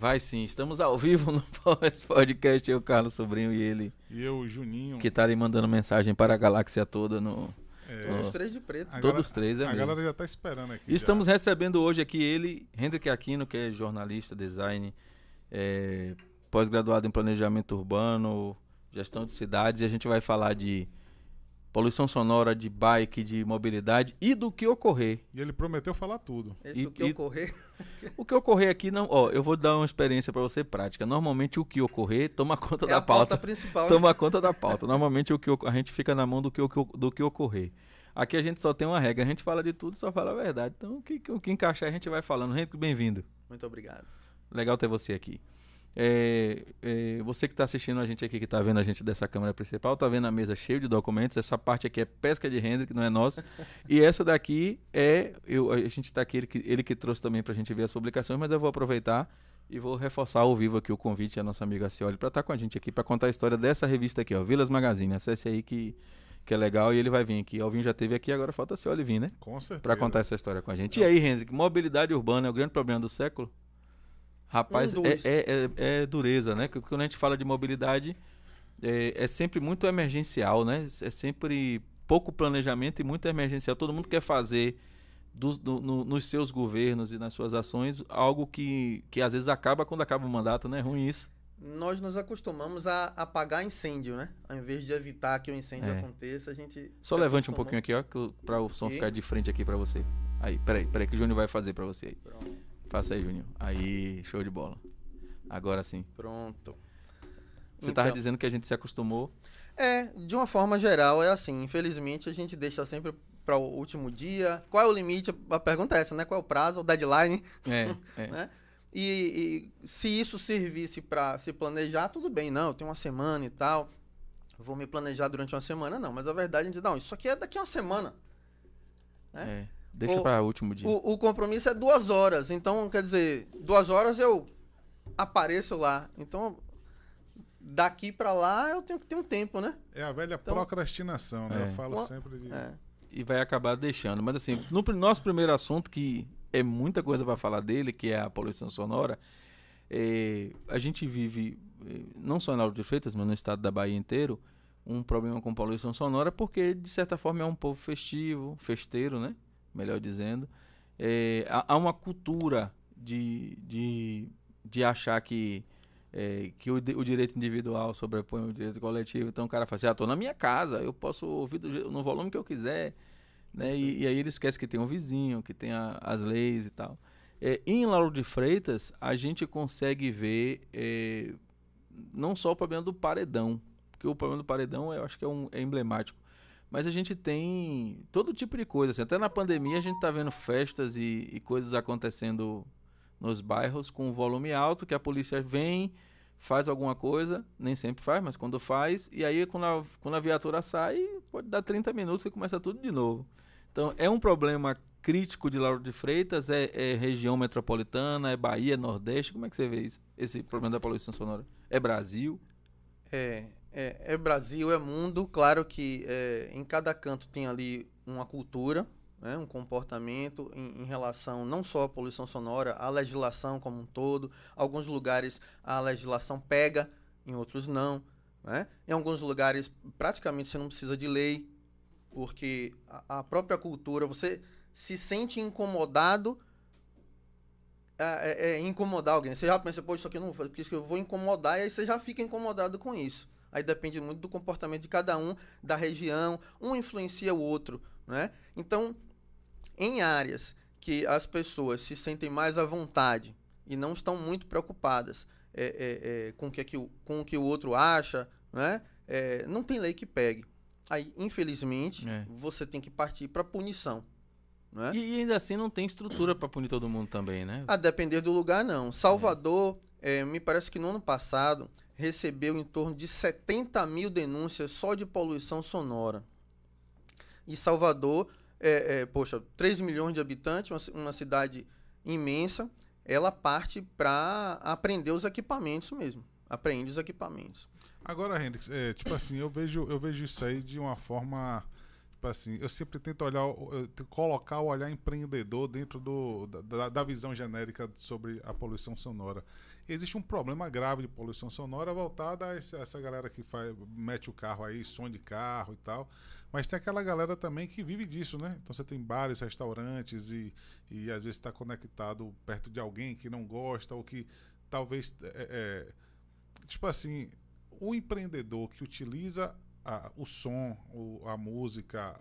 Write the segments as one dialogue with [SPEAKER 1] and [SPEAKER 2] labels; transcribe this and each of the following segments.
[SPEAKER 1] Vai sim, estamos ao vivo no podcast, eu, Carlos Sobrinho e ele,
[SPEAKER 2] E eu, Juninho.
[SPEAKER 1] que tá ali mandando mensagem para a galáxia toda no...
[SPEAKER 3] Todos três de preto.
[SPEAKER 1] Todos três, é
[SPEAKER 2] A
[SPEAKER 1] mesmo.
[SPEAKER 2] galera já tá esperando aqui.
[SPEAKER 1] E estamos recebendo hoje aqui ele, Hendrick Aquino, que é jornalista, design, pós-graduado em planejamento urbano, gestão de cidades, e a gente vai falar de poluição sonora, de bike, de mobilidade e do que ocorrer.
[SPEAKER 2] E ele prometeu falar tudo.
[SPEAKER 3] O que ocorrer?
[SPEAKER 1] O que ocorrer aqui não... Ó, eu vou dar uma experiência para você prática. Normalmente o que ocorrer toma conta da
[SPEAKER 3] a pauta
[SPEAKER 1] pauta.
[SPEAKER 3] principal.
[SPEAKER 1] Toma conta da pauta. Normalmente a gente fica na mão do que ocorrer. Aqui a gente só tem uma regra. A gente fala de tudo, só fala a verdade. Então o que encaixar a gente vai falando. Henrique, bem-vindo.
[SPEAKER 3] Muito obrigado.
[SPEAKER 1] Legal ter você aqui. Você que está assistindo a gente aqui, que está vendo a gente dessa câmera principal, está vendo a mesa cheia de documentos. Essa parte aqui é pesca de Hendrick, não é nossa. E essa daqui a gente está aqui, ele que trouxe também para a gente ver as publicações, mas eu vou aproveitar e vou reforçar ao vivo aqui o convite à nossa amiga Acioli para estar com a gente aqui, para contar a história dessa revista aqui, ó, Vilas Magazine. Acesse aí que é legal e ele vai vir aqui. Alvinho já esteve aqui, agora falta a Acioli vir, né?
[SPEAKER 2] Com certeza.
[SPEAKER 1] Para contar essa história com a gente. E aí, Hendrick, mobilidade urbana é o grande problema do século? Rapaz, é dureza, né? Porque quando a gente fala de mobilidade, é sempre muito emergencial, né? É sempre pouco planejamento e muito emergencial. Todo mundo quer fazer nos seus governos e nas suas ações algo que às vezes acaba quando acaba o mandato, né? É ruim isso.
[SPEAKER 3] Nós nos acostumamos a apagar incêndio, né? Ao invés de evitar que o incêndio aconteça, a gente...
[SPEAKER 1] Só levante um pouquinho aqui, ó, para o som ficar de frente aqui para você. Aí, peraí que o Júnior vai fazer para você aí.
[SPEAKER 3] Pronto.
[SPEAKER 1] Faça aí, Juninho. Aí, show de bola. Agora sim.
[SPEAKER 3] Pronto.
[SPEAKER 1] Você estava dizendo que a gente se acostumou.
[SPEAKER 3] De uma forma geral, é assim. Infelizmente, a gente deixa sempre para o último dia. Qual é o limite? A pergunta é essa, né? Qual é o prazo, o deadline? Né? E se isso servisse para se planejar, tudo bem. Não, eu tenho uma semana e tal. Vou me planejar durante uma semana. Não, mas a verdade é que não, isso aqui é daqui a uma semana. Né?
[SPEAKER 1] Deixa para o último dia.
[SPEAKER 3] O compromisso é 2 horas. Então, quer dizer, 2 horas eu apareço lá. Então, daqui para lá eu tenho que ter um tempo, né?
[SPEAKER 2] É a velha procrastinação, né? Eu falo sempre de...
[SPEAKER 1] E vai acabar deixando. Mas assim, no nosso primeiro assunto, que é muita coisa para falar dele, que é a poluição sonora, a gente vive, não só em Lauro de Freitas, mas no estado da Bahia inteiro, um problema com poluição sonora, porque de certa forma é um povo festeiro, né? Melhor dizendo, há uma cultura de achar que o direito individual sobrepõe o direito coletivo. Então o cara fala assim, tô na minha casa, eu posso ouvir no volume que eu quiser, né? E aí ele esquece que tem um vizinho, que tem as leis e tal. Em Lauro de Freitas, a gente consegue ver não só o problema do paredão, porque o problema do paredão eu acho que é emblemático. Mas a gente tem todo tipo de coisa. Assim, até na pandemia a gente está vendo festas e coisas acontecendo nos bairros com volume alto, que a polícia vem, faz alguma coisa, nem sempre faz, mas quando faz, e aí quando a viatura sai, pode dar 30 minutos e começa tudo de novo. Então é um problema crítico de Lauro de Freitas, é região metropolitana, é Bahia, Nordeste. Como é que você vê isso? Esse problema da poluição sonora? É Brasil?
[SPEAKER 3] É Brasil, é mundo. Claro que em cada canto tem ali uma cultura, né, um comportamento em relação não só à poluição sonora, à legislação como um todo. Alguns lugares a legislação pega, em outros não. Né? Em alguns lugares praticamente você não precisa de lei, porque a própria cultura, você se sente incomodado incomodar alguém. Você já pensa, isso aqui eu não vou, porque isso que eu vou incomodar, e aí você já fica incomodado com isso. Aí depende muito do comportamento de cada um, da região, um influencia o outro, né? Então, em áreas que as pessoas se sentem mais à vontade e não estão muito preocupadas com o que o outro acha, né? Não tem lei que pegue. Aí, infelizmente, você tem que partir para punição. Né?
[SPEAKER 1] E ainda assim não tem estrutura para punir todo mundo também, né?
[SPEAKER 3] A depender do lugar, não. Salvador, me parece que no ano passado, recebeu em torno de 70 mil denúncias só de poluição sonora. E Salvador, 3 milhões de habitantes, uma cidade imensa, ela parte para apreender os equipamentos mesmo. Apreende os equipamentos.
[SPEAKER 2] Agora, Hendrick, tipo assim, eu vejo isso aí de uma forma... Tipo assim, eu sempre tento colocar o olhar empreendedor dentro da visão genérica sobre a poluição sonora. existe um problema grave de poluição sonora voltada a essa galera que mete o carro aí, som de carro e tal. Mas tem aquela galera também que vive disso, né? Então você tem bares, restaurantes e às vezes está conectado perto de alguém que não gosta ou que talvez... tipo assim, o empreendedor que utiliza o som, a música,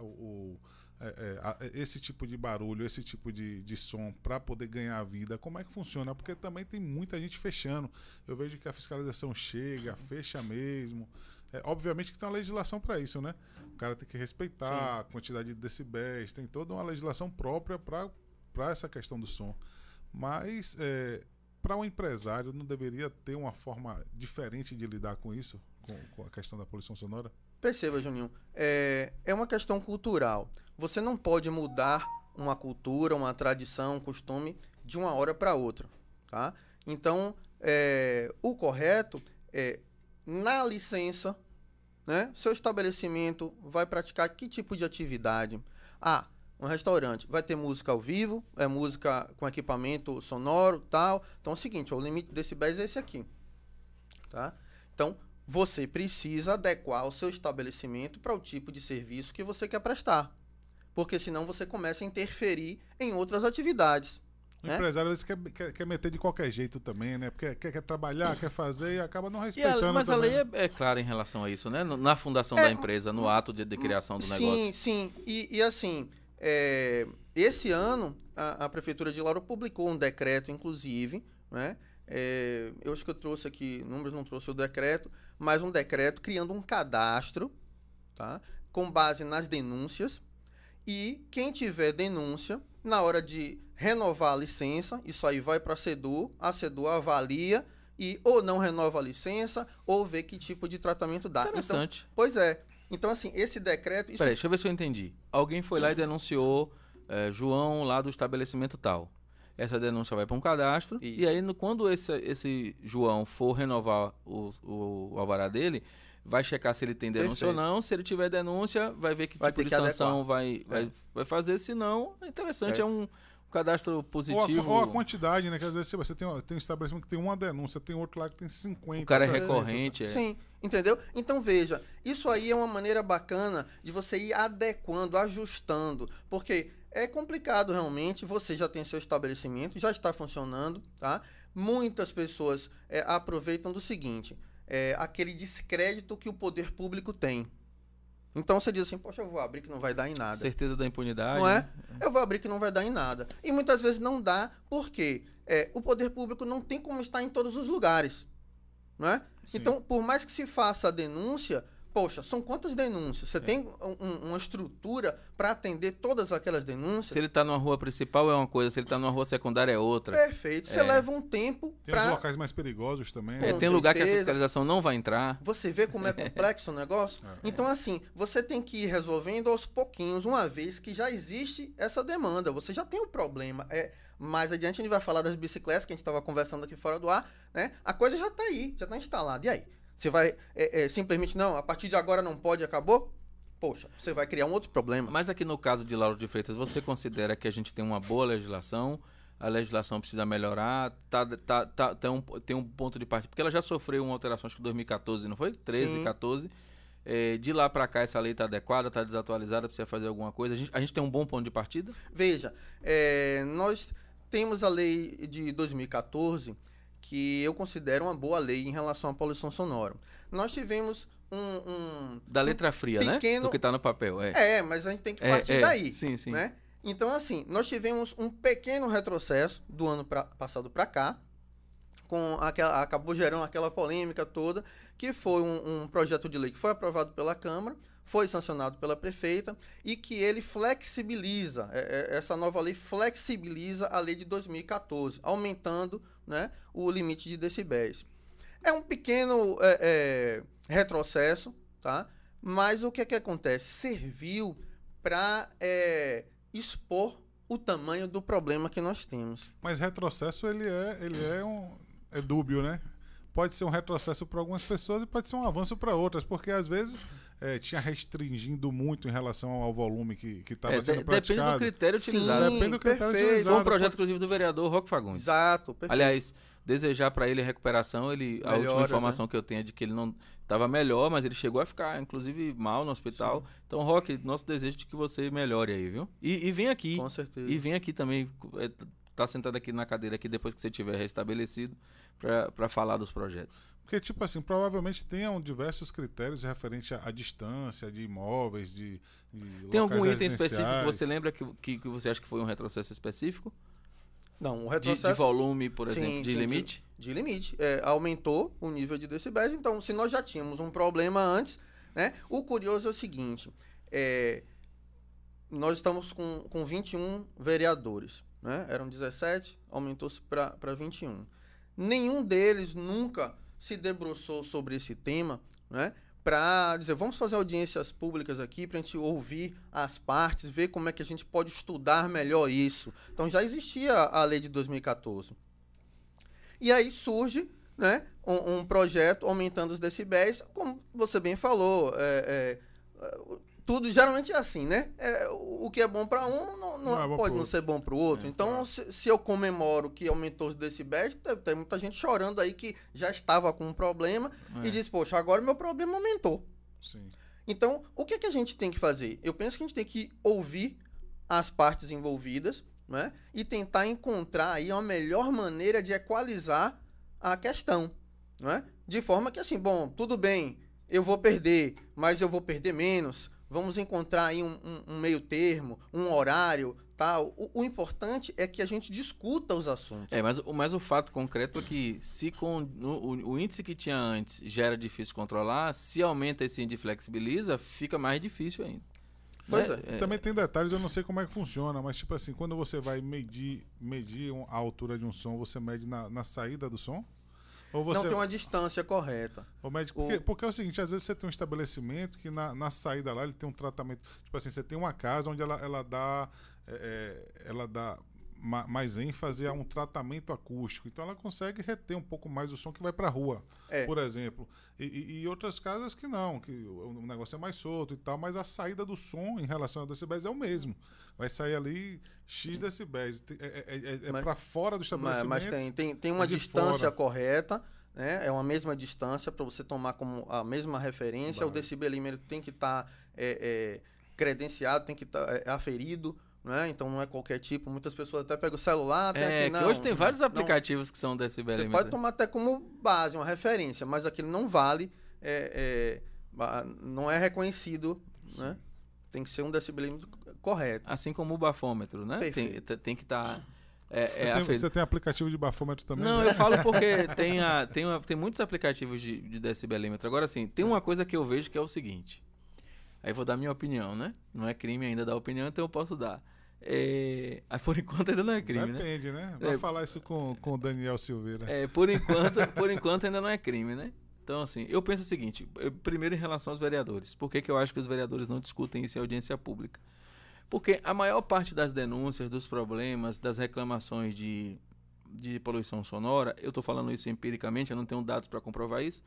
[SPEAKER 2] esse tipo de barulho, esse tipo de som para poder ganhar vida, como é que funciona? Porque também tem muita gente fechando. Eu vejo que a fiscalização chega, fecha mesmo. Obviamente que tem uma legislação para isso, né? O cara tem que respeitar a quantidade de decibéis, tem toda uma legislação própria para essa questão do som. Mas para um empresário não deveria ter uma forma diferente de lidar com isso, com a questão da poluição sonora?
[SPEAKER 3] Perceba, Juninho, é uma questão cultural. Você não pode mudar uma cultura, uma tradição, um costume de uma hora para outra, tá? Então, o correto é, na licença, né? Seu estabelecimento vai praticar que tipo de atividade? Um restaurante vai ter música ao vivo, música com equipamento sonoro, tal. Então é o seguinte, o limite de decibéis é esse aqui, tá? Então, você precisa adequar o seu estabelecimento para o tipo de serviço que você quer prestar. Porque senão você começa a interferir em outras atividades.
[SPEAKER 2] O empresário às vezes quer meter de qualquer jeito também, né? Porque quer trabalhar, quer fazer e acaba não respeitando.
[SPEAKER 1] Mas
[SPEAKER 2] também.
[SPEAKER 1] a lei é clara em relação a isso, né? Na fundação da empresa, no ato de criação do negócio.
[SPEAKER 3] Sim. E assim, esse ano a Prefeitura de Lauro publicou um decreto, inclusive, né? Eu acho que eu trouxe aqui, números não trouxe o decreto, mas um decreto criando um cadastro, tá? Com base nas denúncias, e quem tiver denúncia, na hora de renovar a licença, isso aí vai para a SEDUR avalia e ou não renova a licença, ou vê que tipo de tratamento dá.
[SPEAKER 1] Interessante.
[SPEAKER 3] Então, pois é. Então, assim, esse decreto...
[SPEAKER 1] Peraí, deixa eu ver se eu entendi. Alguém foi lá e denunciou João lá do estabelecimento tal. Essa denúncia vai para um cadastro. Isso. E aí, quando esse João for renovar o alvará dele, vai checar se ele tem denúncia ou não. Se ele tiver denúncia, vai ver que tipo de sanção vai fazer. Se não, é interessante. É um cadastro positivo.
[SPEAKER 2] Ou a quantidade, né? Que às vezes você tem um estabelecimento que tem uma denúncia, tem outro lá que tem 50.
[SPEAKER 1] O cara é recorrente.
[SPEAKER 3] Sim, entendeu? Então, veja, isso aí é uma maneira bacana de você ir adequando, ajustando. Porque... é complicado realmente, você já tem seu estabelecimento, já está funcionando, tá? Muitas pessoas aproveitam do seguinte, aquele descrédito que o poder público tem. Então você diz assim, poxa, eu vou abrir que não vai dar em nada.
[SPEAKER 1] Certeza da impunidade.
[SPEAKER 3] Não é?
[SPEAKER 1] Né?
[SPEAKER 3] Eu vou abrir que não vai dar em nada. E muitas vezes não dá, porque o poder público não tem como estar em todos os lugares, não é? Sim. Então, por mais que se faça a denúncia... poxa, são quantas denúncias? Você tem uma estrutura para atender todas aquelas denúncias?
[SPEAKER 1] Se ele está numa rua principal é uma coisa, se ele está numa rua secundária é outra.
[SPEAKER 3] Perfeito. Você leva um tempo
[SPEAKER 2] para... Tem os locais mais perigosos também.
[SPEAKER 1] Né? Tem lugar que a fiscalização não vai entrar.
[SPEAKER 3] Você vê como é complexo o negócio? Então, assim, você tem que ir resolvendo aos pouquinhos, uma vez que já existe essa demanda. Você já tem um problema. Mais adiante a gente vai falar das bicicletas, que a gente estava conversando aqui fora do ar, né? A coisa já está aí, já está instalada. E aí? Você vai simplesmente, não, a partir de agora não pode, acabou? Poxa, você vai criar um outro problema.
[SPEAKER 1] Mas aqui no caso de Lauro de Freitas, você considera que a gente tem uma boa legislação? A legislação precisa melhorar? Tem um ponto de partida? Porque ela já sofreu uma alteração, acho que em 2014, não foi? 13, Sim. 14. De lá para cá, essa lei está adequada, está desatualizada, precisa fazer alguma coisa? A gente tem um bom ponto de partida?
[SPEAKER 3] Veja, nós temos a lei de 2014... que eu considero uma boa lei em relação à poluição sonora. Nós tivemos
[SPEAKER 1] da letra fria,
[SPEAKER 3] pequeno...
[SPEAKER 1] né? Do que está no papel.
[SPEAKER 3] Mas a gente tem que partir daí.
[SPEAKER 1] Sim.
[SPEAKER 3] Né? Então, assim, nós tivemos um pequeno retrocesso do ano passado para cá, acabou gerando aquela polêmica toda, que foi um projeto de lei que foi aprovado pela Câmara, foi sancionado pela prefeita e que ele flexibiliza, essa nova lei flexibiliza a lei de 2014, aumentando, né, o limite de decibéis. É um pequeno retrocesso, tá? Mas o que acontece? Serviu para expor o tamanho do problema que nós temos.
[SPEAKER 2] Mas retrocesso ele é dúbio, né? Pode ser um retrocesso para algumas pessoas e pode ser um avanço para outras, porque às vezes tinha restringindo muito em relação ao volume que estava sendo praticado.
[SPEAKER 1] Depende do critério utilizado.
[SPEAKER 2] Depende do critério utilizado.
[SPEAKER 1] Foi um projeto, inclusive, do vereador Roque Fagundes.
[SPEAKER 3] Exato, perfeito.
[SPEAKER 1] Aliás, desejar para ele a recuperação. A última
[SPEAKER 3] Melhoras,
[SPEAKER 1] informação que eu tenho é de que ele não estava melhor, mas ele chegou a ficar, inclusive, mal no hospital. Então, Roque, nosso desejo de que você melhore aí, viu? E vem aqui.
[SPEAKER 3] Com certeza.
[SPEAKER 1] E vem aqui também, tá sentado aqui na cadeira aqui depois que você tiver restabelecido para falar dos projetos.
[SPEAKER 2] Porque, tipo assim, provavelmente tenham diversos critérios referente à distância de imóveis, de
[SPEAKER 1] Tem algum
[SPEAKER 2] locais
[SPEAKER 1] item específico que
[SPEAKER 2] residenciais.
[SPEAKER 1] você lembra que você acha que foi um retrocesso específico?
[SPEAKER 3] Não, o
[SPEAKER 1] De
[SPEAKER 3] retrocesso...
[SPEAKER 1] volume, por exemplo,
[SPEAKER 3] Sim,
[SPEAKER 1] de
[SPEAKER 3] sim,
[SPEAKER 1] limite?
[SPEAKER 3] De limite. Aumentou o nível de decibéis. Então, se nós já tínhamos um problema antes, né? O curioso é o seguinte, nós estamos com 21 vereadores, né? Eram 17, aumentou-se para 21. Nenhum deles nunca se debruçou sobre esse tema, né? Para dizer, vamos fazer audiências públicas aqui para a gente ouvir as partes, ver como é que a gente pode estudar melhor isso. Então já existia a lei de 2014. E aí surge, né, um projeto aumentando os decibéis, como você bem falou, tudo geralmente é assim, né? O que é bom para um
[SPEAKER 2] Não é bom
[SPEAKER 3] pode
[SPEAKER 2] pro
[SPEAKER 3] não ser bom para o outro. Então,
[SPEAKER 2] claro.
[SPEAKER 3] se eu comemoro que aumentou os decibéis, tem muita gente chorando aí que já estava com um problema e diz, poxa, agora meu problema aumentou.
[SPEAKER 2] Sim.
[SPEAKER 3] Então, o que a gente tem que fazer? Eu penso que a gente tem que ouvir as partes envolvidas, né? E tentar encontrar aí uma melhor maneira de equalizar a questão, né? De forma que, assim, bom, tudo bem, eu vou perder, mas eu vou perder menos. Vamos encontrar aí um meio termo, um horário, tal. O importante é que a gente discuta os assuntos.
[SPEAKER 1] Mas o fato concreto é que se com o índice que tinha antes já era difícil controlar, se aumenta esse índice e flexibiliza, fica mais difícil ainda.
[SPEAKER 3] Pois
[SPEAKER 2] Também tem detalhes, eu não sei como é que funciona, mas tipo assim, quando você vai medir a altura de um som, você mede na saída do som? Ou você...
[SPEAKER 3] Não tem uma distância correta.
[SPEAKER 2] Porque é o seguinte, às vezes você tem um estabelecimento que na saída lá ele tem um tratamento. Tipo assim, você tem uma casa onde ela dá mais ênfase a um tratamento acústico. Então ela consegue reter um pouco mais o som que vai pra rua, por exemplo. E outras casas que não, que o negócio é mais solto e tal, mas a saída do som em relação a decibéis é o mesmo. Vai sair ali X decibéis. Para fora do estabelecimento.
[SPEAKER 3] Mas tem uma
[SPEAKER 2] de
[SPEAKER 3] distância
[SPEAKER 2] fora.
[SPEAKER 3] correta, né? É uma mesma distância para você tomar como a mesma referência. O decibelímetro tem que estar credenciado, tem que estar aferido. Né? Então não é qualquer tipo. Muitas pessoas até pegam o celular.
[SPEAKER 1] Que hoje tem vários aplicativos que são decibelímetro.
[SPEAKER 3] Você pode tomar até como base, uma referência, mas aquilo não vale, não é reconhecido, né? Tem que ser um decibelímetro correto.
[SPEAKER 1] Assim como o bafômetro, né? Tem que estar...
[SPEAKER 2] Você tem aplicativo de bafômetro também?
[SPEAKER 1] Não,
[SPEAKER 2] né?
[SPEAKER 1] eu falo porque tem muitos aplicativos de decibelímetro. Agora, assim, tem uma coisa que eu vejo que é o seguinte. Aí vou dar minha opinião, né? Não é crime ainda dar opinião, então eu posso dar. Por enquanto ainda não é crime,
[SPEAKER 2] Depende, né? Vai falar isso com o Daniel Silveira.
[SPEAKER 1] Por enquanto ainda não é crime, né? Então, assim, eu penso o seguinte. Primeiro, em relação aos vereadores. Por que eu acho que os vereadores não discutem isso em audiência pública? Porque a maior parte das denúncias, dos problemas, das reclamações de poluição sonora, eu estou falando isso empiricamente, eu não tenho dados para comprovar isso,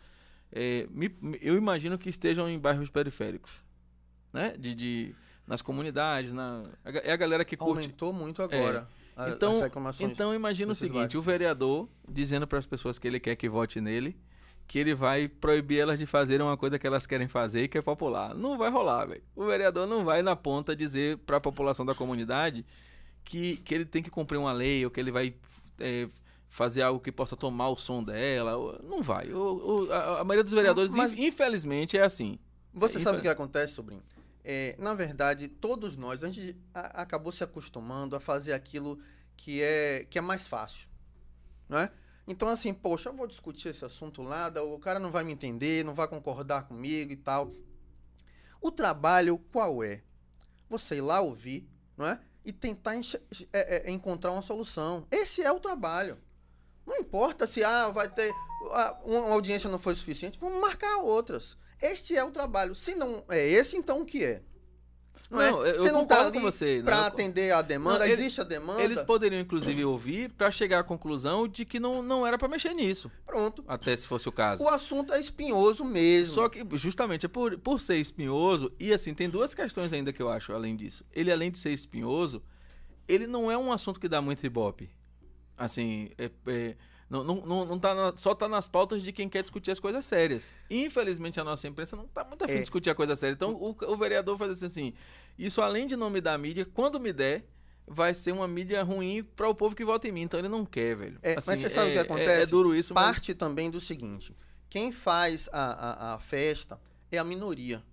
[SPEAKER 1] eu imagino que estejam em bairros periféricos, né? Nas comunidades, é a galera que curte.
[SPEAKER 3] Aumentou muito agora as reclamações.
[SPEAKER 1] Então imagina o seguinte, o vereador dizendo para as pessoas que ele quer que vote nele, que ele vai proibir elas de fazer uma coisa que elas querem fazer e que é popular. Não vai rolar, velho. O vereador não vai na ponta dizer para a população da comunidade que ele tem que cumprir uma lei ou que ele vai fazer algo que possa tomar o som dela. Não vai. A maioria dos vereadores, infelizmente, é assim.
[SPEAKER 3] Você sabe o que acontece, sobrinho? Na verdade, todos nós, a gente acabou se acostumando a fazer aquilo que é mais fácil, não é? Então, assim, poxa, eu vou discutir esse assunto lá, o cara não vai me entender, não vai concordar comigo e tal. O trabalho qual é? Você ir lá ouvir, não é? E tentar encontrar uma solução. Esse é o trabalho. Não importa se vai ter uma audiência não foi suficiente, vamos marcar outras. Este é o trabalho. Se não é esse, então o que é? Você não está ali para atender a demanda, existe a demanda.
[SPEAKER 1] Eles poderiam, inclusive, ouvir para chegar à conclusão de que não era para mexer nisso.
[SPEAKER 3] Pronto.
[SPEAKER 1] Até se fosse o caso.
[SPEAKER 3] O assunto é espinhoso mesmo.
[SPEAKER 1] Só que, justamente, por ser espinhoso, e assim, tem duas questões ainda que eu acho, além disso. Ele, além de ser espinhoso, ele não é um assunto que dá muito ibope. Assim, Não tá só tá nas pautas de quem quer discutir as coisas sérias. Infelizmente, a nossa imprensa não tá muito afim de discutir a coisa séria. Então, o vereador faz assim, isso além de não me dar mídia, quando me der, vai ser uma mídia ruim para o povo que vota em mim. Então, ele não quer, velho. Assim,
[SPEAKER 3] mas você sabe o que acontece?
[SPEAKER 1] É duro isso,
[SPEAKER 3] Parte também do seguinte, quem faz a festa é a minoria.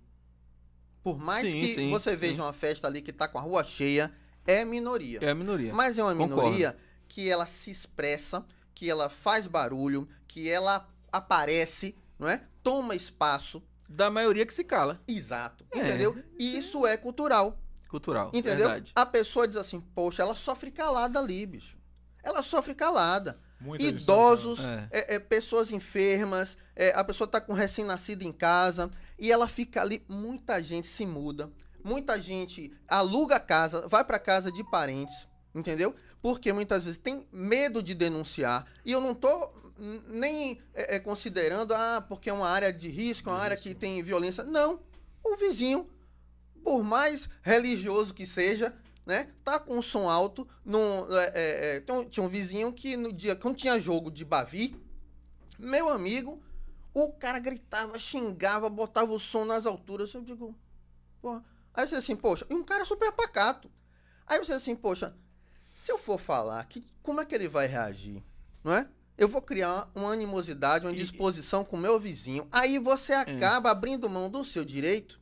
[SPEAKER 3] Por mais que você veja uma festa ali que tá com a rua cheia, é minoria.
[SPEAKER 1] É a minoria.
[SPEAKER 3] Mas é uma minoria que ela se expressa, que ela faz barulho, que ela aparece, não é? Toma espaço.
[SPEAKER 1] Da maioria que se cala.
[SPEAKER 3] Exato. Entendeu? E isso é cultural.
[SPEAKER 1] Cultural,
[SPEAKER 3] entendeu?
[SPEAKER 1] Verdade.
[SPEAKER 3] A pessoa diz assim, poxa, ela sofre calada ali, bicho. Ela sofre calada.
[SPEAKER 2] Muita
[SPEAKER 3] Idosos, pessoas enfermas, a pessoa tá com recém-nascido em casa e ela fica ali, muita gente se muda, muita gente aluga a casa, vai para casa de parentes, entendeu? Porque muitas vezes tem medo de denunciar e eu não tô nem considerando, porque é uma área de risco, uma área que tem violência. Não, o vizinho, por mais religioso que seja, né, tá com o som alto. Tinha um vizinho que no dia, quando tinha jogo de Bavi, meu amigo, o cara gritava, xingava, botava o som nas alturas. Eu digo, porra. Aí você assim, poxa, e um cara super pacato. Aí você assim, poxa, se eu for falar, como é que ele vai reagir? Não é? Eu vou criar uma animosidade, uma disposição com o meu vizinho. Aí você acaba abrindo mão do seu direito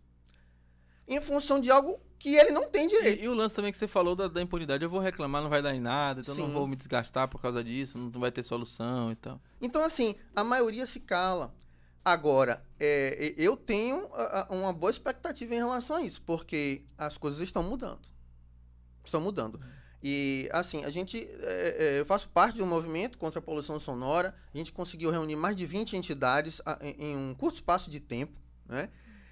[SPEAKER 3] em função de algo que ele não tem direito.
[SPEAKER 1] E o lance também que você falou da impunidade, eu vou reclamar, não vai dar em nada, então não vou me desgastar por causa disso, não vai ter solução e tal.
[SPEAKER 3] Então, assim, a maioria se cala. Agora, eu tenho uma boa expectativa em relação a isso, porque as coisas estão mudando. Estão mudando. E, assim, eu faço parte de um movimento contra a poluição sonora, a gente conseguiu reunir mais de 20 entidades em um curto espaço de tempo, né?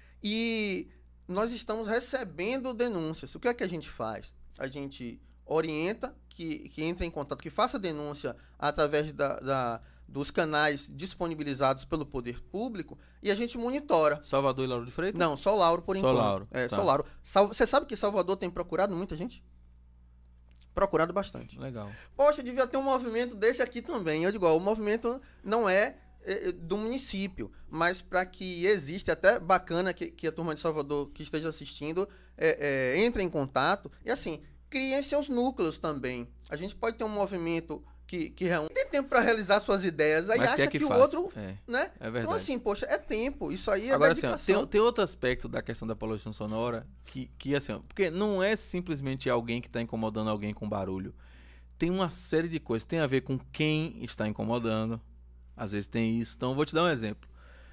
[SPEAKER 3] E nós estamos recebendo denúncias. O que é que a gente faz? A gente orienta que entre em contato, que faça denúncia através dos canais disponibilizados pelo poder público e a gente monitora.
[SPEAKER 1] Salvador e Lauro de Freitas?
[SPEAKER 3] Não, só Lauro por enquanto.
[SPEAKER 1] Lauro.
[SPEAKER 3] Só Lauro. Você sabe que Salvador tem procurado muita gente? Procurado bastante.
[SPEAKER 1] Legal.
[SPEAKER 3] Poxa, devia ter um movimento desse aqui também. Eu digo, o movimento não é do município, mas para que exista, até bacana que a turma de Salvador que esteja assistindo entre em contato e assim, criem seus núcleos também. A gente pode ter um movimento que reúne, tem tempo para realizar suas ideias, aí
[SPEAKER 1] mas
[SPEAKER 3] acha que o outro, né?
[SPEAKER 1] É verdade.
[SPEAKER 3] Então assim, poxa, é tempo, isso aí é
[SPEAKER 1] agora,
[SPEAKER 3] dedicação.
[SPEAKER 1] Assim, tem outro aspecto da questão da poluição sonora que assim, porque não é simplesmente alguém que está incomodando alguém com barulho. Tem uma série de coisas, tem a ver com quem está incomodando. Às vezes tem isso. Então, eu vou te dar um exemplo.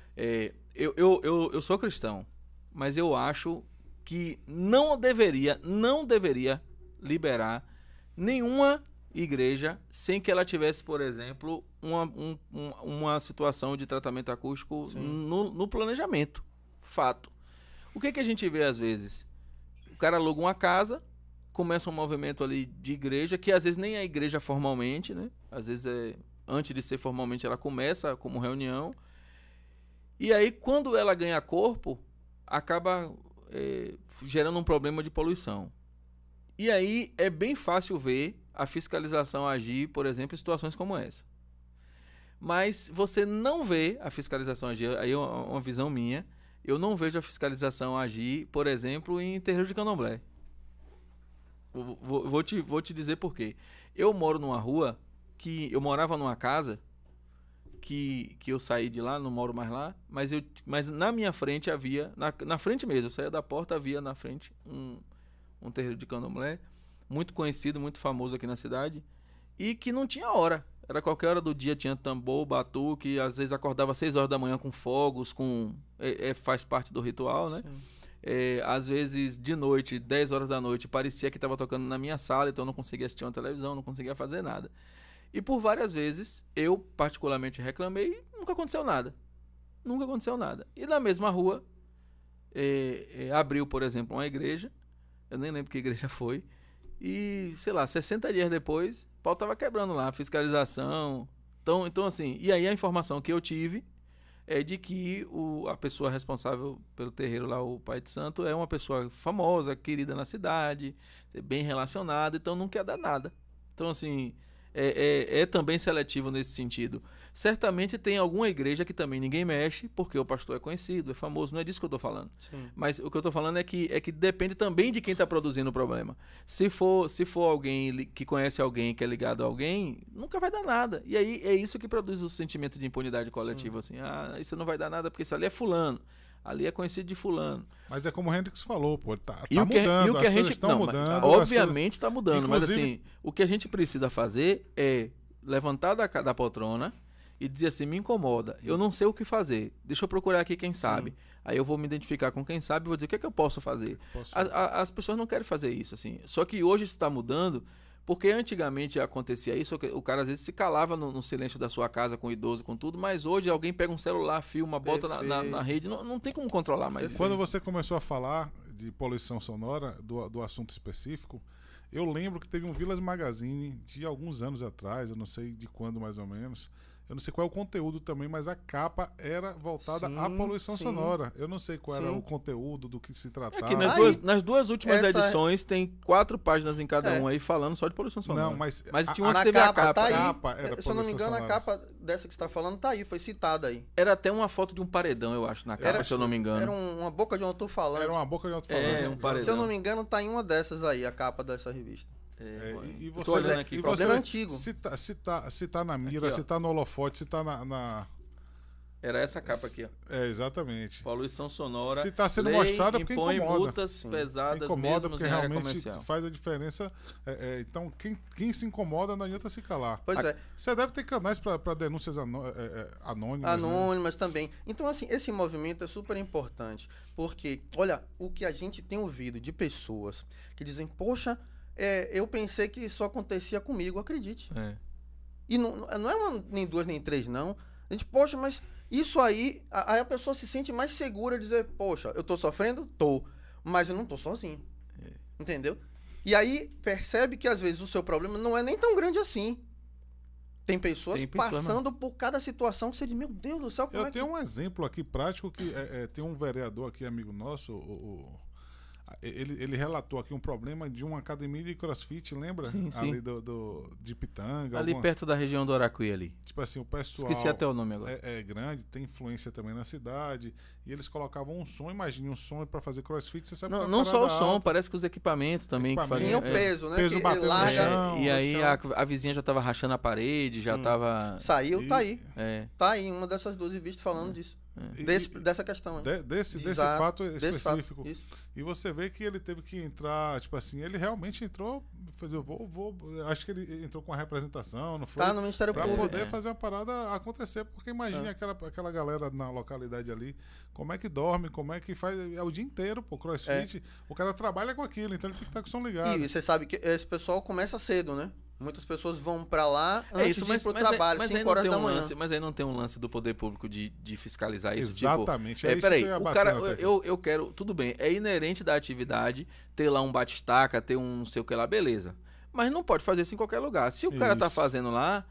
[SPEAKER 1] Eu sou cristão, mas eu acho que não deveria liberar nenhuma igreja sem que ela tivesse, por exemplo, uma situação de tratamento acústico no planejamento. Fato. O que a gente vê às vezes? O cara aluga uma casa, começa um movimento ali de igreja, que às vezes nem é igreja formalmente, né? Às vezes antes de ser formalmente, ela começa como reunião. E aí, quando ela ganha corpo, acaba gerando um problema de poluição. E aí, é bem fácil ver a fiscalização agir, por exemplo, em situações como essa. Mas você não vê a fiscalização agir, aí é uma visão minha, eu não vejo a fiscalização agir, por exemplo, em terreiro de candomblé. Vou te dizer por quê. Eu moro numa rua eu morava numa casa que eu saí de lá, não moro mais lá, mas na minha frente havia, na frente mesmo, eu saía da porta, havia na frente um terreiro de candomblé, muito conhecido, muito famoso aqui na cidade, e que não tinha hora. Era qualquer hora do dia, tinha tambor, batuque, às vezes acordava às 6 horas da manhã com fogos, faz parte do ritual, né? Às vezes de noite, 10 horas da noite, parecia que estava tocando na minha sala, então eu não conseguia assistir uma televisão, não conseguia fazer nada. E por várias vezes, eu particularmente reclamei e nunca aconteceu nada. Nunca aconteceu nada. E na mesma rua, abriu, por exemplo, uma igreja, eu nem lembro que igreja foi, e, sei lá, 60 dias depois, o pau tava quebrando lá, fiscalização. Então assim, e aí a informação que eu tive é de que a pessoa responsável pelo terreiro lá, o pai de santo, é uma pessoa famosa, querida na cidade, bem relacionada, então não quer dar nada. Então assim, é também seletivo nesse sentido. Certamente tem alguma igreja que também ninguém mexe, porque o pastor é conhecido, é famoso, não é disso que eu estou falando.
[SPEAKER 3] Sim.
[SPEAKER 1] Mas o que eu estou falando é que depende também de quem está produzindo o problema. Se for alguém que conhece alguém, que é ligado a alguém, nunca vai dar nada. E aí é isso que produz o sentimento de impunidade coletiva. Assim, isso não vai dar nada porque isso ali é fulano. Ali é conhecido de fulano.
[SPEAKER 2] Mas é como o Hendrix falou, pô, tá
[SPEAKER 1] E o que
[SPEAKER 2] mudando,
[SPEAKER 1] a
[SPEAKER 2] as
[SPEAKER 1] gente
[SPEAKER 2] estão
[SPEAKER 1] não,
[SPEAKER 2] mudando.
[SPEAKER 1] obviamente está mudando, mas
[SPEAKER 2] Inclusive-
[SPEAKER 1] assim, o que a gente precisa fazer é levantar da poltrona e dizer assim, me incomoda, eu não sei o que fazer, deixa eu procurar aqui quem sabe. Aí eu vou me identificar com quem sabe e vou dizer o que é que eu posso fazer. As pessoas não querem fazer isso, assim. Só que hoje isso está mudando, porque antigamente acontecia isso, o cara às vezes se calava no silêncio da sua casa com o idoso, com tudo, mas hoje alguém pega um celular, filma, bota na rede, não tem como controlar mais isso.
[SPEAKER 2] Quando você começou a falar de poluição sonora, do assunto específico, eu lembro que teve um Vilas Magazine de alguns anos atrás, eu não sei de quando mais ou menos. Eu não sei qual é o conteúdo também, mas a capa era voltada à poluição sonora. Eu não sei qual era o conteúdo, do que se tratava.
[SPEAKER 1] Aqui nas duas últimas edições tem 4 páginas em cada um aí falando só de poluição sonora.
[SPEAKER 2] Não, mas
[SPEAKER 1] tinha uma que teve a capa.
[SPEAKER 3] Tá aí.
[SPEAKER 2] Capa era
[SPEAKER 3] Se eu não me engano,
[SPEAKER 2] sonora.
[SPEAKER 3] a capa dessa que você está falando tá aí, foi citada aí.
[SPEAKER 1] Era até uma foto de um paredão, eu acho, na capa, se eu não me engano.
[SPEAKER 3] Era uma boca de um alto-falante.
[SPEAKER 2] Era uma boca de alto-falante.
[SPEAKER 1] Um paredão.
[SPEAKER 3] Se eu não me engano, tá em uma dessas aí, a capa dessa revista.
[SPEAKER 2] E
[SPEAKER 1] Tô
[SPEAKER 2] você,
[SPEAKER 1] olhando aqui.
[SPEAKER 2] e
[SPEAKER 3] Problema
[SPEAKER 2] você
[SPEAKER 3] antigo.
[SPEAKER 2] se tá na mira,
[SPEAKER 1] Aqui, ó.
[SPEAKER 2] se tá no holofote, se tá na...
[SPEAKER 1] Era essa capa aqui, ó.
[SPEAKER 2] Exatamente.
[SPEAKER 1] Poluição sonora.
[SPEAKER 2] Se tá sendo
[SPEAKER 1] lei
[SPEAKER 2] mostrada, porque
[SPEAKER 1] impõe
[SPEAKER 2] incomoda.
[SPEAKER 1] multas pesadas
[SPEAKER 2] Incomoda
[SPEAKER 1] mesmo
[SPEAKER 2] porque
[SPEAKER 1] em área
[SPEAKER 2] realmente
[SPEAKER 1] comercial.
[SPEAKER 2] faz a diferença. Então, quem se incomoda não adianta se calar.
[SPEAKER 3] Pois é.
[SPEAKER 2] Você deve ter canais para denúncias anônimas. Né?
[SPEAKER 3] Anônimas também. Então, assim, esse movimento é super importante. Porque, olha, o que a gente tem ouvido de pessoas que dizem, poxa, eu pensei que isso acontecia comigo, acredite. E não é nem 2, nem 3, não. A gente, poxa, mas isso aí a pessoa se sente mais segura de dizer, poxa, eu tô sofrendo? Tô. Mas eu não tô sozinho. Entendeu? E aí percebe que às vezes o seu problema não é nem tão grande assim. Tem pessoas passando por cada situação que você diz, meu Deus do céu, como
[SPEAKER 2] Eu tenho um exemplo aqui prático que tem um vereador aqui, amigo nosso, ele relatou aqui um problema de uma academia de CrossFit, lembra?
[SPEAKER 1] Sim.
[SPEAKER 2] Ali de Pitanga.
[SPEAKER 1] Ali perto da região do Aracuí ali.
[SPEAKER 2] Tipo assim, o pessoal...
[SPEAKER 1] Esqueci até o nome agora.
[SPEAKER 2] É grande, tem influência também na cidade. E eles colocavam um som, imagine um som para fazer CrossFit, você sabe que
[SPEAKER 1] Não só o som, parece que os equipamentos também que
[SPEAKER 3] Tem
[SPEAKER 1] faziam.
[SPEAKER 3] o peso, né?
[SPEAKER 2] Peso batendo no chão.
[SPEAKER 1] E aí a vizinha já tava rachando a parede, já tava...
[SPEAKER 3] Saiu, tá aí.
[SPEAKER 1] Tá
[SPEAKER 3] aí, uma dessas 12 revistas falando disso. Dessa questão.
[SPEAKER 2] Desse fato específico. E você vê que ele teve que entrar, tipo assim, ele realmente entrou, acho que ele entrou com a representação, não foi?
[SPEAKER 3] Tá no Ministério Público.
[SPEAKER 2] Pra poder fazer a parada acontecer, porque imagine aquela galera na localidade ali, como é que dorme, como é que faz, é o dia inteiro, pô, CrossFit, o cara trabalha com aquilo, então ele tem que estar com o som ligado.
[SPEAKER 3] E você sabe que esse pessoal começa cedo, né? Muitas pessoas vão pra lá antes de ir pro trabalho, 5 horas da manhã.
[SPEAKER 1] Mas aí não tem um lance do poder público de fiscalizar isso.
[SPEAKER 2] Exatamente.
[SPEAKER 1] Tipo, peraí, o cara, eu quero, tudo bem, é inerente da atividade ter lá um batistaca, ter um não sei o que lá, beleza. Mas não pode fazer isso em qualquer lugar. Se o cara tá fazendo lá,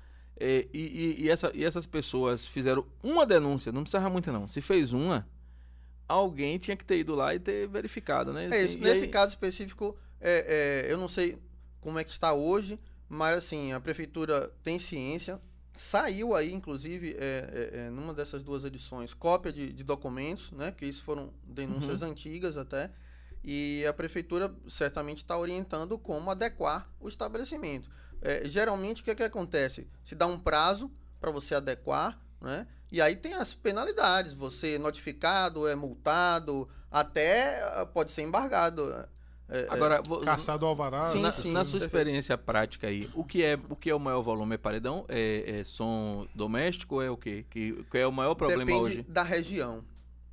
[SPEAKER 1] e essas pessoas fizeram uma denúncia, não precisava muito não, se fez uma, alguém tinha que ter ido lá e ter verificado, né? Assim,
[SPEAKER 3] nesse caso específico, eu não sei como é que está hoje, mas assim, a prefeitura tem ciência, saiu aí, inclusive, numa dessas 2 edições, cópia de documentos, né? Que isso foram denúncias antigas até, e a prefeitura certamente está orientando como adequar o estabelecimento. Geralmente, o que acontece? Se dá um prazo para você adequar, né? E aí tem as penalidades, você é notificado, é multado, até pode ser embargado.
[SPEAKER 1] Agora,
[SPEAKER 2] caçado ao alvará.
[SPEAKER 1] Na sua experiência prática aí, o que é o maior volume? É paredão? É som doméstico ou é o quê? Que é o maior problema
[SPEAKER 3] Depende
[SPEAKER 1] hoje?
[SPEAKER 3] da região.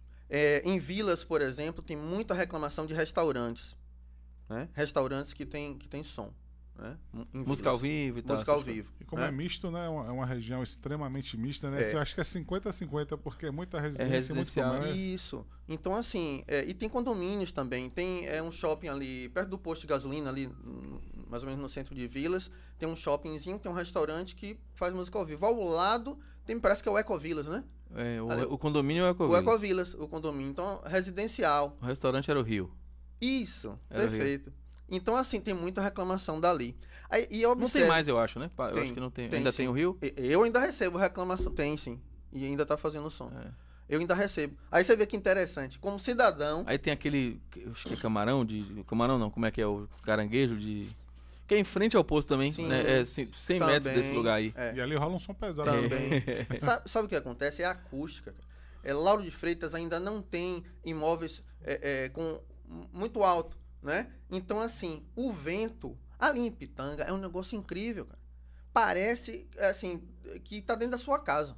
[SPEAKER 3] Em vilas, por exemplo, tem muita reclamação de restaurantes. Né? Restaurantes que tem som. Né?
[SPEAKER 1] Música ao vivo e tal.
[SPEAKER 3] Música ao vivo.
[SPEAKER 2] E como é misto, né? É uma região extremamente mista, né? Eu acho que é 50-50, porque é muita residência e muito comércio.
[SPEAKER 3] Isso. Então, assim, e tem condomínios também. Tem um shopping ali, perto do posto de gasolina, ali, mais ou menos no centro de Vilas. Tem um shoppingzinho, tem um restaurante que faz música ao vivo. Ao lado, parece que é o Ecovilas, né?
[SPEAKER 1] O condomínio é o Ecovilas.
[SPEAKER 3] O Ecovilas, o condomínio. Então, residencial.
[SPEAKER 1] O restaurante era o Rio.
[SPEAKER 3] Isso,
[SPEAKER 1] Era
[SPEAKER 3] perfeito. Então, assim, tem muita reclamação dali. Aí, e eu
[SPEAKER 1] Não
[SPEAKER 3] observo,
[SPEAKER 1] tem mais, eu acho, né? Eu
[SPEAKER 3] Tem,
[SPEAKER 1] acho que não tem.
[SPEAKER 3] tem
[SPEAKER 1] Ainda
[SPEAKER 3] sim.
[SPEAKER 1] tem o Rio?
[SPEAKER 3] Eu ainda recebo reclamação. Tem, sim. E ainda tá fazendo som.
[SPEAKER 1] É.
[SPEAKER 3] Eu ainda recebo. Aí você vê que interessante. Como cidadão...
[SPEAKER 1] Aí tem aquele, acho que é camarão camarão não, como é que é? O caranguejo de... Que é em frente ao posto também,
[SPEAKER 3] Sim,
[SPEAKER 1] né? É 100 metros
[SPEAKER 3] também,
[SPEAKER 1] desse lugar aí.
[SPEAKER 3] é.
[SPEAKER 2] E ali rola um som pesado.
[SPEAKER 3] Também. Sabe o que acontece? É a acústica. Lauro de Freitas ainda não tem imóveis com muito alto, né? Então, assim, o vento ali em Pitanga é um negócio incrível, cara. Parece, assim, que tá dentro da sua casa.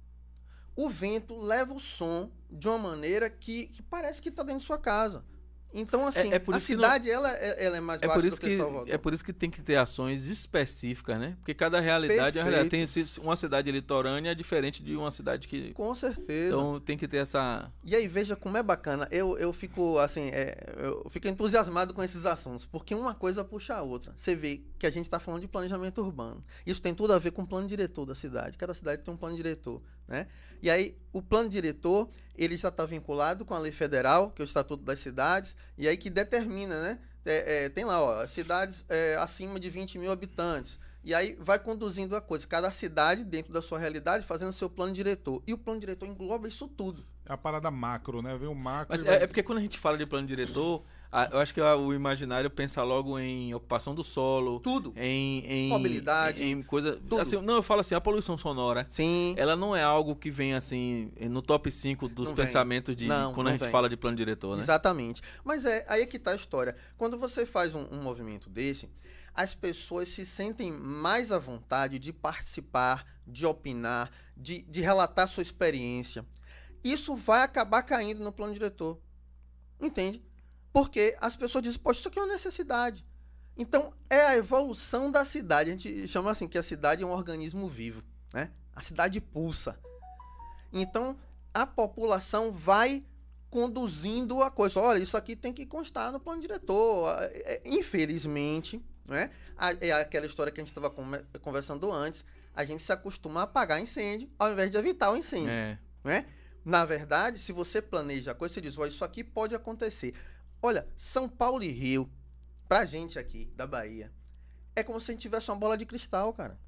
[SPEAKER 3] O vento leva o som de uma maneira que parece que tá dentro da sua casa. Então, assim,
[SPEAKER 1] É por
[SPEAKER 3] a
[SPEAKER 1] isso que
[SPEAKER 3] cidade, ela é mais
[SPEAKER 1] É
[SPEAKER 3] baixa
[SPEAKER 1] por isso
[SPEAKER 3] do que
[SPEAKER 1] que
[SPEAKER 3] Salvador.
[SPEAKER 1] é por isso que tem que ter ações específicas, né? Porque cada realidade é uma realidade. Tem uma cidade litorânea diferente de uma cidade que...
[SPEAKER 3] Com certeza.
[SPEAKER 1] Então tem que ter essa...
[SPEAKER 3] E aí, veja como é bacana. Eu fico, assim, eu fico entusiasmado com esses assuntos, porque uma coisa puxa a outra. Você vê que a gente está falando de planejamento urbano. Isso tem tudo a ver com o plano diretor da cidade. Cada cidade tem um plano diretor, né? E aí, o plano diretor, ele já está vinculado com a lei federal, que é o Estatuto das Cidades, e aí que determina, né? Tem lá, ó, cidades acima de 20 mil habitantes. E aí vai conduzindo a coisa. Cada cidade, dentro da sua realidade, fazendo seu plano diretor. E o plano diretor engloba isso tudo.
[SPEAKER 2] É a parada macro, né? Vem o macro.
[SPEAKER 1] Mas é porque quando a gente fala de plano diretor, eu acho que o imaginário pensa logo em ocupação do solo.
[SPEAKER 3] Tudo.
[SPEAKER 1] Em
[SPEAKER 3] Mobilidade.
[SPEAKER 1] Em coisa...
[SPEAKER 3] Tudo.
[SPEAKER 1] Assim, não, eu falo assim, a poluição sonora,
[SPEAKER 3] Sim.
[SPEAKER 1] ela não é algo que vem assim no top 5 dos
[SPEAKER 3] Não vem.
[SPEAKER 1] pensamentos de
[SPEAKER 3] Não,
[SPEAKER 1] quando
[SPEAKER 3] não
[SPEAKER 1] a gente
[SPEAKER 3] vem.
[SPEAKER 1] fala de plano diretor, né?
[SPEAKER 3] Exatamente. Mas aí é que tá a história. Quando você faz um movimento desse, as pessoas se sentem mais à vontade de participar, de opinar, de relatar sua experiência. Isso vai acabar caindo no plano diretor. Entende? Porque as pessoas dizem, poxa, isso aqui é uma necessidade. Então, é a evolução da cidade. A gente chama assim que a cidade é um organismo vivo, né? A cidade pulsa. Então, a população vai conduzindo a coisa. Olha, isso aqui tem que constar no plano diretor. Infelizmente, né? É aquela história que a gente estava conversando antes. A gente se acostuma a apagar incêndio ao invés de evitar o incêndio. Né? Na verdade, se você planeja a coisa, você diz, olha, isso aqui pode acontecer. Olha, São Paulo e Rio, pra gente aqui, da Bahia, é como se a gente tivesse uma bola de cristal, cara.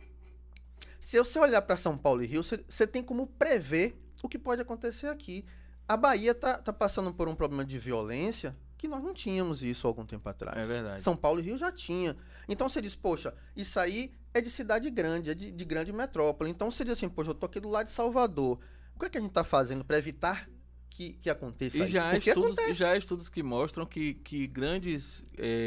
[SPEAKER 3] Se você olhar para São Paulo e Rio, você tem como prever o que pode acontecer aqui. A Bahia tá passando por um problema de violência que nós não tínhamos isso há algum tempo atrás.
[SPEAKER 1] É verdade.
[SPEAKER 3] São Paulo e Rio já tinha. Então você diz, poxa, isso aí é de cidade grande, é de grande metrópole. Então você diz assim, poxa, eu tô aqui do lado de Salvador. O que é que a gente tá fazendo para evitar que aconteça isso?
[SPEAKER 1] E já há estudos que mostram que grandes...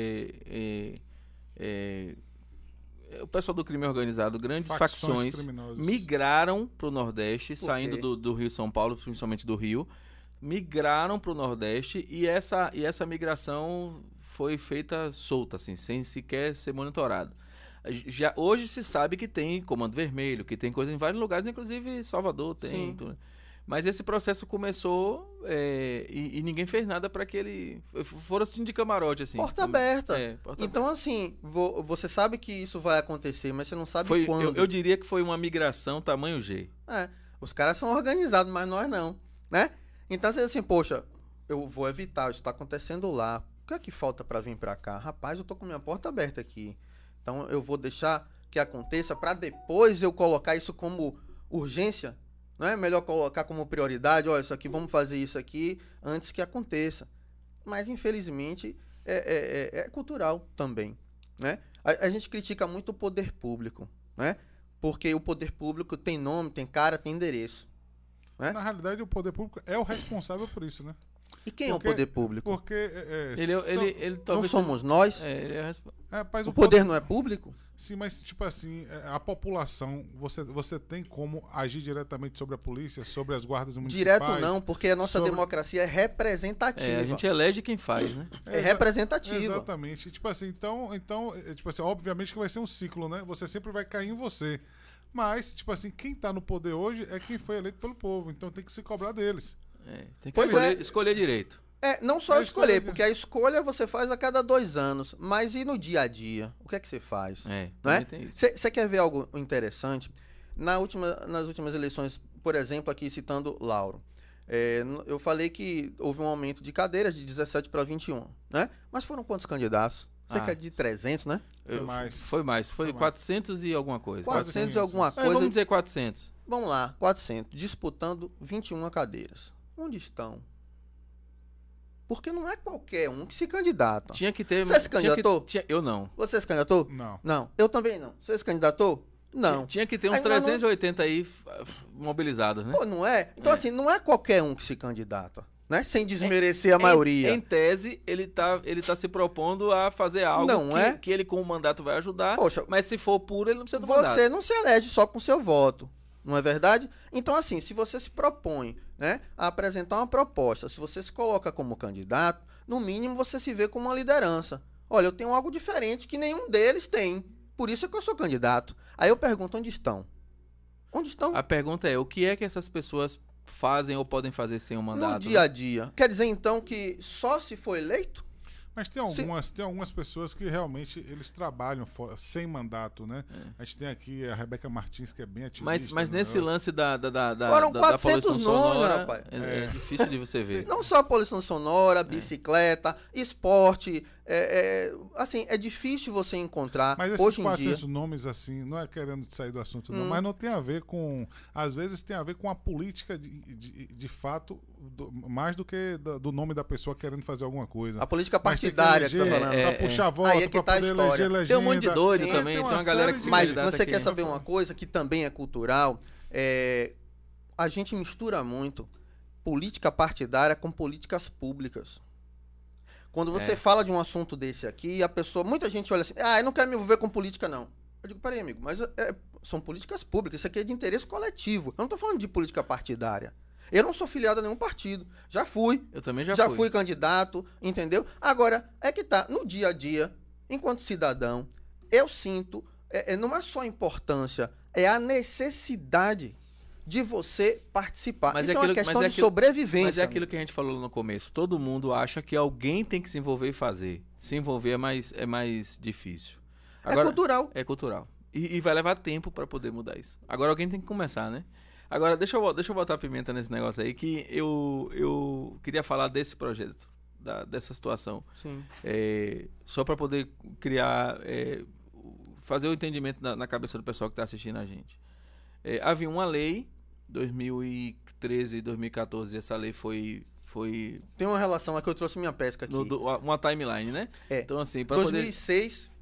[SPEAKER 1] o pessoal do crime organizado, grandes facções migraram para o Nordeste, saindo do Rio e São Paulo, principalmente do Rio, migraram para o Nordeste e essa migração foi feita solta, assim, sem sequer ser monitorado. Hoje se sabe que tem Comando Vermelho, que tem coisa em vários lugares, inclusive Salvador tem. Mas esse processo começou e ninguém fez nada para que ele... Foram assim de camarote, assim.
[SPEAKER 3] Porta aberta.
[SPEAKER 1] Porta
[SPEAKER 3] então,
[SPEAKER 1] aberta.
[SPEAKER 3] assim, você sabe que isso vai acontecer, mas você não sabe quando.
[SPEAKER 1] Eu diria que foi uma migração tamanho G.
[SPEAKER 3] Os caras são organizados, mas nós não, né? Então, você diz assim, poxa, eu vou evitar, isso está acontecendo lá. O que é que falta para vir para cá? Rapaz, eu tô com minha porta aberta aqui. Então, eu vou deixar que aconteça para depois eu colocar isso como urgência. Não é melhor colocar como prioridade, olha, isso aqui, vamos fazer isso aqui antes que aconteça. Mas, infelizmente, é cultural também, né? A gente critica muito o poder público, né? Porque o poder público tem nome, tem cara, tem endereço. Né?
[SPEAKER 2] Na realidade, o poder público é o responsável por isso, né?
[SPEAKER 3] E quem é o poder público?
[SPEAKER 2] Porque...
[SPEAKER 1] Ele
[SPEAKER 3] não somos nós? O poder não é público?
[SPEAKER 2] Sim, mas tipo assim, a população, você tem como agir diretamente sobre a polícia, sobre as guardas municipais?
[SPEAKER 3] Direto não, porque a nossa democracia é representativa.
[SPEAKER 1] A gente elege quem faz, né?
[SPEAKER 3] É representativa.
[SPEAKER 2] Exatamente. Tipo assim, então, tipo assim, obviamente que vai ser um ciclo, né? Você sempre vai cair em você. Mas, tipo assim, quem tá no poder hoje é quem foi eleito pelo povo, então tem que se cobrar deles.
[SPEAKER 1] Tem que escolher direito.
[SPEAKER 3] Não só escolher, porque a escolha você faz a cada 2 anos. Mas e no dia a dia? O que é que você faz? Você quer ver algo interessante? Nas últimas eleições, por exemplo, aqui citando Lauro, Eu falei que houve um aumento de cadeiras de 17 para 21, né? Mas foram quantos candidatos? Cerca de 300, né?
[SPEAKER 2] Foi mais.
[SPEAKER 1] Foi 400 e alguma coisa.
[SPEAKER 3] 400 e alguma coisa.
[SPEAKER 1] Vamos dizer 400.
[SPEAKER 3] Vamos lá, 400, disputando 21 cadeiras. Onde estão? Porque não é qualquer um que se candidata.
[SPEAKER 1] Tinha que ter...
[SPEAKER 3] Você se candidatou?
[SPEAKER 1] Eu não.
[SPEAKER 3] Você se candidatou?
[SPEAKER 2] Não.
[SPEAKER 3] Não. Eu também não. Você se candidatou? Não.
[SPEAKER 1] Tinha que ter uns 380 aí mobilizados, né?
[SPEAKER 3] Pô, não é? Então, assim, não é qualquer um que se candidata, né? Sem desmerecer a maioria.
[SPEAKER 1] Em tese, ele tá se propondo a fazer algo que ele com o mandato vai ajudar.
[SPEAKER 3] Poxa,
[SPEAKER 1] mas se for puro, ele não precisa do mandato.
[SPEAKER 3] Você não se elege só com seu voto, não é verdade? Então, assim, se você se propõe, né, a apresentar uma proposta, se você se coloca como candidato, no mínimo você se vê como uma liderança. Olha, eu tenho algo diferente que nenhum deles tem. Por isso é que eu sou candidato. Aí eu pergunto, onde estão? Onde estão?
[SPEAKER 1] A pergunta é, o que é que essas pessoas fazem ou podem fazer sem o mandato?
[SPEAKER 3] No dia a dia. Quer dizer, então, que só se for eleito?
[SPEAKER 2] Mas tem algumas pessoas que realmente eles trabalham sem mandato, né? A gente tem aqui a Rebeca Martins, que é bem ativista.
[SPEAKER 1] Mas nesse lance da
[SPEAKER 3] Foram 400
[SPEAKER 1] poluição sonora,
[SPEAKER 3] rapaz.
[SPEAKER 1] É difícil de você ver.
[SPEAKER 3] Não só poluição sonora, bicicleta, esporte. Assim, é difícil você encontrar.
[SPEAKER 2] Mas esses
[SPEAKER 3] hoje em
[SPEAKER 2] 400
[SPEAKER 3] dia...
[SPEAKER 2] nomes, assim, não é querendo sair do assunto, não, mas não tem a ver com... Às vezes tem a ver com a política de fato, mais do que do nome da pessoa querendo fazer alguma coisa.
[SPEAKER 3] A política partidária que você tá falando.
[SPEAKER 2] Pra puxar voto,
[SPEAKER 3] aí é que
[SPEAKER 2] pra
[SPEAKER 3] tá
[SPEAKER 2] poder eleger legenda.
[SPEAKER 1] Tem um monte de doido
[SPEAKER 3] Sim,
[SPEAKER 1] também, tem uma galera que se
[SPEAKER 3] Mas
[SPEAKER 1] candidata
[SPEAKER 3] você
[SPEAKER 1] aqui.
[SPEAKER 3] quer saber uma coisa que também é cultural? A gente mistura muito política partidária com políticas públicas. Quando você fala de um assunto desse aqui, muita gente olha assim, eu não quero me envolver com política, não. Eu digo, peraí, amigo, mas são políticas públicas, isso aqui é de interesse coletivo. Eu não tô falando de política partidária. Eu não sou filiado a nenhum partido. Já fui.
[SPEAKER 1] Eu também já fui.
[SPEAKER 3] Já fui candidato, entendeu? Agora, é que tá, no dia a dia, enquanto cidadão, eu sinto, não é só a importância, é a necessidade de você participar.
[SPEAKER 1] Mas
[SPEAKER 3] isso é uma questão de sobrevivência.
[SPEAKER 1] Mas é aquilo que a gente falou no começo. Todo mundo acha que alguém tem que se envolver e fazer. Se envolver é mais difícil. Agora,
[SPEAKER 3] é cultural.
[SPEAKER 1] É cultural. E vai levar tempo para poder mudar isso. Agora alguém tem que começar, né? Agora, deixa eu botar a pimenta nesse negócio aí, que eu queria falar desse projeto, dessa situação.
[SPEAKER 3] Sim.
[SPEAKER 1] Só para poder criar, fazer o entendimento na cabeça do pessoal que está assistindo a gente. Havia uma lei, 2013, 2014, essa lei foi...
[SPEAKER 3] Tem uma relação aqui, eu trouxe minha pesca aqui.
[SPEAKER 1] Uma timeline, né? Então, assim, para
[SPEAKER 3] 2006...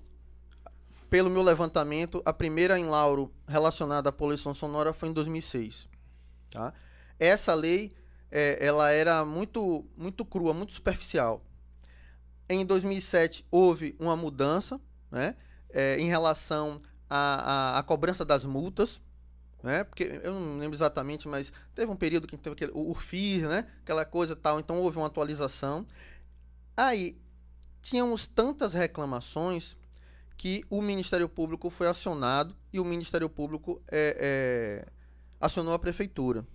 [SPEAKER 3] Pelo meu levantamento, a primeira em Lauro relacionada à poluição sonora foi em 2006. Tá? Essa lei, ela era muito, muito crua, muito superficial. Em 2007, houve uma mudança, né, em relação à cobrança das multas, né, porque eu não lembro exatamente, mas teve um período que teve o URFIR, né, aquela coisa e tal, então houve uma atualização. Aí, tínhamos tantas reclamações que o Ministério Público foi acionado e o Ministério Público acionou a Prefeitura.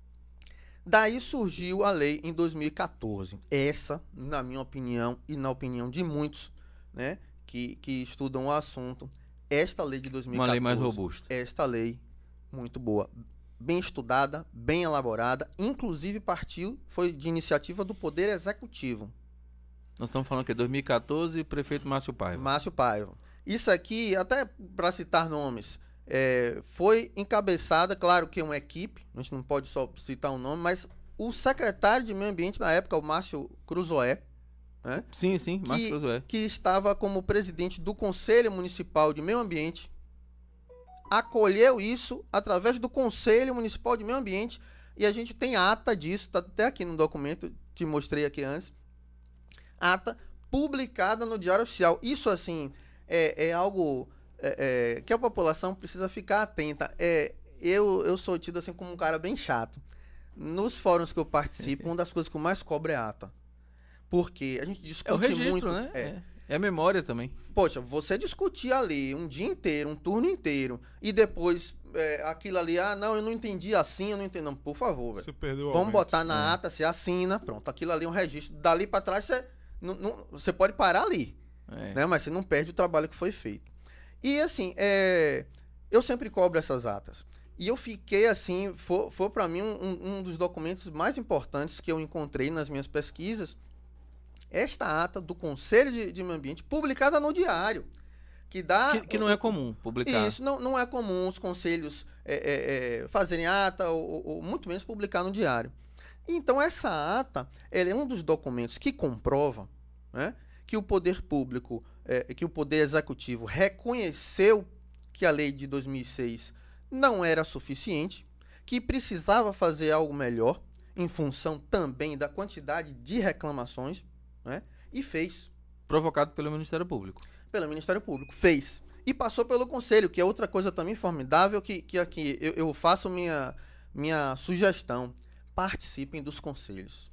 [SPEAKER 3] Daí surgiu a lei em 2014. Essa, na minha opinião e na opinião de muitos, né, que estudam o assunto, esta lei de 2014...
[SPEAKER 1] Uma lei mais robusta.
[SPEAKER 3] Esta lei, muito boa. Bem estudada, bem elaborada, inclusive foi de iniciativa do Poder Executivo.
[SPEAKER 1] Nós estamos falando que 2014, prefeito Márcio Paiva.
[SPEAKER 3] Márcio Paiva. Isso aqui, até para citar nomes, foi encabeçada, claro que é uma equipe, a gente não pode só citar um nome, mas o secretário de Meio Ambiente na época, o Márcio Cruzoé, né?
[SPEAKER 1] Sim, Márcio Cruzoé.
[SPEAKER 3] Que estava como presidente do Conselho Municipal de Meio Ambiente, acolheu isso através do Conselho Municipal de Meio Ambiente, e a gente tem a ata disso, está até aqui no documento, te mostrei aqui antes, ata publicada no Diário Oficial. Isso, assim... É algo que a população precisa ficar atenta. Eu sou tido assim como um cara bem chato. Nos fóruns que eu participo, uma das coisas que eu mais cobro é ata. Porque a gente discute
[SPEAKER 1] o registro,
[SPEAKER 3] muito...
[SPEAKER 1] né? É a memória também.
[SPEAKER 3] Poxa, você discutir ali um dia inteiro, um turno inteiro, e depois aquilo ali, não, eu não entendi assim, eu não entendi. Não, por favor, velho.
[SPEAKER 2] Você perdeu.
[SPEAKER 3] Vamos botar na ata, você assina, pronto. Aquilo ali é um registro. Dali para trás, você pode parar ali. Né? Mas você não perde o trabalho que foi feito. E assim, eu sempre cobro essas atas. E eu fiquei assim, foi para mim um dos documentos mais importantes que eu encontrei nas minhas pesquisas, esta ata do Conselho de Meio Ambiente, publicada no Diário, que dá...
[SPEAKER 1] Que não é comum publicar.
[SPEAKER 3] Isso, não é comum os conselhos fazerem ata, ou muito menos publicar no Diário. Então, essa ata, ela é um dos documentos que comprova, né, que o poder público, que o poder executivo reconheceu que a lei de 2006 não era suficiente, que precisava fazer algo melhor, em função também da quantidade de reclamações, né, e fez.
[SPEAKER 1] Provocado pelo Ministério Público.
[SPEAKER 3] Pelo Ministério Público, fez. E passou pelo Conselho, que é outra coisa também formidável, que aqui eu faço minha sugestão. Participem dos conselhos.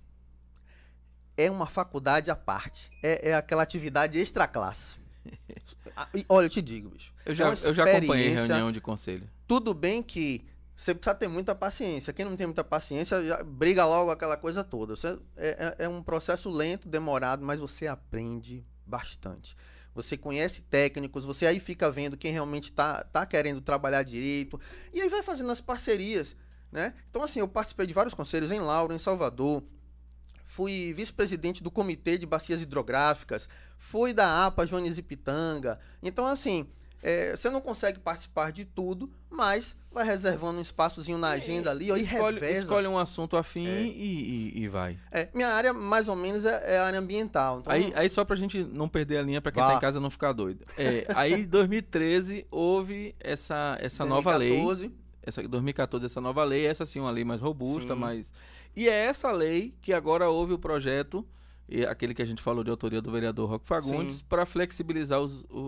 [SPEAKER 3] É uma faculdade à parte. É aquela atividade extra classe. Olha, eu te digo, bicho.
[SPEAKER 1] Eu já acompanhei reunião de conselho.
[SPEAKER 3] Tudo bem que você precisa ter muita paciência. Quem não tem muita paciência, já briga logo aquela coisa toda. É um processo lento, demorado, mas você aprende bastante. Você conhece técnicos, você aí fica vendo quem realmente tá querendo trabalhar direito. E aí vai fazendo as parcerias, né? Então, assim, eu participei de vários conselhos em Lauro, em Salvador. Fui vice-presidente do Comitê de Bacias Hidrográficas. Fui da APA Joanes e Pitanga. Então, assim, você não consegue participar de tudo, mas vai reservando um espaçozinho na agenda ali, ó, e reveza.
[SPEAKER 1] Escolhe um assunto afim e vai.
[SPEAKER 3] Minha área, mais ou menos, é a área ambiental. Então,
[SPEAKER 1] aí só pra gente não perder a linha, pra quem tá em casa não ficar doido. Aí, em 2013, houve essa nova lei. 2014, essa nova lei, essa sim, uma lei mais robusta, mais... E é essa lei que agora houve o projeto, aquele que a gente falou de autoria do vereador Roque Fagundes, para flexibilizar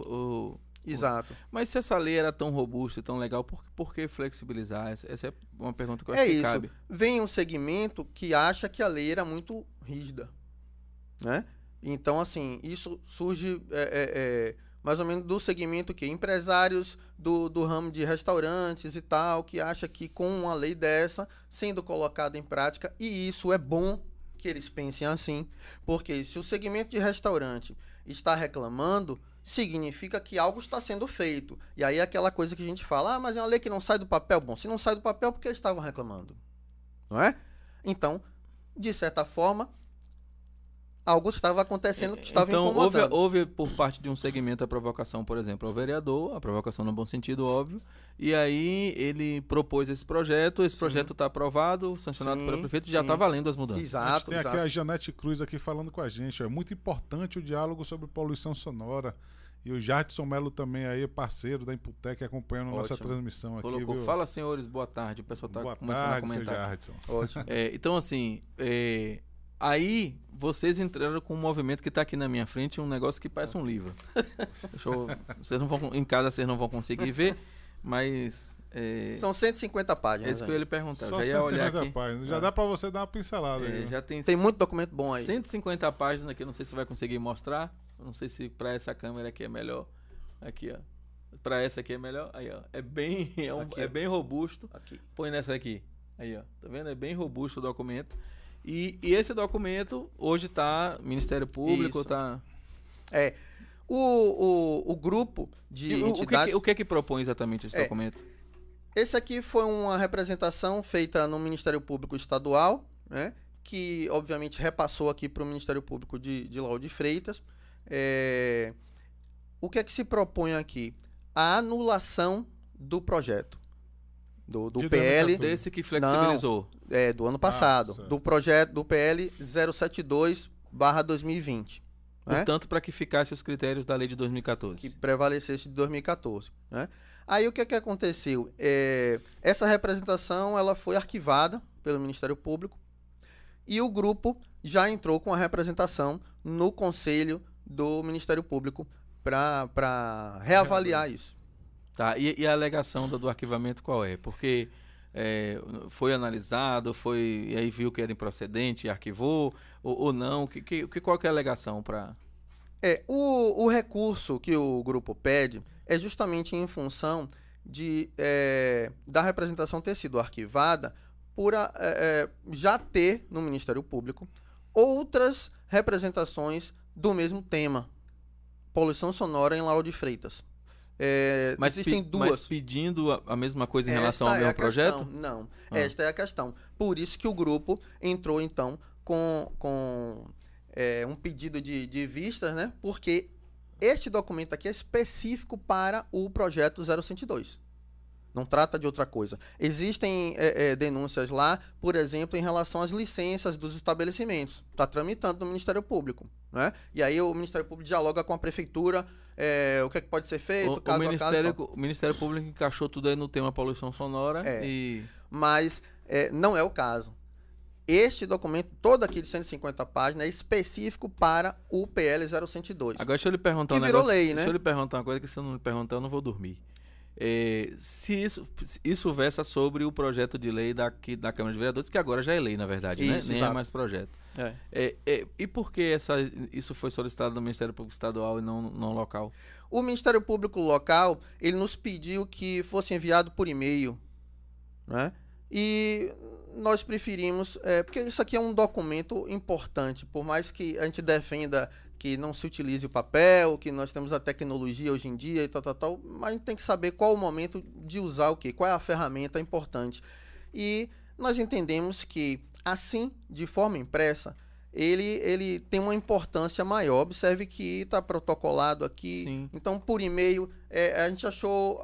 [SPEAKER 3] Exato.
[SPEAKER 1] Mas se essa lei era tão robusta e tão legal, por que flexibilizar? Essa é uma pergunta que eu acho que cabe.
[SPEAKER 3] Vem um segmento que acha que a lei era muito rígida, né? Então, assim, isso surge mais ou menos do segmento que empresários do ramo de restaurantes e tal, que acha que com uma lei dessa sendo colocada em prática, e isso é bom que eles pensem assim, porque se o segmento de restaurante está reclamando, significa que algo está sendo feito. E aí aquela coisa que a gente fala, mas é uma lei que não sai do papel. Bom, se não sai do papel, por que eles estavam reclamando? Não é? Então, de certa forma, algo estava acontecendo que estava incomodando.
[SPEAKER 1] Então, houve por parte de um segmento a provocação, por exemplo, ao vereador, a provocação no bom sentido, óbvio, e aí ele propôs esse projeto está aprovado, sancionado pelo prefeito, e já está valendo as mudanças.
[SPEAKER 3] Exato,
[SPEAKER 2] tem aqui a Janete Cruz aqui falando com a gente, é muito importante o diálogo sobre poluição sonora, e o Jadson Melo também aí, parceiro da Imputec, acompanhando nossa transmissão aqui.
[SPEAKER 1] Colocou, viu? Fala, senhores, boa tarde, o pessoal está começando a comentar.
[SPEAKER 2] Jadson.
[SPEAKER 3] Ótimo.
[SPEAKER 1] Então, assim... Aí, vocês entraram com um movimento que está aqui na minha frente, um negócio que parece um livro. Vocês não vão, em casa vocês não vão conseguir ver, mas...
[SPEAKER 3] São 150 páginas.
[SPEAKER 1] É isso que eu ia lhe perguntar.
[SPEAKER 2] Só
[SPEAKER 1] já ia olhar aqui.
[SPEAKER 2] Páginas. Já dá para você dar uma pincelada aí.
[SPEAKER 1] Já tem
[SPEAKER 3] muito documento bom aí.
[SPEAKER 1] 150 páginas aqui, não sei se você vai conseguir mostrar. Não sei se para essa câmera aqui é melhor. Aqui, ó. Para essa aqui é melhor. Aí, ó. É bem robusto. Aqui. Põe nessa aqui. Aí, ó. Tá vendo? É bem robusto o documento. E esse documento hoje está Ministério Público, está...
[SPEAKER 3] O grupo de entidades...
[SPEAKER 1] O que é que propõe exatamente esse documento?
[SPEAKER 3] Esse aqui foi uma representação feita no Ministério Público Estadual, né, que obviamente repassou aqui para o Ministério Público de Lauro de Freitas. O que é que se propõe aqui? A anulação do projeto. Do PL...
[SPEAKER 1] Desse que flexibilizou.
[SPEAKER 3] Não, do ano passado. Do projeto do PL 072/2020.
[SPEAKER 1] Portanto, para que ficasse os critérios da lei de 2014.
[SPEAKER 3] Que prevalecesse de 2014. Né? Aí o que é que aconteceu? Essa representação ela foi arquivada pelo Ministério Público e o grupo já entrou com a representação no Conselho do Ministério Público para reavaliar isso.
[SPEAKER 1] Tá, e a alegação do arquivamento qual é? Porque foi analisado, e aí viu que era improcedente e arquivou, ou não? Qual que é a alegação para...
[SPEAKER 3] O recurso que o grupo pede é justamente em função da representação ter sido arquivada por já ter no Ministério Público outras representações do mesmo tema, poluição sonora em Lauro de Freitas.
[SPEAKER 1] Mas,
[SPEAKER 3] existem duas.
[SPEAKER 1] mas pedindo a mesma coisa em relação ao mesmo projeto?
[SPEAKER 3] Não, esta é a questão. Por isso que o grupo entrou, então, com um pedido de vistas, né? Porque este documento aqui é específico para o projeto 0102. Não trata de outra coisa. Existem denúncias lá, por exemplo, em relação às licenças dos estabelecimentos. Está tramitando no Ministério Público, né? E aí o Ministério Público dialoga com a Prefeitura, o que é que pode ser feito, caso a caso.
[SPEAKER 1] O Ministério Público encaixou tudo aí no tema poluição sonora
[SPEAKER 3] Mas não é o caso. Este documento, todo aqui de 150 páginas, é específico para o PL 0102.
[SPEAKER 1] Agora deixa eu lhe perguntar
[SPEAKER 3] que virou lei, né?
[SPEAKER 1] Deixa eu lhe perguntar uma coisa que se eu não lhe perguntar eu não vou dormir. Se isso versa sobre o projeto de lei da Câmara de Vereadores, que agora já é lei, na verdade,
[SPEAKER 3] Isso,
[SPEAKER 1] né? Nem
[SPEAKER 3] exato.
[SPEAKER 1] é mais projeto. E por que isso foi solicitado no Ministério Público Estadual e não local?
[SPEAKER 3] O Ministério Público Local, ele nos pediu que fosse enviado por e-mail, né? E nós preferimos, porque isso aqui é um documento importante, por mais que a gente defenda que não se utilize o papel, que nós temos a tecnologia hoje em dia e tal, mas a gente tem que saber qual o momento de usar o quê, qual é a ferramenta importante. E nós entendemos que, assim, de forma impressa, ele tem uma importância maior. Observe que está protocolado aqui.
[SPEAKER 1] Sim.
[SPEAKER 3] Então, por e-mail, a gente achou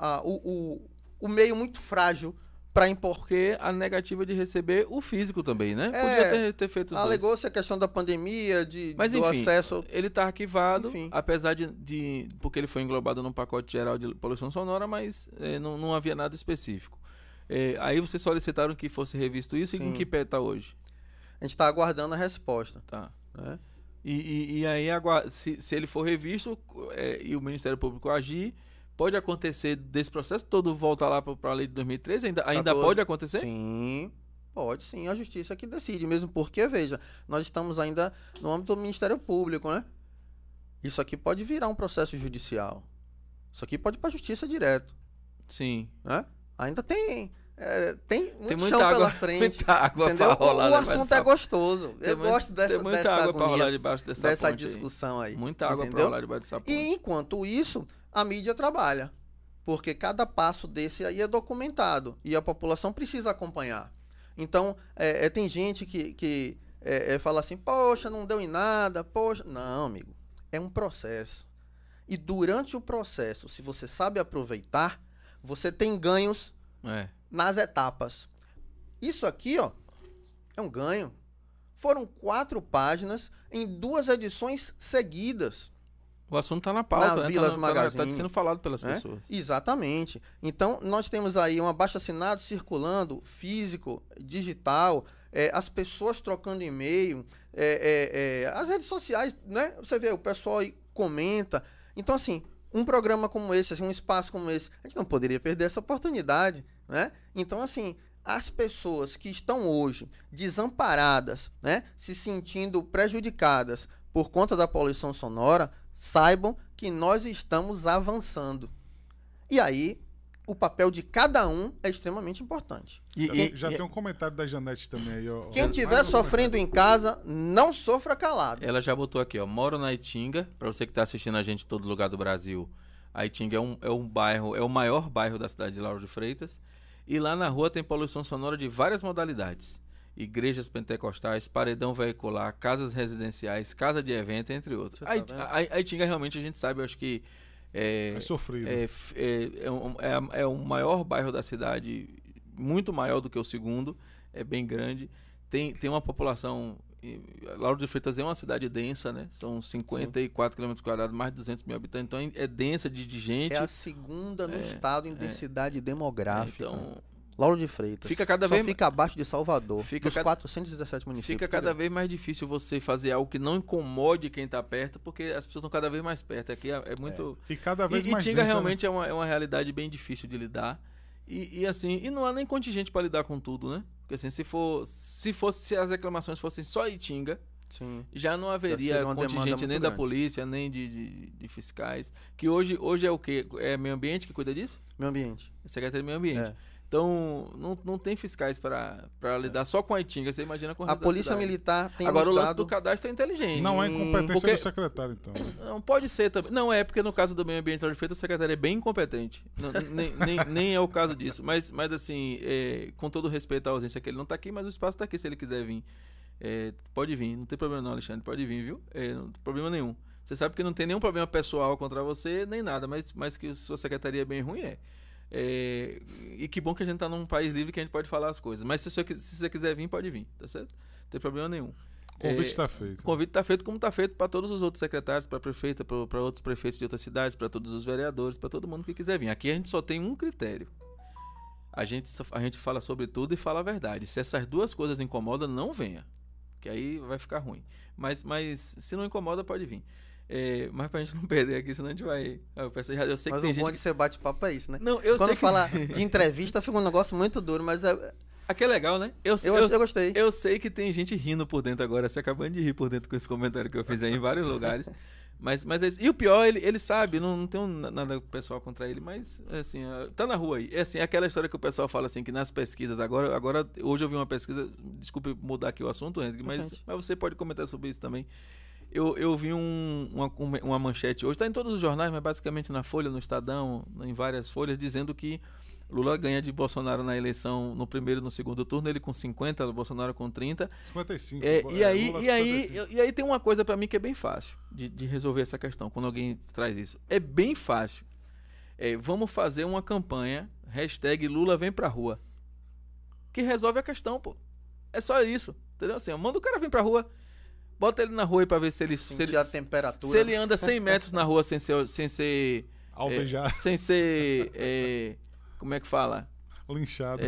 [SPEAKER 3] o meio muito frágil para importar.
[SPEAKER 1] Porque a negativa de receber o físico também, né? Podia ter feito os dois.
[SPEAKER 3] Alegou-se a questão da pandemia,
[SPEAKER 1] Mas,
[SPEAKER 3] do
[SPEAKER 1] enfim,
[SPEAKER 3] acesso.
[SPEAKER 1] ele está arquivado,
[SPEAKER 3] Enfim.
[SPEAKER 1] apesar porque ele foi englobado num pacote geral de poluição sonora, mas não havia nada específico. Aí vocês solicitaram que fosse revisto isso.
[SPEAKER 3] Sim.
[SPEAKER 1] E em que pé está hoje?
[SPEAKER 3] A gente está aguardando a resposta.
[SPEAKER 1] Tá.
[SPEAKER 3] Né?
[SPEAKER 1] E aí, se ele for revisto e o Ministério Público agir, pode acontecer desse processo todo voltar lá para a lei de 2013? Ainda pode acontecer?
[SPEAKER 3] Sim, pode sim. A justiça que decide, mesmo porque, veja, nós estamos ainda no âmbito do Ministério Público, né? Isso aqui pode virar um processo judicial. Isso aqui pode ir para a justiça direto.
[SPEAKER 1] Sim.
[SPEAKER 3] Né? Ainda tem muito
[SPEAKER 1] muita
[SPEAKER 3] chão
[SPEAKER 1] água,
[SPEAKER 3] pela frente.
[SPEAKER 1] Muita água para rolar.
[SPEAKER 3] O assunto é gostoso. Eu gosto
[SPEAKER 1] tem muita água para rolar debaixo
[SPEAKER 3] dessa discussão aí.
[SPEAKER 1] Muita água para rolar debaixo dessa ponte.
[SPEAKER 3] E enquanto isso, a mídia trabalha. Porque cada passo desse aí é documentado. E a população precisa acompanhar. Então, tem gente que fala assim, poxa, não deu em nada, poxa. Não, amigo. É um processo. E durante o processo, se você sabe aproveitar, você tem ganhos nas etapas. Isso aqui, ó, é um ganho. Foram 4 páginas em 2 edições seguidas.
[SPEAKER 1] O assunto está na pauta,
[SPEAKER 3] na Vilas Magazine.
[SPEAKER 1] Está sendo falado pelas pessoas.
[SPEAKER 3] Exatamente. Então, nós temos aí um abaixo-assinado circulando, físico, digital, as pessoas trocando e-mail, as redes sociais, né? Você vê, o pessoal aí comenta. Então, assim, um programa como esse, assim, um espaço como esse, a gente não poderia perder essa oportunidade, né? Então, assim, as pessoas que estão hoje desamparadas, né, se sentindo prejudicadas por conta da poluição sonora, saibam que nós estamos avançando. E aí, o papel de cada um é extremamente importante.
[SPEAKER 2] Já tem um comentário da Janete também aí.
[SPEAKER 3] Quem estiver sofrendo em casa, não sofra calado.
[SPEAKER 1] Ela já botou aqui, ó, moro na Itinga, para você que está assistindo a gente em todo lugar do Brasil. A Itinga é um bairro, é o maior bairro da cidade de Lauro de Freitas. E lá na rua tem poluição sonora de várias modalidades. Igrejas pentecostais, paredão veicular, casas residenciais, casa de evento, entre outros. A Itinga realmente a gente sabe, eu acho que
[SPEAKER 2] é sofrido.
[SPEAKER 1] É o maior bairro da cidade, muito maior do que o segundo, é bem grande. Tem uma população. Lauro de Freitas é uma cidade densa, né? São 54 km², mais de 200 mil habitantes, então é densa de gente.
[SPEAKER 3] É a segunda no estado em densidade demográfica.
[SPEAKER 1] Então,
[SPEAKER 3] Lauro de Freitas. Fica abaixo de Salvador, dos 417 municípios.
[SPEAKER 1] Fica cada vez mais difícil você fazer algo que não incomode quem está perto, porque as pessoas estão cada vez mais perto. Aqui é muito...
[SPEAKER 2] E cada vez mais
[SPEAKER 1] Itinga realmente é uma realidade bem difícil de lidar. E não há nem contingente para lidar com tudo, né? Porque assim, se as reclamações fossem só Itinga,
[SPEAKER 3] sim,
[SPEAKER 1] já não haveria contingente nem da polícia, nem de fiscais. Que hoje é o quê? É meio ambiente que cuida disso?
[SPEAKER 3] Meio ambiente.
[SPEAKER 1] Secretaria de Meio Ambiente. Então, não tem fiscais para lidar só com a Itinga, você imagina com o
[SPEAKER 3] A
[SPEAKER 1] resto da
[SPEAKER 3] Polícia
[SPEAKER 1] cidade.
[SPEAKER 3] Militar tem
[SPEAKER 1] Agora, o lance
[SPEAKER 3] mostrado...
[SPEAKER 1] do cadastro é inteligente.
[SPEAKER 2] Não é incompetência
[SPEAKER 1] Porque-
[SPEAKER 2] do secretário, então.
[SPEAKER 1] Não, pode ser também. Não, é porque no caso do meio ambiente e de feita, o secretário é bem incompetente. Nem é o caso disso. Mas assim, com todo respeito à ausência que ele não está aqui, mas o espaço está aqui se ele quiser vir. Pode vir, não tem problema não, Alexandre, pode vir, viu? Não tem problema nenhum. Você sabe que não tem nenhum problema pessoal contra você, nem nada, mas que sua secretaria é bem ruim, e que bom que a gente tá num país livre que a gente pode falar as coisas. Mas se você quiser vir, pode vir, tá certo? Não tem problema nenhum.
[SPEAKER 2] O convite está feito.
[SPEAKER 1] O convite está feito como está feito para todos os outros secretários, para a prefeita, para outros prefeitos de outras cidades, para todos os vereadores, para todo mundo que quiser vir. Aqui a gente só tem um critério. A gente fala sobre tudo e fala a verdade. Se essas duas coisas incomodam, não venha. Que aí vai ficar ruim. Mas se não incomoda, pode vir. Mas pra gente não perder aqui, senão a gente vai... Eu sei
[SPEAKER 3] Mas
[SPEAKER 1] que tem
[SPEAKER 3] o bom
[SPEAKER 1] gente...
[SPEAKER 3] de ser bate-papo é isso, né?
[SPEAKER 1] Não, eu
[SPEAKER 3] Quando
[SPEAKER 1] sei que...
[SPEAKER 3] fala de entrevista, fica um negócio muito duro, mas
[SPEAKER 1] Aqui é legal, né?
[SPEAKER 3] eu gostei.
[SPEAKER 1] Eu sei que tem gente rindo por dentro agora, se acabando de rir por dentro com esse comentário que eu fiz aí em vários lugares. Mas e o pior, ele sabe, não tenho nada pessoal contra ele, mas assim, tá na rua aí. É assim, aquela história que o pessoal fala assim, que nas pesquisas agora hoje eu vi uma pesquisa, desculpe mudar aqui o assunto, Henrique, mas você pode comentar sobre isso também. Eu vi uma manchete hoje, tá em todos os jornais, mas basicamente na Folha, no Estadão, em várias folhas, dizendo que Lula ganha de Bolsonaro na eleição no primeiro e no segundo turno, ele com 50, Bolsonaro com 30.
[SPEAKER 2] 55.
[SPEAKER 1] E
[SPEAKER 2] Lula
[SPEAKER 1] aí tem uma coisa pra mim que é bem fácil de resolver essa questão, quando alguém traz isso. É bem fácil. Vamos fazer uma campanha, #Lula vem pra rua, que resolve a questão, pô. É só isso, entendeu? Assim, manda o cara vir pra rua, bota ele na rua aí pra ver se ele...
[SPEAKER 3] Sentir a temperatura.
[SPEAKER 1] Se ele anda 100 metros na rua sem ser
[SPEAKER 2] alvejado.
[SPEAKER 1] sem ser... como é que fala?
[SPEAKER 2] Linchado.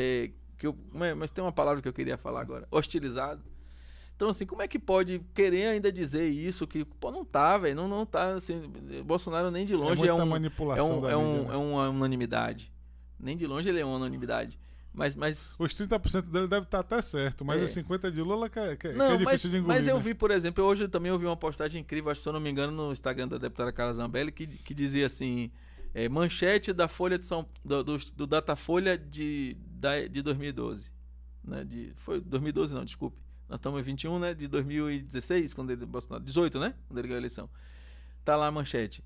[SPEAKER 1] Mas tem uma palavra que eu queria falar agora. Hostilizado. Então, assim, como é que pode querer ainda dizer isso? Que, pô, não tá, velho. Não tá, assim... Bolsonaro nem de longe
[SPEAKER 2] muita manipulação da mídia,
[SPEAKER 1] é uma unanimidade. Nem de longe ele é uma unanimidade. Mas
[SPEAKER 2] os 30% dele deve estar até certo, mas os 50% de Lula que é difícil de engolir.
[SPEAKER 1] Mas eu vi, por exemplo, hoje também ouvi uma postagem incrível, acho que se eu não me engano, no Instagram da deputada Carla Zambelli, que dizia assim... manchete da Folha de do Datafolha de 2012, né? Foi 2012 não, desculpe, nós estamos em 21, né? De 2016, quando ele Bolsonaro, 18, né? Quando ele ganhou a eleição, tá lá a manchete,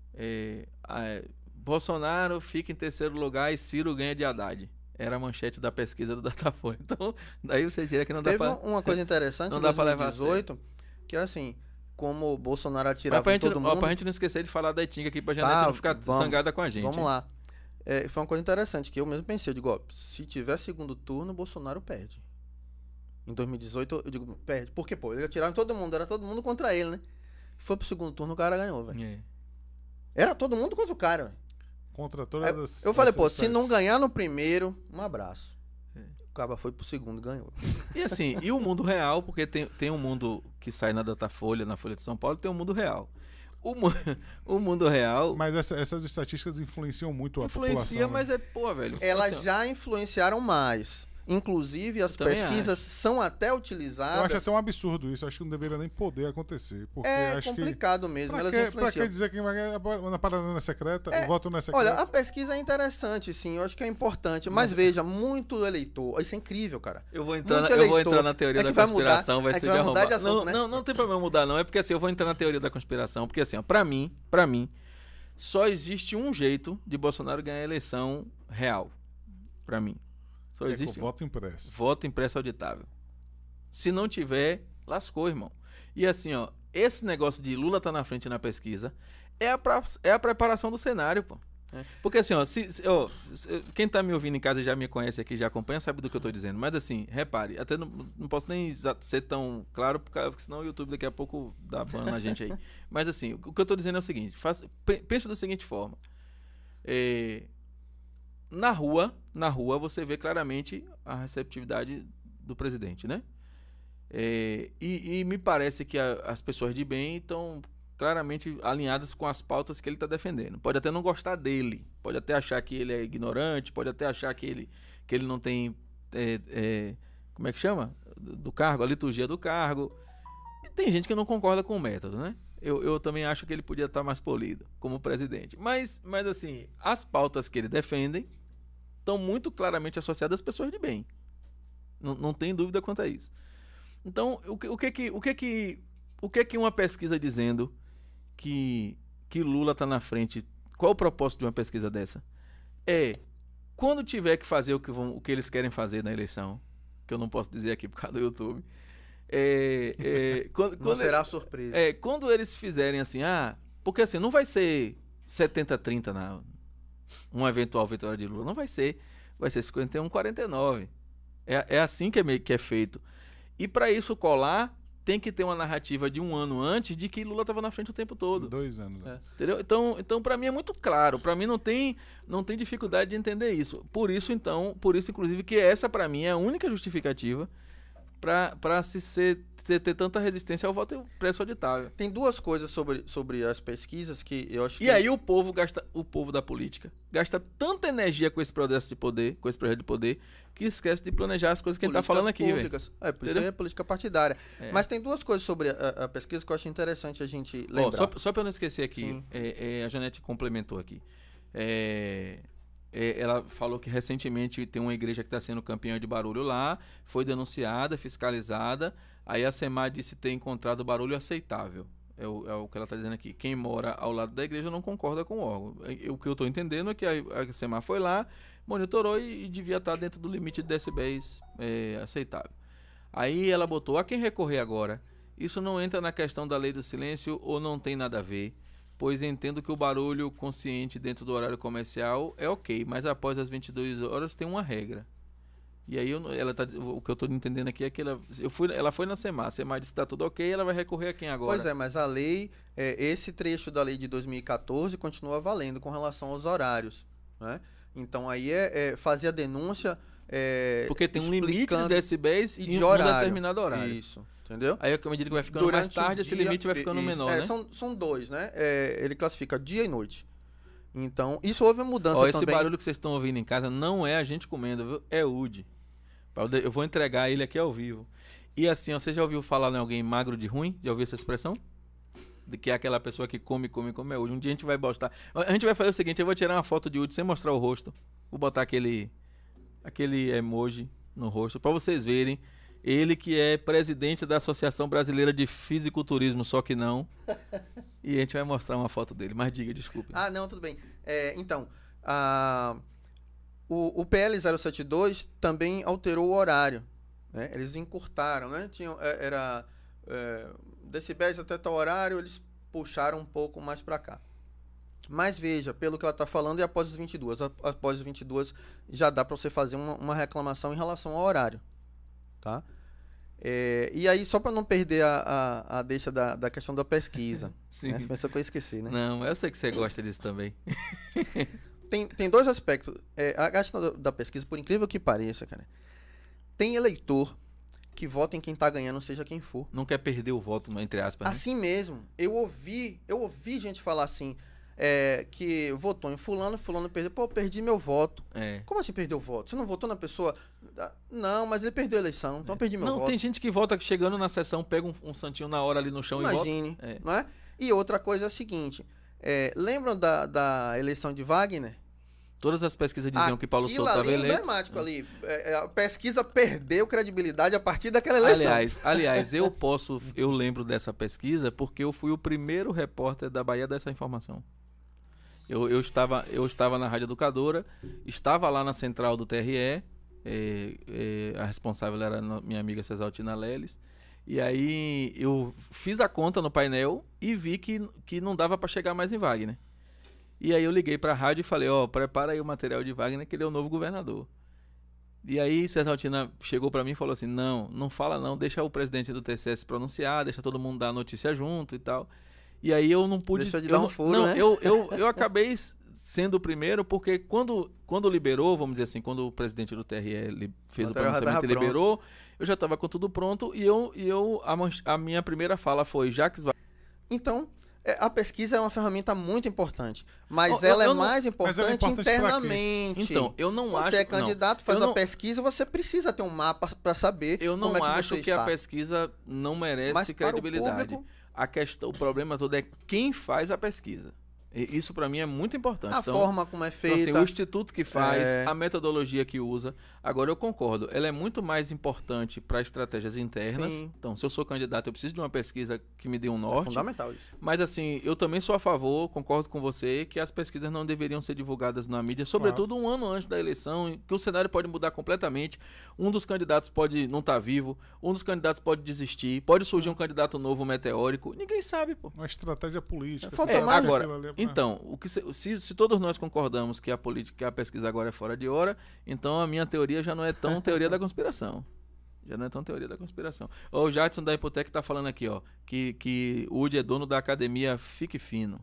[SPEAKER 1] Bolsonaro fica em terceiro lugar e Ciro ganha de Haddad. Era a manchete da pesquisa do Datafolha. Então daí você diria que não dá para...
[SPEAKER 3] Teve uma coisa interessante em 2018, que é assim, como o Bolsonaro atirava em todo mundo...
[SPEAKER 1] Pra gente não esquecer de falar da Itinga aqui, pra Janete não ficar zangada com a gente.
[SPEAKER 3] Vamos lá. Foi uma coisa interessante, que eu mesmo pensei, eu digo, se tiver segundo turno, o Bolsonaro perde. Em 2018, eu digo, perde. Por quê, pô? Ele atirava em todo mundo, era todo mundo contra ele, né? Foi pro segundo turno, o cara ganhou, velho. Era todo mundo contra o cara, velho.
[SPEAKER 2] Contra todas as...
[SPEAKER 3] Eu falei, pô, se não ganhar no primeiro, um abraço. O cara foi pro segundo, ganhou.
[SPEAKER 1] E assim, e o mundo real, porque tem um mundo que sai na Datafolha, na Folha de São Paulo, tem um mundo real. O mundo real...
[SPEAKER 2] Mas essas estatísticas influenciam muito a população.
[SPEAKER 1] Influencia, mas velho...
[SPEAKER 3] Elas
[SPEAKER 1] assim,
[SPEAKER 3] já influenciaram mais. Inclusive, as pesquisas são até utilizadas...
[SPEAKER 2] Eu acho até um absurdo isso. Acho que não deveria nem poder acontecer. Porque acho
[SPEAKER 3] complicado mesmo.
[SPEAKER 2] Pra
[SPEAKER 3] elas influenciam.
[SPEAKER 2] Pra que dizer que na parada não é secreta? O voto não é secreto?
[SPEAKER 3] Olha, a pesquisa é interessante, sim. Eu acho que é importante. Mas veja, muito eleitor... Isso é incrível, cara.
[SPEAKER 1] Eu vou entrar na teoria da conspiração. Vai ser
[SPEAKER 3] mudar de assunto, né?
[SPEAKER 1] Não tem problema mudar, não. É porque assim, eu vou entrar na teoria da conspiração. Porque assim, ó, pra mim, só existe um jeito de Bolsonaro ganhar a eleição real. Pra mim. Só existe
[SPEAKER 2] voto impresso.
[SPEAKER 1] Voto impresso auditável. Se não tiver, lascou, irmão. E assim, ó, esse negócio de Lula tá na frente na pesquisa é a preparação do cenário, pô. Porque assim, ó, quem tá me ouvindo em casa e já me conhece aqui, já acompanha, sabe do que eu tô dizendo. Mas assim, repare, até não posso nem ser tão claro, porque senão o YouTube daqui a pouco dá ban na gente aí. Mas assim, o que eu tô dizendo é o seguinte, pensa da seguinte forma. Na rua você vê claramente a receptividade do presidente, né? E me parece que as pessoas de bem estão claramente alinhadas com as pautas que ele está defendendo. Pode até não gostar dele, pode até achar que ele é ignorante, pode até achar que ele não tem, como é que chama? Do cargo, a liturgia do cargo. E tem gente que não concorda com o método, né? Eu também acho que ele podia estar mais polido como presidente. Mas assim, as pautas que ele defende estão muito claramente associadas às pessoas de bem. Não tem dúvida quanto a isso. Então, o que que uma pesquisa dizendo que Lula está na frente? Qual o propósito de uma pesquisa dessa? Quando tiver que fazer o que eles querem fazer na eleição, que eu não posso dizer aqui por causa do YouTube,
[SPEAKER 3] não será surpresa.
[SPEAKER 1] Quando eles fizerem assim, porque assim, não vai ser 70-30 uma eventual vitória de Lula, não vai ser. Vai ser 51-49. É assim que é feito. E para isso colar, tem que ter uma narrativa de um ano antes de que Lula estava na frente o tempo todo.
[SPEAKER 2] 2 anos antes.
[SPEAKER 1] Entendeu? Então para mim é muito claro. Para mim não tem dificuldade de entender isso. Por isso, inclusive, que essa para mim é a única justificativa para ter tanta resistência ao voto impresso auditável.
[SPEAKER 3] Tem duas coisas sobre as pesquisas que eu acho que...
[SPEAKER 1] E aí o povo da política gasta tanta energia com esse processo de poder, com esse projeto de poder, que esquece de planejar as coisas que a gente tá falando aqui, velho.
[SPEAKER 3] Por isso é política partidária. Mas tem duas coisas sobre a pesquisa que eu acho interessante a gente lembrar.
[SPEAKER 1] Só para eu não esquecer aqui, a Janete complementou aqui. Ela falou que recentemente tem uma igreja que está sendo campeã de barulho lá, foi denunciada, fiscalizada, aí a SEMAR disse ter encontrado barulho aceitável. É o que ela está dizendo aqui. Quem mora ao lado da igreja não concorda com o órgão. O que eu estou entendendo é que a SEMAR foi lá, monitorou e devia estar dentro do limite de decibéis aceitável. Aí ela botou, a quem recorrer agora? Isso não entra na questão da lei do silêncio ou não tem nada a ver? Pois entendo que o barulho consciente dentro do horário comercial é ok, mas após as 22 horas tem uma regra. E aí o que eu estou entendendo aqui é que ela foi na SEMAR, a SEMAR disse que está tudo ok, ela vai recorrer a quem agora?
[SPEAKER 3] Pois é, mas a lei, esse trecho da lei de 2014 continua valendo com relação aos horários, né? Então aí fazer a denúncia...
[SPEAKER 1] porque tem um limite de decibéis
[SPEAKER 3] e de horário.
[SPEAKER 1] Um determinado horário.
[SPEAKER 3] Isso. Entendeu?
[SPEAKER 1] Aí, à medida que vai ficando mais tarde, esse limite vai ficando menor, né?
[SPEAKER 3] São dois, né? Ele classifica dia e noite. Então, isso houve uma mudança também.
[SPEAKER 1] Esse barulho que vocês estão ouvindo em casa não é a gente comendo, viu? É UD. Eu vou entregar ele aqui ao vivo. E assim, você já ouviu falar em alguém magro de ruim? Já ouviu essa expressão? De que é aquela pessoa que come é UD. Um dia a gente vai postar. A gente vai fazer o seguinte, eu vou tirar uma foto de UD sem mostrar o rosto. Vou botar aquele emoji no rosto para vocês verem. Ele que é presidente da Associação Brasileira de Fisiculturismo, só que não. E a gente vai mostrar uma foto dele. Mas diga, desculpe.
[SPEAKER 3] Não, tudo bem. Então, o PL 072 também alterou o horário, né? Eles encurtaram, né? Decibéis até tal horário, eles puxaram um pouco mais para cá. Mas veja, pelo que ela está falando, é após as 22. Após as 22 já dá para você fazer uma reclamação em relação ao horário. Tá? E aí, só para não perder a deixa da questão da pesquisa.
[SPEAKER 1] Sim.
[SPEAKER 3] Né? Você pensou que eu esqueci, né?
[SPEAKER 1] Não, eu sei que você gosta disso também.
[SPEAKER 3] Tem dois aspectos. A questão da pesquisa, por incrível que pareça, cara, tem eleitor que vota em quem tá ganhando, seja quem for.
[SPEAKER 1] Não quer perder o voto, entre aspas. Né?
[SPEAKER 3] Assim mesmo. Eu ouvi gente falar assim, que votou em fulano perdeu. Pô, perdi meu voto. Como assim perdeu o voto? Você não votou na pessoa? Não, mas ele perdeu a eleição, então eu perdi meu voto.
[SPEAKER 1] Não, tem gente que vota chegando na sessão, pega um santinho na hora ali no chão.
[SPEAKER 3] Imagine,
[SPEAKER 1] e vota.
[SPEAKER 3] Não é? E outra coisa é a seguinte, lembram da eleição de Wagner?
[SPEAKER 1] Todas as pesquisas diziam que Paulo Souto estava eleito.
[SPEAKER 3] Aquilo ali é emblemático ali. A pesquisa perdeu credibilidade a partir daquela eleição.
[SPEAKER 1] Aliás, eu lembro dessa pesquisa porque eu fui o primeiro repórter da Bahia dessa informação. Eu estava na Rádio Educadora, estava lá na central do TRE, a responsável era minha amiga Cesaltina Leles, e aí eu fiz a conta no painel e vi que não dava para chegar mais em Wagner. E aí eu liguei para a rádio e falei, prepara aí o material de Wagner que ele é o novo governador. E aí Cesaltina chegou para mim e falou assim, não fala não, deixa o presidente do TCE se pronunciar, deixa todo mundo dar a notícia junto e tal. E aí eu não pude...
[SPEAKER 3] Deixa de dar um furo, né?
[SPEAKER 1] Eu acabei sendo o primeiro, porque quando liberou, vamos dizer assim, quando o presidente do TRE fez o pronunciamento e liberou, eu já estava com tudo pronto e a minha primeira fala foi, Jacques Wagner.
[SPEAKER 3] Então, a pesquisa é uma ferramenta muito importante, mas ela é mais importante internamente.
[SPEAKER 1] Então, eu não acho...
[SPEAKER 3] Você é candidato, faz a pesquisa, você precisa ter um mapa para saber
[SPEAKER 1] eu não
[SPEAKER 3] como é que
[SPEAKER 1] acho
[SPEAKER 3] você
[SPEAKER 1] que
[SPEAKER 3] está.
[SPEAKER 1] A pesquisa não merece credibilidade. O problema todo é quem faz a pesquisa. E isso para mim é muito importante.
[SPEAKER 3] A
[SPEAKER 1] Então,
[SPEAKER 3] forma como é
[SPEAKER 1] então,
[SPEAKER 3] feita.
[SPEAKER 1] assim, o instituto que faz,
[SPEAKER 3] É.
[SPEAKER 1] a metodologia que usa. Agora, eu concordo, ela é muito mais importante para estratégias internas.
[SPEAKER 3] Sim.
[SPEAKER 1] Então, se eu sou candidato, eu preciso de uma pesquisa que me dê um
[SPEAKER 3] É
[SPEAKER 1] norte.
[SPEAKER 3] fundamental isso.
[SPEAKER 1] Mas, assim, eu também sou a favor, concordo com você, que as pesquisas não deveriam ser divulgadas na mídia, sobretudo um ano antes da eleição, que o cenário pode mudar completamente. Um dos candidatos pode não estar vivo, um dos candidatos pode desistir, pode surgir um candidato novo meteórico. Ninguém sabe, pô.
[SPEAKER 2] Uma estratégia política.
[SPEAKER 3] Falta
[SPEAKER 2] você tá
[SPEAKER 3] mais-
[SPEAKER 1] Agora,
[SPEAKER 2] aquilo ali pra-
[SPEAKER 1] então, o que se todos nós concordamos que a política, que a pesquisa agora é fora de hora, então a minha teoria já não é tão teoria da conspiração. Já não é tão teoria da conspiração. Ó, o Jadson da Hipotec tá falando aqui, ó, que o Woody é dono da academia Fique Fino.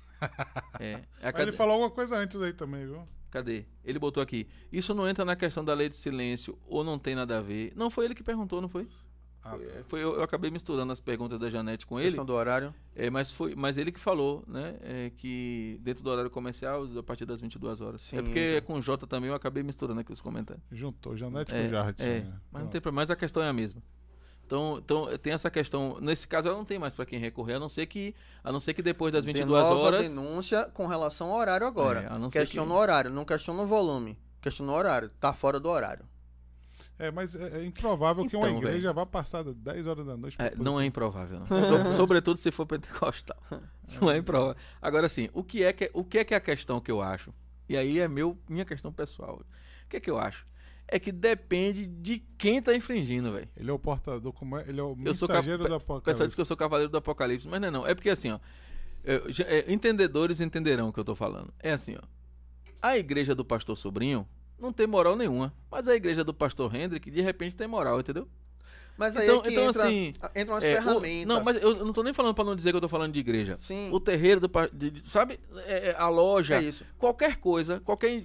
[SPEAKER 2] Mas ele falou alguma coisa antes aí também, viu?
[SPEAKER 1] Cadê? Ele botou aqui. Isso não entra na questão da lei de silêncio ou não tem nada a ver. Não foi ele que perguntou, não foi?
[SPEAKER 2] Ah, tá.
[SPEAKER 1] Eu acabei misturando as perguntas da Janete com ele.
[SPEAKER 3] Questão do horário.
[SPEAKER 1] Mas ele que falou, né? Que dentro do horário comercial, a partir das 22 horas.
[SPEAKER 3] Sim,
[SPEAKER 1] é porque é com J também, eu acabei misturando aqui os comentários.
[SPEAKER 2] Juntou Janete com Jardson. né?
[SPEAKER 1] Mas não tem problema, mas a questão é a mesma. Então tem essa questão. Nesse caso, ela não tem mais para quem recorrer, a não ser que depois das 22
[SPEAKER 3] Tem nova
[SPEAKER 1] horas.
[SPEAKER 3] denúncia com relação ao horário agora.
[SPEAKER 1] A não ser
[SPEAKER 3] Questiona o horário, não questiona o volume. Questiona o horário. Tá fora do horário.
[SPEAKER 2] Mas é improvável que uma
[SPEAKER 1] Então,
[SPEAKER 2] igreja vá passar das 10 horas da noite. pra poder-
[SPEAKER 1] Não é improvável, não. Sobretudo se for pentecostal. Não é improvável. Agora, assim, o que é que é a questão que eu acho? E aí é minha questão pessoal. O que é que eu acho? É que depende de quem tá infringindo, velho.
[SPEAKER 2] Ele é o portador, ele é o
[SPEAKER 1] Eu sou
[SPEAKER 2] mensageiro do
[SPEAKER 1] O pessoal diz
[SPEAKER 2] Apocalipse.
[SPEAKER 1] que eu sou cavaleiro do Apocalipse, mas não é não. É porque assim, ó. Entendedores entenderão o que eu tô falando. É assim, ó. A igreja do pastor Sobrinho não tem moral nenhuma. Mas a igreja do pastor Hendrick, de repente, tem moral, entendeu?
[SPEAKER 3] Mas aí
[SPEAKER 1] Então-
[SPEAKER 3] é que
[SPEAKER 1] então,
[SPEAKER 3] entra,
[SPEAKER 1] assim,
[SPEAKER 3] entram as
[SPEAKER 1] É,
[SPEAKER 3] ferramentas.
[SPEAKER 1] não, mas eu não tô nem falando pra não dizer que eu tô falando de igreja.
[SPEAKER 3] Sim,
[SPEAKER 1] O terreiro sabe? A loja,
[SPEAKER 3] é isso.
[SPEAKER 1] qualquer coisa,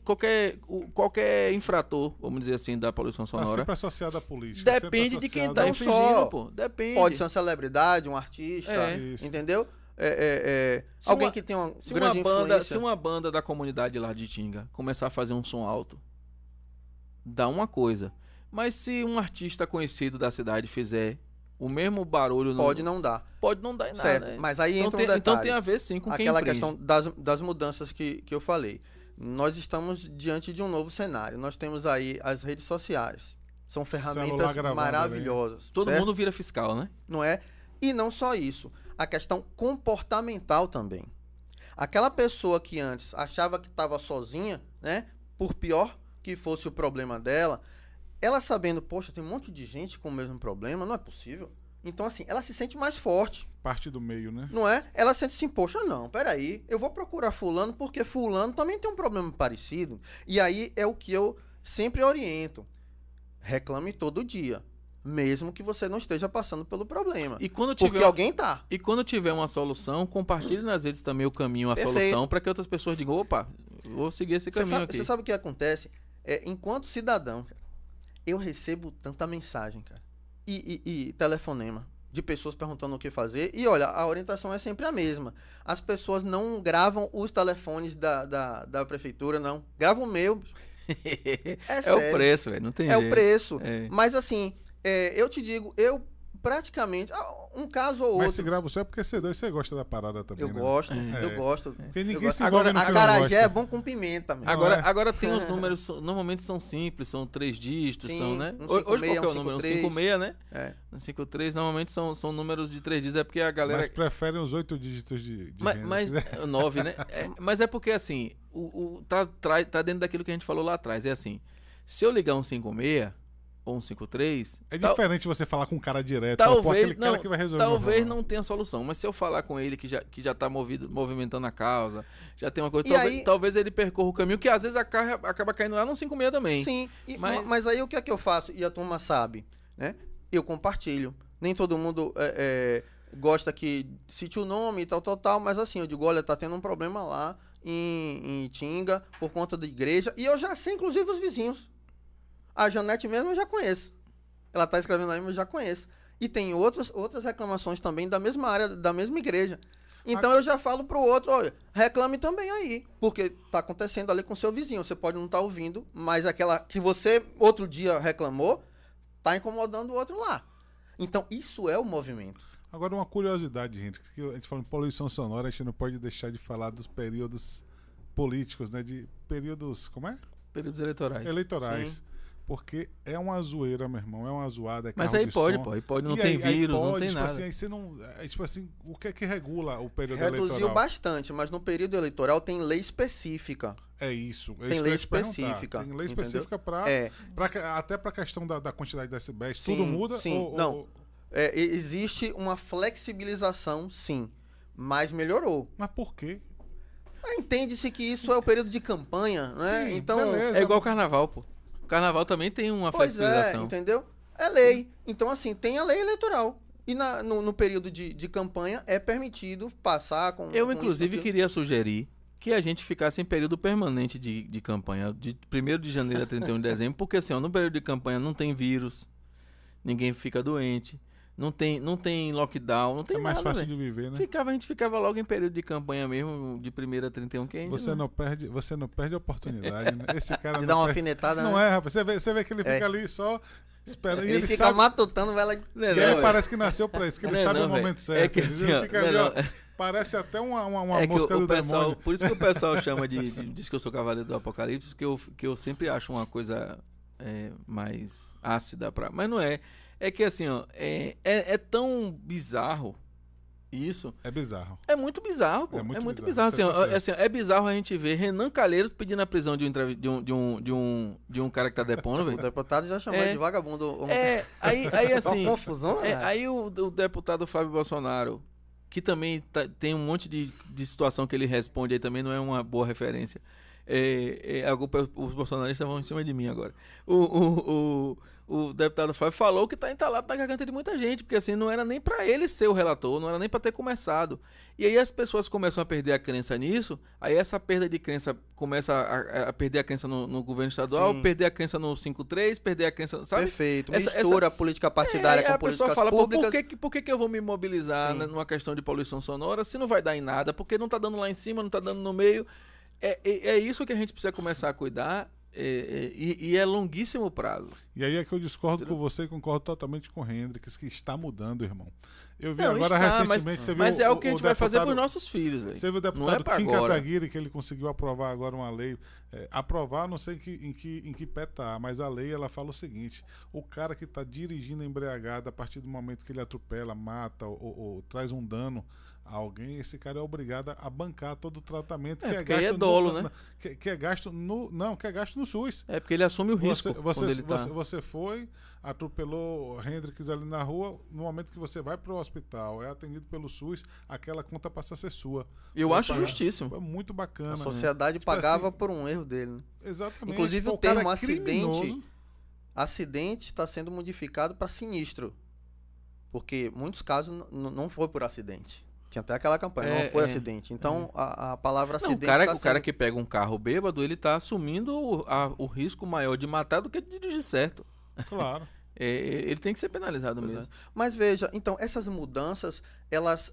[SPEAKER 1] qualquer infrator, vamos dizer assim, da poluição
[SPEAKER 2] Tá
[SPEAKER 1] sonora,
[SPEAKER 2] sempre associado à política.
[SPEAKER 1] depende
[SPEAKER 2] sempre
[SPEAKER 1] de quem
[SPEAKER 2] associado
[SPEAKER 1] tá
[SPEAKER 3] Não
[SPEAKER 1] infringindo,
[SPEAKER 3] só
[SPEAKER 1] pô. Depende.
[SPEAKER 3] Pode ser uma celebridade, um artista,
[SPEAKER 2] Isso.
[SPEAKER 3] entendeu?
[SPEAKER 1] Se
[SPEAKER 3] Alguém
[SPEAKER 1] uma-
[SPEAKER 3] que tem uma
[SPEAKER 1] Se
[SPEAKER 3] grande
[SPEAKER 1] uma banda,
[SPEAKER 3] influência.
[SPEAKER 1] se uma banda da comunidade lá de Tinga começar a fazer um som alto, dá uma coisa. Mas se um artista conhecido da cidade fizer o mesmo barulho,
[SPEAKER 3] Pode não dar.
[SPEAKER 1] pode não dar em nada.
[SPEAKER 3] Certo.
[SPEAKER 1] né?
[SPEAKER 3] Mas aí
[SPEAKER 1] Então
[SPEAKER 3] entra
[SPEAKER 1] tem,
[SPEAKER 3] um detalhe.
[SPEAKER 1] então tem a ver sim com
[SPEAKER 3] Aquela
[SPEAKER 1] quem infringe.
[SPEAKER 3] questão das mudanças que eu falei. Nós estamos diante de um novo cenário. Nós temos aí as redes sociais. São
[SPEAKER 2] Celular
[SPEAKER 3] ferramentas
[SPEAKER 2] gravando
[SPEAKER 3] maravilhosas.
[SPEAKER 1] Todo
[SPEAKER 3] certo?
[SPEAKER 1] mundo vira fiscal, né?
[SPEAKER 3] Não é? E não só isso. A questão comportamental também. Aquela pessoa que antes achava que estava sozinha, né? Por pior que fosse o problema dela, ela sabendo, poxa, tem um monte de gente com o mesmo problema, não é possível. Então, assim, ela se sente mais forte,
[SPEAKER 2] Parte do meio, né?
[SPEAKER 3] não é? Ela sente assim, poxa, não, peraí, eu vou procurar fulano porque fulano também tem um problema parecido. E aí é o que eu sempre oriento. Reclame todo dia, mesmo que você não esteja passando pelo problema.
[SPEAKER 1] E quando
[SPEAKER 3] Porque
[SPEAKER 1] tiver,
[SPEAKER 3] alguém tá.
[SPEAKER 1] e quando tiver uma solução, compartilhe nas redes também o caminho, a
[SPEAKER 3] Perfeito.
[SPEAKER 1] solução, para que outras pessoas digam, opa, vou seguir esse caminho aqui.
[SPEAKER 3] Você sabe o que acontece? Enquanto cidadão, cara, eu recebo tanta mensagem, cara, e telefonema de pessoas perguntando o que fazer. E olha, a orientação é sempre a mesma. As pessoas não gravam os telefones da prefeitura, não. Gravam o meu.
[SPEAKER 1] É
[SPEAKER 3] sério.
[SPEAKER 1] o preço, velho, não tem
[SPEAKER 3] É
[SPEAKER 1] jeito.
[SPEAKER 3] o preço.
[SPEAKER 1] É.
[SPEAKER 3] Mas assim, eu te digo, eu praticamente, um caso ou
[SPEAKER 2] Mas
[SPEAKER 3] outro,
[SPEAKER 2] se grava você é porque você gosta da parada também,
[SPEAKER 3] eu
[SPEAKER 2] né?
[SPEAKER 3] gosto,
[SPEAKER 1] É.
[SPEAKER 3] eu gosto.
[SPEAKER 2] Porque ninguém
[SPEAKER 3] Eu gosto.
[SPEAKER 2] se envolve
[SPEAKER 1] Agora,
[SPEAKER 2] no que não
[SPEAKER 3] Acarajé
[SPEAKER 2] gosta.
[SPEAKER 3] é bom com pimenta, meu.
[SPEAKER 1] Agora tem os números, normalmente são simples, são 3 dígitos,
[SPEAKER 3] Sim,
[SPEAKER 1] são, né?
[SPEAKER 3] um
[SPEAKER 1] Hoje qual
[SPEAKER 3] 56,
[SPEAKER 1] que é o
[SPEAKER 3] um
[SPEAKER 1] número? Um
[SPEAKER 3] 53.
[SPEAKER 1] 56, né?
[SPEAKER 3] É.
[SPEAKER 1] Um 53 normalmente são números de 3 dígitos, é porque a galera...
[SPEAKER 2] Mas preferem os 8 dígitos de renda.
[SPEAKER 1] Mas 9, né? Mas é porque assim, tá dentro daquilo que a gente falou lá atrás. É assim, se eu ligar um 56 ou um 53,
[SPEAKER 2] É diferente você falar com um cara direto.
[SPEAKER 1] talvez
[SPEAKER 2] Pô, aquele cara que vai resolver o
[SPEAKER 1] talvez
[SPEAKER 2] problema.
[SPEAKER 1] não tenha solução. Mas se eu falar com ele que já tá movimentando a causa, já tem uma coisa,
[SPEAKER 3] E aí-
[SPEAKER 1] talvez ele percorra o caminho, que às vezes acaba caindo lá no 56 também.
[SPEAKER 3] Sim,
[SPEAKER 1] Mas-
[SPEAKER 3] aí o que é que eu faço? E a turma sabe, né? Eu compartilho. Nem todo mundo gosta que cite o nome e tal, mas assim, eu digo, olha, tá tendo um problema lá em Tinga, por conta da igreja, e eu já sei, inclusive, os vizinhos. A Janete mesmo eu já conheço. Ela tá escrevendo aí, mas eu já conheço. E tem outras reclamações também da mesma área, da mesma igreja. Então eu já falo pro outro, olha, reclame também aí, porque tá acontecendo ali com seu vizinho. Você pode não estar ouvindo, mas aquela que você outro dia reclamou, tá incomodando o outro lá. Então isso é o movimento.
[SPEAKER 2] Agora, uma curiosidade, gente, que a gente fala em poluição sonora, a gente não pode deixar de falar dos períodos políticos, né? De períodos, como é?
[SPEAKER 1] Períodos eleitorais.
[SPEAKER 2] Eleitorais.
[SPEAKER 3] Sim.
[SPEAKER 2] Porque é uma zoeira, meu irmão, é uma zoada. É
[SPEAKER 1] Mas
[SPEAKER 2] carro
[SPEAKER 1] aí
[SPEAKER 2] de
[SPEAKER 1] pode,
[SPEAKER 2] som.
[SPEAKER 1] pô. Aí pode, não
[SPEAKER 2] E
[SPEAKER 1] tem
[SPEAKER 2] aí
[SPEAKER 1] vírus, não
[SPEAKER 2] pode,
[SPEAKER 1] tem
[SPEAKER 2] tipo
[SPEAKER 1] nada.
[SPEAKER 2] assim, aí você não. Tipo assim, o que é que regula o período
[SPEAKER 3] Reduziu
[SPEAKER 2] eleitoral?
[SPEAKER 3] bastante, mas no período eleitoral tem lei específica.
[SPEAKER 2] É isso. É
[SPEAKER 3] Tem
[SPEAKER 2] isso
[SPEAKER 3] lei
[SPEAKER 2] que eu ia te perguntar.
[SPEAKER 3] específica,
[SPEAKER 2] Tem lei
[SPEAKER 3] entendeu?
[SPEAKER 2] específica
[SPEAKER 3] É.
[SPEAKER 2] até pra questão da quantidade de decibéis.
[SPEAKER 3] Sim,
[SPEAKER 2] Tudo muda?
[SPEAKER 3] sim. Não. Existe uma flexibilização, sim, mas melhorou.
[SPEAKER 2] Mas por quê?
[SPEAKER 3] Entende-se que isso é o período de campanha, né?
[SPEAKER 2] Sim,
[SPEAKER 3] Então,
[SPEAKER 2] beleza.
[SPEAKER 1] É igual o carnaval, pô. O carnaval também tem uma
[SPEAKER 3] pois é,
[SPEAKER 1] flexibilização.
[SPEAKER 3] entendeu? É lei. Então, assim, tem a lei eleitoral. E no período de campanha é permitido passar com...
[SPEAKER 1] Eu,
[SPEAKER 3] com
[SPEAKER 1] inclusive,
[SPEAKER 3] isso,
[SPEAKER 1] queria sugerir que a gente ficasse em período permanente de campanha, de 1º de janeiro a 31 de dezembro, porque assim, ó, no período de campanha não tem vírus, ninguém fica doente, não tem lockdown, não tem
[SPEAKER 2] É mais
[SPEAKER 1] nada,
[SPEAKER 2] fácil
[SPEAKER 1] velho.
[SPEAKER 2] de viver, né?
[SPEAKER 1] A gente ficava logo em período de campanha mesmo, de 1º a 31, que a gente
[SPEAKER 2] Você não perde a oportunidade, né? Esse cara
[SPEAKER 3] de
[SPEAKER 2] não
[SPEAKER 3] dar uma
[SPEAKER 2] perde.
[SPEAKER 3] alfinetada,
[SPEAKER 2] Não
[SPEAKER 3] né?
[SPEAKER 2] é, rapaz. Você vê que ele fica ali só esperando. E
[SPEAKER 3] Ele
[SPEAKER 2] ele
[SPEAKER 3] fica
[SPEAKER 2] sabe.
[SPEAKER 3] matutando, vai lá...
[SPEAKER 1] Não é
[SPEAKER 2] E
[SPEAKER 1] não,
[SPEAKER 2] ele
[SPEAKER 1] velho.
[SPEAKER 2] parece que nasceu pra isso, que ele
[SPEAKER 1] Não é
[SPEAKER 2] sabe
[SPEAKER 1] não,
[SPEAKER 2] o momento
[SPEAKER 1] velho.
[SPEAKER 2] certo.
[SPEAKER 1] É que
[SPEAKER 2] entendeu?
[SPEAKER 1] assim, ó,
[SPEAKER 2] Ele fica
[SPEAKER 1] não é
[SPEAKER 2] ali, ó.
[SPEAKER 1] não.
[SPEAKER 2] Parece até uma
[SPEAKER 1] É que
[SPEAKER 2] mosca
[SPEAKER 1] o
[SPEAKER 2] do
[SPEAKER 1] pessoal,
[SPEAKER 2] demônio.
[SPEAKER 1] por isso que o pessoal chama diz que eu sou cavaleiro do apocalipse, que eu sempre acho uma coisa mais ácida mas não é. É que assim, ó, é tão bizarro isso.
[SPEAKER 2] É bizarro.
[SPEAKER 1] É muito bizarro, pô.
[SPEAKER 2] É muito
[SPEAKER 1] bizarro.
[SPEAKER 2] bizarro,
[SPEAKER 1] Assim,
[SPEAKER 2] você
[SPEAKER 1] ó,
[SPEAKER 2] tá
[SPEAKER 1] assim, é bizarro a gente ver Renan Calheiros pedindo a prisão de um cara que tá depondo,
[SPEAKER 3] O
[SPEAKER 1] velho.
[SPEAKER 3] deputado já chamou ele de vagabundo.
[SPEAKER 1] Aí assim.
[SPEAKER 3] Uma confusão, né?
[SPEAKER 1] Aí o deputado Flávio Bolsonaro, que também tem um monte de situação que ele responde aí, também não é uma boa referência. Os bolsonaristas vão em cima de mim agora. O deputado Flávio falou que está entalado na garganta de muita gente, porque assim, não era nem para ele ser o relator, não era nem para ter começado. E aí as pessoas começam a perder a crença nisso, aí essa perda de crença começa a perder a crença no governo estadual,
[SPEAKER 3] Sim.
[SPEAKER 1] perder a crença no 53, perder a crença, sabe?
[SPEAKER 3] Perfeito.
[SPEAKER 1] Essa-
[SPEAKER 3] Mistura a política partidária com
[SPEAKER 1] a pessoa
[SPEAKER 3] políticas
[SPEAKER 1] fala,
[SPEAKER 3] públicas.
[SPEAKER 1] por que eu vou me mobilizar
[SPEAKER 3] Sim.
[SPEAKER 1] numa questão de poluição sonora se não vai dar em nada? Porque não tá dando lá em cima, não tá dando no meio. É isso que a gente precisa começar a cuidar, e é longuíssimo prazo.
[SPEAKER 2] E aí é que eu discordo com você e concordo totalmente com o Hendrix, que está mudando, irmão. Eu vi
[SPEAKER 1] Não,
[SPEAKER 2] agora
[SPEAKER 1] está,
[SPEAKER 2] recentemente, você viu
[SPEAKER 1] mas é algo que a gente vai fazer
[SPEAKER 2] deputado-
[SPEAKER 1] pros nossos filhos, velho.
[SPEAKER 2] Você viu o
[SPEAKER 1] Não é
[SPEAKER 2] deputado
[SPEAKER 1] pra
[SPEAKER 2] Kim
[SPEAKER 1] agora.
[SPEAKER 2] Kataguiri, que ele conseguiu aprovar agora uma lei. Aprovar, não sei em que pé tá, mas a lei ela fala o seguinte: o cara que está dirigindo embriagado, a partir do momento que ele atropela, mata ou traz um dano a alguém, esse cara é obrigado a bancar todo o tratamento que é
[SPEAKER 1] porque aí
[SPEAKER 2] gasto
[SPEAKER 1] é dolo, né?
[SPEAKER 2] que é gasto no SUS.
[SPEAKER 1] É porque ele assume o risco quando ele tá...
[SPEAKER 2] Você foi, atropelou Hendrix ali na rua, no momento que você vai para o hospital, é atendido pelo SUS, aquela conta passa a ser sua.
[SPEAKER 1] Eu
[SPEAKER 2] Você
[SPEAKER 1] acho
[SPEAKER 2] vai pagar.
[SPEAKER 1] justíssimo.
[SPEAKER 2] É muito bacana.
[SPEAKER 3] A sociedade
[SPEAKER 2] Tipo
[SPEAKER 3] pagava
[SPEAKER 2] assim,
[SPEAKER 3] por um erro dele, né?
[SPEAKER 2] Exatamente.
[SPEAKER 3] Inclusive
[SPEAKER 2] Pô,
[SPEAKER 3] o termo
[SPEAKER 2] cara é
[SPEAKER 3] acidente,
[SPEAKER 2] criminoso.
[SPEAKER 3] acidente está sendo modificado para sinistro. Porque muitos casos não foi por acidente. Tinha até aquela campanha, não foi acidente. Então a palavra
[SPEAKER 1] Não,
[SPEAKER 3] acidente
[SPEAKER 1] o cara que pega um carro bêbado, ele tá assumindo o risco maior de matar do que de dirigir certo.
[SPEAKER 2] Claro.
[SPEAKER 1] Ele tem que ser penalizado
[SPEAKER 3] Pois
[SPEAKER 1] mesmo.
[SPEAKER 3] é. Mas veja, então, essas mudanças, elas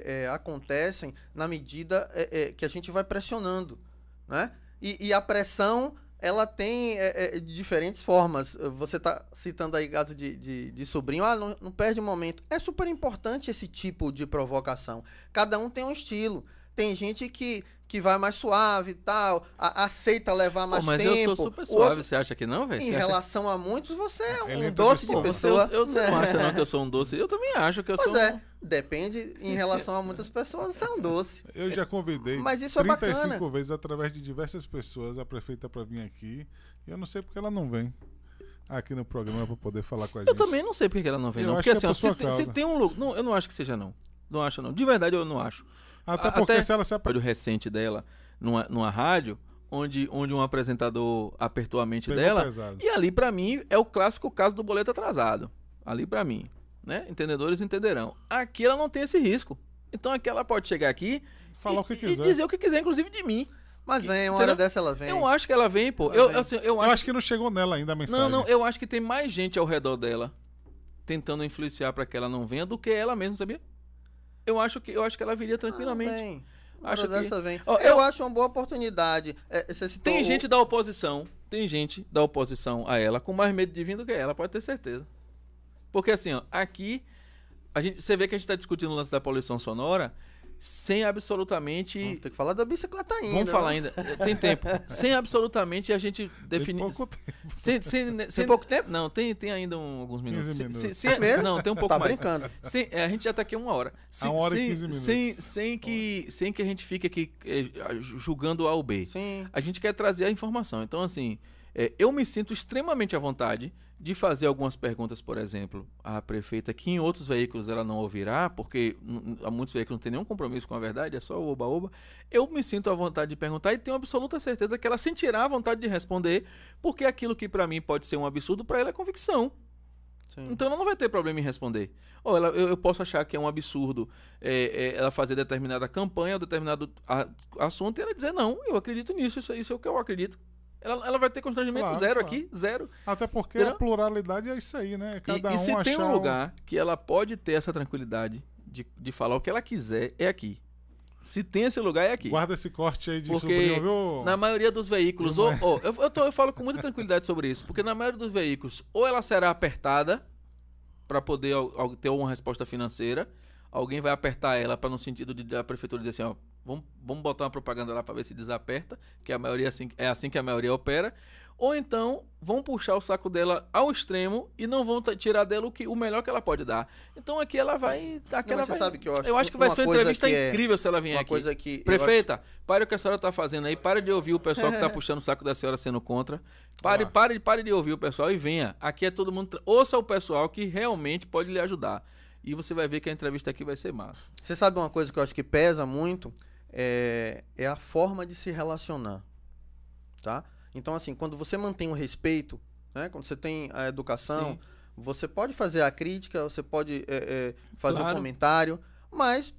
[SPEAKER 3] acontecem na medida que a gente vai pressionando, né? E a pressão, ela tem diferentes formas. Você está citando aí caso de sobrinho, não perde momento. É super importante esse tipo de provocação. Cada um tem um estilo. Tem gente que vai mais suave e tal, aceita levar mais
[SPEAKER 1] Mas
[SPEAKER 3] tempo.
[SPEAKER 1] eu sou super
[SPEAKER 3] O
[SPEAKER 1] suave,
[SPEAKER 3] outro,
[SPEAKER 1] você acha que não, velho?
[SPEAKER 3] em relação a muitos, você é
[SPEAKER 2] Ele
[SPEAKER 3] um
[SPEAKER 2] é
[SPEAKER 3] doce de
[SPEAKER 2] Pô,
[SPEAKER 3] pessoa.
[SPEAKER 1] Você não acha não que eu sou um doce? Eu também acho que eu
[SPEAKER 3] Pois
[SPEAKER 1] sou
[SPEAKER 3] é, depende em relação a muitas pessoas, você é um doce.
[SPEAKER 2] Eu já convidei
[SPEAKER 3] Mas isso é
[SPEAKER 2] 35
[SPEAKER 3] bacana.
[SPEAKER 2] vezes através de diversas pessoas a prefeita para vir aqui. E eu não sei porque ela não vem aqui no programa para poder falar com a gente.
[SPEAKER 1] Eu também não sei porque que ela não vem,
[SPEAKER 2] Eu
[SPEAKER 1] não.
[SPEAKER 2] acho
[SPEAKER 1] Porque
[SPEAKER 2] que é
[SPEAKER 1] assim, ó,
[SPEAKER 2] por sua
[SPEAKER 1] se
[SPEAKER 2] causa.
[SPEAKER 1] tem um lugar. Não, eu não acho que seja, não. Não acho, não. De verdade, eu não acho.
[SPEAKER 2] Até porque se ela se
[SPEAKER 1] rádio recente dela, numa rádio, onde um apresentador apertou a mente
[SPEAKER 2] Pegou
[SPEAKER 1] dela.
[SPEAKER 2] pesado.
[SPEAKER 1] E ali, pra mim, é o clássico caso do boleto atrasado. Ali, pra mim. Né? Entendedores entenderão. Aqui ela não tem esse risco. Então aqui ela pode chegar aqui
[SPEAKER 2] Falar o que
[SPEAKER 1] e
[SPEAKER 2] quiser.
[SPEAKER 1] dizer o que quiser, inclusive de mim.
[SPEAKER 3] Mas vem, uma
[SPEAKER 1] Entendeu?
[SPEAKER 3] hora dessa ela vem.
[SPEAKER 1] Eu acho que ela vem, pô.
[SPEAKER 3] Ela vem.
[SPEAKER 1] Eu
[SPEAKER 2] Eu
[SPEAKER 1] acho
[SPEAKER 2] acho que não chegou nela ainda a mensagem.
[SPEAKER 1] Não, eu acho que tem mais gente ao redor dela tentando influenciar pra que ela não venha do que ela mesma, sabia? Eu acho que ela viria tranquilamente.
[SPEAKER 3] Vem. Uma
[SPEAKER 1] Acho
[SPEAKER 3] hora
[SPEAKER 1] que-
[SPEAKER 3] dessa vem.
[SPEAKER 1] Ó,
[SPEAKER 3] Eu acho uma boa oportunidade. Você citou
[SPEAKER 1] Tem gente da oposição a ela com mais medo de vir do que ela, pode ter certeza. Porque assim, ó, aqui você vê que a gente está discutindo o lance da poluição sonora sem absolutamente...
[SPEAKER 3] Vamos ter que falar da bicicleta ainda.
[SPEAKER 1] Vamos falar ainda. Tem tempo. Sem absolutamente a gente definir...
[SPEAKER 2] Tem pouco tempo.
[SPEAKER 3] Tem pouco tempo?
[SPEAKER 1] Não, tem ainda alguns minutos.
[SPEAKER 2] 15 minutos.
[SPEAKER 3] Mesmo?
[SPEAKER 1] Não, tem um pouco
[SPEAKER 3] Tá
[SPEAKER 1] mais.
[SPEAKER 3] brincando.
[SPEAKER 1] A gente já tá aqui 1 hora.
[SPEAKER 2] A 1 hora e 15 minutos.
[SPEAKER 1] Sem que a gente fique aqui julgando A ou B.
[SPEAKER 3] Sim.
[SPEAKER 1] A gente quer trazer a informação. Então, assim, eu me sinto extremamente à vontade de fazer algumas perguntas, por exemplo, à prefeita, que em outros veículos ela não ouvirá, porque há muitos veículos não tem nenhum compromisso com a verdade, é só o oba-oba. Eu me sinto à vontade de perguntar e tenho absoluta certeza que ela sentirá a vontade de responder, porque aquilo que para mim pode ser um absurdo, para ela é convicção.
[SPEAKER 3] Sim.
[SPEAKER 1] Então ela não vai ter problema em responder. Ou eu posso achar que é um absurdo ela fazer determinada campanha ou determinado assunto e ela dizer, não, eu acredito nisso, isso é o que eu acredito. Ela vai ter constrangimento zero aqui, zero.
[SPEAKER 2] Até porque
[SPEAKER 1] Entendeu?
[SPEAKER 2] a pluralidade é isso aí, né? Cada um
[SPEAKER 1] se tem
[SPEAKER 2] achar
[SPEAKER 1] um lugar que ela pode ter essa tranquilidade de falar o que ela quiser, é aqui. Se tem esse lugar, é aqui.
[SPEAKER 2] Guarda esse corte aí de
[SPEAKER 1] Porque
[SPEAKER 2] sobrinho, viu?
[SPEAKER 1] na maioria dos veículos, eu falo com muita tranquilidade sobre isso, porque na maioria dos veículos, ou ela será apertada para poder ter uma resposta financeira, alguém vai apertar ela para no sentido de a prefeitura dizer assim, ó, vamos botar uma propaganda lá para ver se desaperta, que a maioria é assim que a maioria opera, ou então vão puxar o saco dela ao extremo e não vão tirar dela o melhor que ela pode dar. Então aqui ela vai...
[SPEAKER 3] Sabe que
[SPEAKER 1] eu acho que vai ser uma entrevista incrível se ela vier
[SPEAKER 3] uma
[SPEAKER 1] aqui.
[SPEAKER 3] Coisa que
[SPEAKER 1] Prefeita, pare o que a senhora está fazendo aí, pare de ouvir o pessoal que está puxando o saco da senhora sendo contra. Pare de ouvir o pessoal e venha. Aqui é todo mundo... Ouça o pessoal que realmente pode lhe ajudar. E você vai ver que a entrevista aqui vai ser massa.
[SPEAKER 3] Você sabe uma coisa que eu acho que pesa muito? É a forma de se relacionar, tá? Então, assim, quando você mantém o respeito, né? Quando você tem a educação,
[SPEAKER 1] Sim.
[SPEAKER 3] você pode fazer a crítica, você pode fazer
[SPEAKER 1] Claro.
[SPEAKER 3] um comentário, mas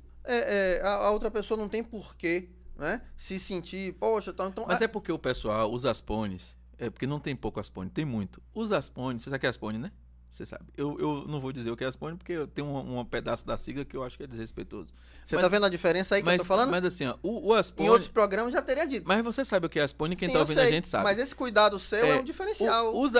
[SPEAKER 3] a outra pessoa não tem porquê, né? Se sentir, poxa, tal. Então,
[SPEAKER 1] Mas é porque o pessoal, os aspones, porque não tem pouco aspone, tem muito. Os aspones, você sabe o que é aspone, né? Você sabe. Eu não vou dizer o que é aspone, porque eu tenho um pedaço da sigla que eu acho que é desrespeitoso.
[SPEAKER 3] Você tá vendo a diferença aí que eu tô falando?
[SPEAKER 1] Mas assim, ó, o aspone...
[SPEAKER 3] Em outros programas já teria dito.
[SPEAKER 1] Mas você sabe o que é aspone, quem
[SPEAKER 3] Sim,
[SPEAKER 1] tá
[SPEAKER 3] eu
[SPEAKER 1] ouvindo
[SPEAKER 3] sei,
[SPEAKER 1] a gente sabe.
[SPEAKER 3] Mas esse cuidado seu é um diferencial.
[SPEAKER 1] Os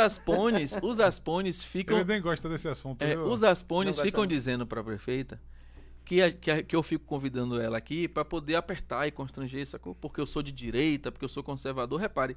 [SPEAKER 1] aspones ficam...
[SPEAKER 2] Ele nem gosta desse assunto, viu?
[SPEAKER 1] Os aspones
[SPEAKER 3] Não
[SPEAKER 1] ficam
[SPEAKER 3] gosta, não.
[SPEAKER 1] dizendo para a prefeita que eu fico convidando ela aqui para poder apertar e constranger, sacou? Porque eu sou de direita, porque eu sou conservador. Repare,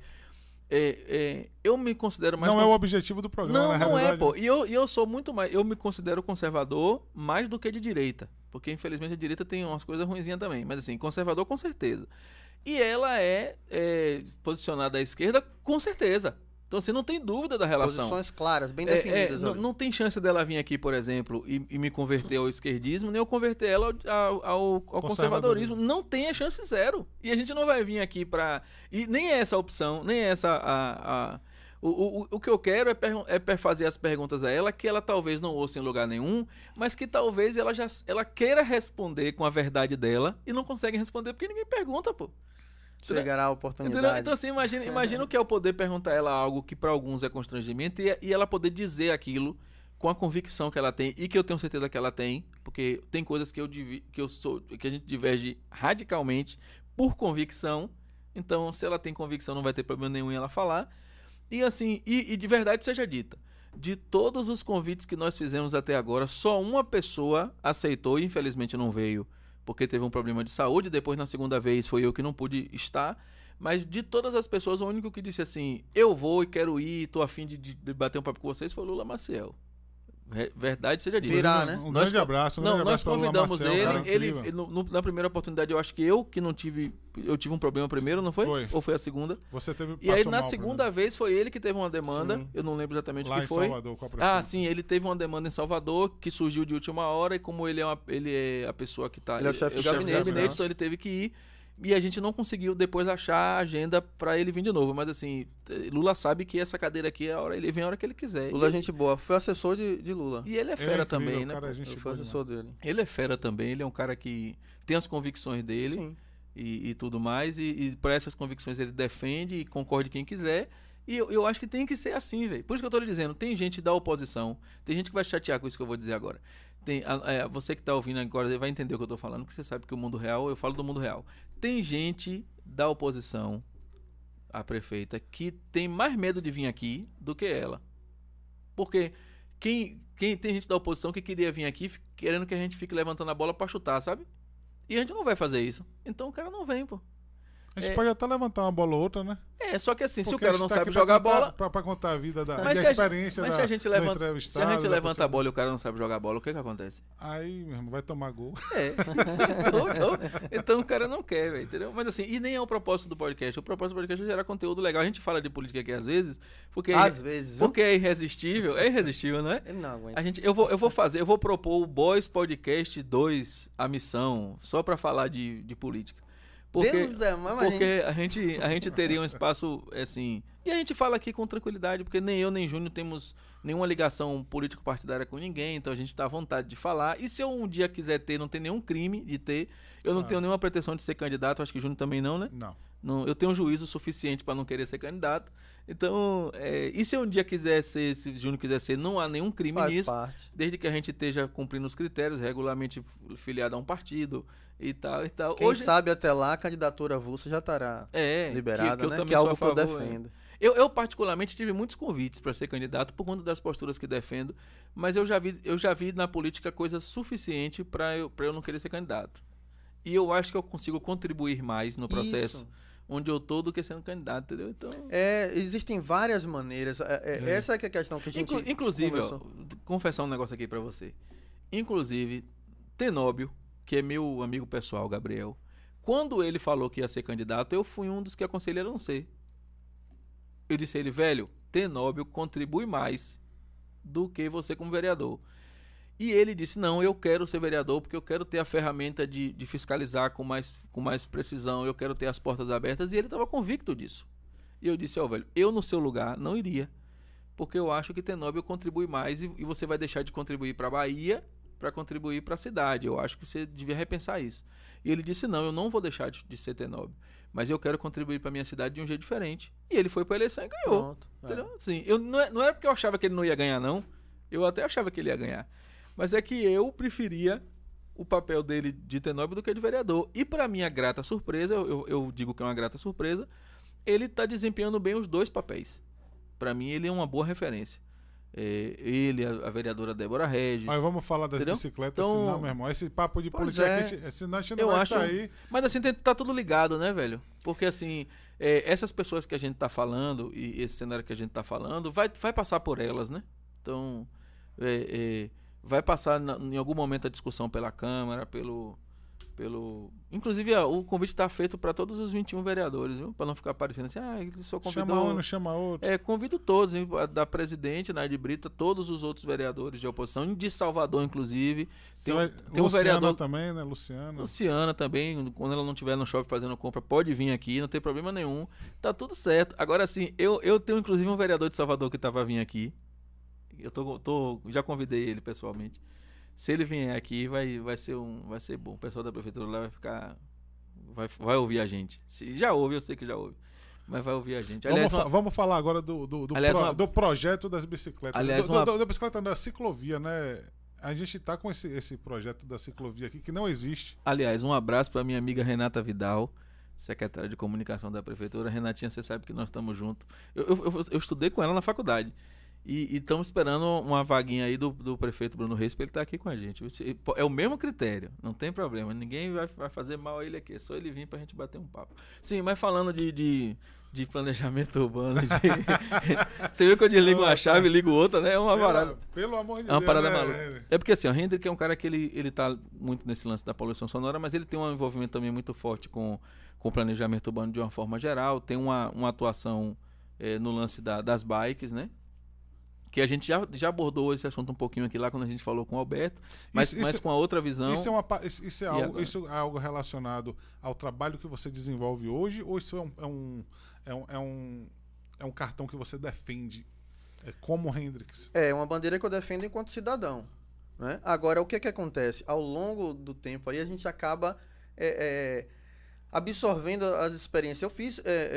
[SPEAKER 1] eu me considero mais...
[SPEAKER 2] Não é o objetivo do programa, na
[SPEAKER 1] Não
[SPEAKER 2] realidade.
[SPEAKER 1] é, pô. E eu sou muito mais... Eu me considero conservador mais do que de direita. Porque, infelizmente, a direita tem umas coisas ruinzinhas também. Mas, assim, conservador com certeza. E ela é posicionada à esquerda com certeza. Então, assim, não tem dúvida da relação.
[SPEAKER 3] Posições claras, bem definidas. olha.
[SPEAKER 1] Não tem chance dela vir aqui, por exemplo, e me converter ao esquerdismo, nem eu converter ela ao conservadorismo. Não tem a chance zero. E a gente não vai vir aqui para... E nem é essa a opção, nem é essa o que eu quero é fazer as perguntas a ela que ela talvez não ouça em lugar nenhum, mas que talvez ela queira responder com a verdade dela e não consegue responder porque ninguém pergunta, pô.
[SPEAKER 3] Chegará a oportunidade.
[SPEAKER 1] Entendeu? Então, assim, imagina o que é eu poder perguntar a ela algo que para alguns é constrangimento e ela poder dizer aquilo com a convicção que ela tem e que eu tenho certeza que ela tem, porque tem coisas que a gente diverge radicalmente por convicção. Então, se ela tem convicção, não vai ter problema nenhum em ela falar. E assim, e de verdade seja dita, de todos os convites que nós fizemos até agora, só uma pessoa aceitou e infelizmente não veio, porque teve um problema de saúde. Depois, na segunda vez, foi eu que não pude estar. Mas de todas as pessoas, o único que disse assim, eu vou e quero ir, tô a fim de bater um papo com vocês, foi o Lula Maciel. Verdade seja dita.
[SPEAKER 3] Virá, né?
[SPEAKER 2] Um grande abraço.
[SPEAKER 1] Nós convidamos
[SPEAKER 2] Marcel,
[SPEAKER 1] ele na primeira oportunidade, eu acho que eu tive um problema primeiro, não foi?
[SPEAKER 2] Foi.
[SPEAKER 1] Ou foi a segunda?
[SPEAKER 2] Você teve,
[SPEAKER 1] E aí,
[SPEAKER 2] passou
[SPEAKER 1] na
[SPEAKER 2] mal
[SPEAKER 1] segunda vez, foi ele que teve uma demanda.
[SPEAKER 3] Sim.
[SPEAKER 1] Eu não lembro exatamente o
[SPEAKER 2] lá
[SPEAKER 1] que
[SPEAKER 2] em
[SPEAKER 1] foi.
[SPEAKER 2] Salvador, com a prefeita.
[SPEAKER 1] Sim, ele teve uma demanda em Salvador que surgiu de última hora. E como ele é a pessoa que tá...
[SPEAKER 3] Ele é o chefe de
[SPEAKER 1] do
[SPEAKER 3] gabinete, né?
[SPEAKER 1] então ele teve que ir. E a gente não conseguiu depois achar a agenda pra ele vir de novo. Mas assim, Lula sabe que essa cadeira aqui, ele vem a hora que ele quiser.
[SPEAKER 3] Lula é gente boa. Fui assessor de Lula.
[SPEAKER 1] E ele é
[SPEAKER 2] Ele
[SPEAKER 1] fera
[SPEAKER 2] incrível,
[SPEAKER 1] também, né?
[SPEAKER 2] cara,
[SPEAKER 1] pô?
[SPEAKER 2] gente
[SPEAKER 3] Eu fui
[SPEAKER 2] boa
[SPEAKER 3] assessor dele.
[SPEAKER 1] Ele é fera também. Ele é um cara que tem as convicções dele.
[SPEAKER 3] Sim.
[SPEAKER 1] E tudo mais, e por essas convicções ele defende e concorde quem quiser, e eu acho que tem que ser assim, velho. Por isso que eu tô lhe dizendo, tem gente da oposição, tem gente que vai chatear com isso que eu vou dizer agora. Você que tá ouvindo agora vai entender o que eu tô falando, porque você sabe que o mundo real, eu falo do mundo real. Tem gente da oposição, a prefeita, que tem mais medo de vir aqui do que ela. Porque Tem gente da oposição que queria vir aqui querendo que a gente fique levantando a bola pra chutar, sabe? E a gente não vai fazer isso. Então o cara não vem, pô.
[SPEAKER 2] A gente pode até levantar uma bola ou outra, né?
[SPEAKER 1] Só que assim, se o
[SPEAKER 2] Porque
[SPEAKER 1] cara
[SPEAKER 2] a
[SPEAKER 1] não
[SPEAKER 2] gente tá
[SPEAKER 1] sabe
[SPEAKER 2] aqui pra
[SPEAKER 1] jogar
[SPEAKER 2] contar-
[SPEAKER 1] bola...
[SPEAKER 2] Pra contar a vida da
[SPEAKER 1] Mas
[SPEAKER 2] e
[SPEAKER 1] se
[SPEAKER 2] a
[SPEAKER 1] a
[SPEAKER 2] experiência
[SPEAKER 1] Mas
[SPEAKER 2] da,
[SPEAKER 1] se a gente
[SPEAKER 2] do
[SPEAKER 1] levanta,
[SPEAKER 2] entrevistado,
[SPEAKER 1] se a gente
[SPEAKER 2] da
[SPEAKER 1] levanta
[SPEAKER 2] pessoa-
[SPEAKER 1] a bola e o cara não sabe jogar bola, o que acontece?
[SPEAKER 2] Aí, meu irmão, vai tomar gol.
[SPEAKER 1] Então o cara não quer, velho, entendeu? Mas assim, e nem é o propósito do podcast. O propósito do podcast é gerar conteúdo legal. A gente fala de política aqui às vezes, porque,
[SPEAKER 3] Às vezes, viu?
[SPEAKER 1] porque é irresistível. É irresistível, não é?
[SPEAKER 3] Ele não aguenta.
[SPEAKER 1] Eu vou propor o Boys Podcast 2, a missão, só pra falar de política.
[SPEAKER 3] Deus é, mas
[SPEAKER 1] Porque a gente teria um espaço, assim... E a gente fala aqui com tranquilidade, porque nem eu nem Júnior temos nenhuma ligação político-partidária com ninguém, então a gente tá à vontade de falar. E se eu um dia quiser ter, não tem nenhum crime de ter, eu não tenho nenhuma pretensão de ser candidato, acho que Júnior também não, né?
[SPEAKER 2] Não.
[SPEAKER 1] Eu tenho um juízo suficiente para não querer ser candidato. Então, e se eu um dia quiser ser, se Júnior quiser ser, não há nenhum crime
[SPEAKER 3] faz
[SPEAKER 1] nisso,
[SPEAKER 3] parte.
[SPEAKER 1] desde que a gente esteja cumprindo os critérios, regularmente filiado a um partido e tal e tal.
[SPEAKER 3] Quem sabe até lá a candidatura avulsa já estará liberada,
[SPEAKER 1] que eu
[SPEAKER 3] né?
[SPEAKER 1] também
[SPEAKER 3] Que é algo
[SPEAKER 1] sou a
[SPEAKER 3] que eu
[SPEAKER 1] favor,
[SPEAKER 3] defendo.
[SPEAKER 1] Eu particularmente tive muitos convites para ser candidato por conta das posturas que defendo, mas eu já vi na política coisa suficiente para eu não querer ser candidato. E eu acho que eu consigo contribuir mais no processo
[SPEAKER 3] Isso.
[SPEAKER 1] onde eu tô do que sendo candidato, entendeu? Então,
[SPEAKER 3] Existem várias maneiras. Essa é que é a questão que a gente
[SPEAKER 1] inclusive, ó,
[SPEAKER 3] conversou.
[SPEAKER 1] confessar um negócio aqui para você. Inclusive, Tenóbio, que é meu amigo pessoal, Gabriel, quando ele falou que ia ser candidato, eu fui um dos que aconselhei a não ser. Eu disse a ele, velho, Tenóbio contribui mais do que você como vereador. E ele disse, não, eu quero ser vereador porque eu quero ter a ferramenta de fiscalizar com mais precisão, eu quero ter as portas abertas, e ele estava convicto disso. E eu disse, velho, eu no seu lugar não iria, porque eu acho que Tenóbio contribui mais e você vai deixar de contribuir para a Bahia para contribuir para a cidade. Eu acho que você devia repensar isso. E ele disse, não, eu não vou deixar de ser Tenóbio, mas eu quero contribuir para minha cidade de um jeito diferente. E ele foi para a eleição e ganhou.
[SPEAKER 3] Pronto,
[SPEAKER 1] entendeu? Assim, não era porque eu achava que ele não ia ganhar, não. Eu até achava que ele ia ganhar. Mas é que eu preferia o papel dele de Tenóbio do que de vereador. E para minha grata surpresa, eu digo que é uma grata surpresa, ele está desempenhando bem os dois papéis. Para mim, ele é uma boa referência. Ele, a vereadora Débora Regis.
[SPEAKER 2] Mas vamos falar das
[SPEAKER 1] entendeu?
[SPEAKER 2] bicicletas,
[SPEAKER 1] Então,
[SPEAKER 2] senão, meu irmão, esse papo de
[SPEAKER 3] pois
[SPEAKER 2] política, senão a gente não vai sair.
[SPEAKER 1] Mas assim, tá tudo ligado, né, velho? Porque assim, essas pessoas que a gente tá falando, e esse cenário que a gente tá falando, vai passar por elas, né? Então, vai passar em algum momento a discussão pela Câmara, inclusive o convite está feito para todos os 21 vereadores, viu? Para não ficar parecendo assim, ele só convidou...
[SPEAKER 2] Chama um, não chama outro.
[SPEAKER 1] Convido todos, hein? Da presidente, Naide Brita, todos os outros vereadores de oposição, de Salvador, inclusive. Tem um vereador
[SPEAKER 2] também, né?
[SPEAKER 1] Luciana também, quando ela não estiver no shopping fazendo compra, pode vir aqui, não tem problema nenhum. Tá tudo certo. Agora, assim, eu tenho inclusive um vereador de Salvador que estava vindo aqui. Eu já convidei ele pessoalmente. Se ele vier aqui, vai ser bom. O pessoal da prefeitura lá vai ouvir a gente. Se já ouve, eu sei que já ouve. Mas vai ouvir a gente. Aliás,
[SPEAKER 2] vamos falar agora do projeto das bicicletas.
[SPEAKER 1] Aliás,
[SPEAKER 2] da bicicleta da ciclovia, né? A gente tá com esse projeto da ciclovia aqui que não existe.
[SPEAKER 1] Aliás, um abraço para minha amiga Renata Vidal, secretária de comunicação da prefeitura. Renatinha, você sabe que nós estamos juntos. Eu estudei com ela na faculdade. E estamos esperando uma vaguinha aí do prefeito Bruno Reis para ele estar aqui com a gente. É o mesmo critério, não tem problema. Ninguém vai fazer mal a ele aqui, é só ele vir para a gente bater um papo. Sim, mas falando de planejamento urbano, você viu que eu desligo uma chave e ligo outra, né? É uma parada.
[SPEAKER 2] Pelo amor de
[SPEAKER 1] Deus. É uma parada
[SPEAKER 2] né?
[SPEAKER 1] maluca. É porque assim, o Hendrick é um cara que ele tá muito nesse lance da poluição sonora, mas ele tem um envolvimento também muito forte com planejamento urbano de uma forma geral. Tem uma atuação no lance das bikes, né? Que a gente já abordou esse assunto um pouquinho aqui lá quando a gente falou com o Alberto, mas com a outra visão.
[SPEAKER 2] Isso é algo relacionado ao trabalho que você desenvolve hoje, ou isso é um cartão que você defende como Hendrix?
[SPEAKER 3] É uma bandeira que eu defendo enquanto cidadão, né? Agora, o que acontece? Ao longo do tempo aí, a gente acaba absorvendo as experiências. Eu fiz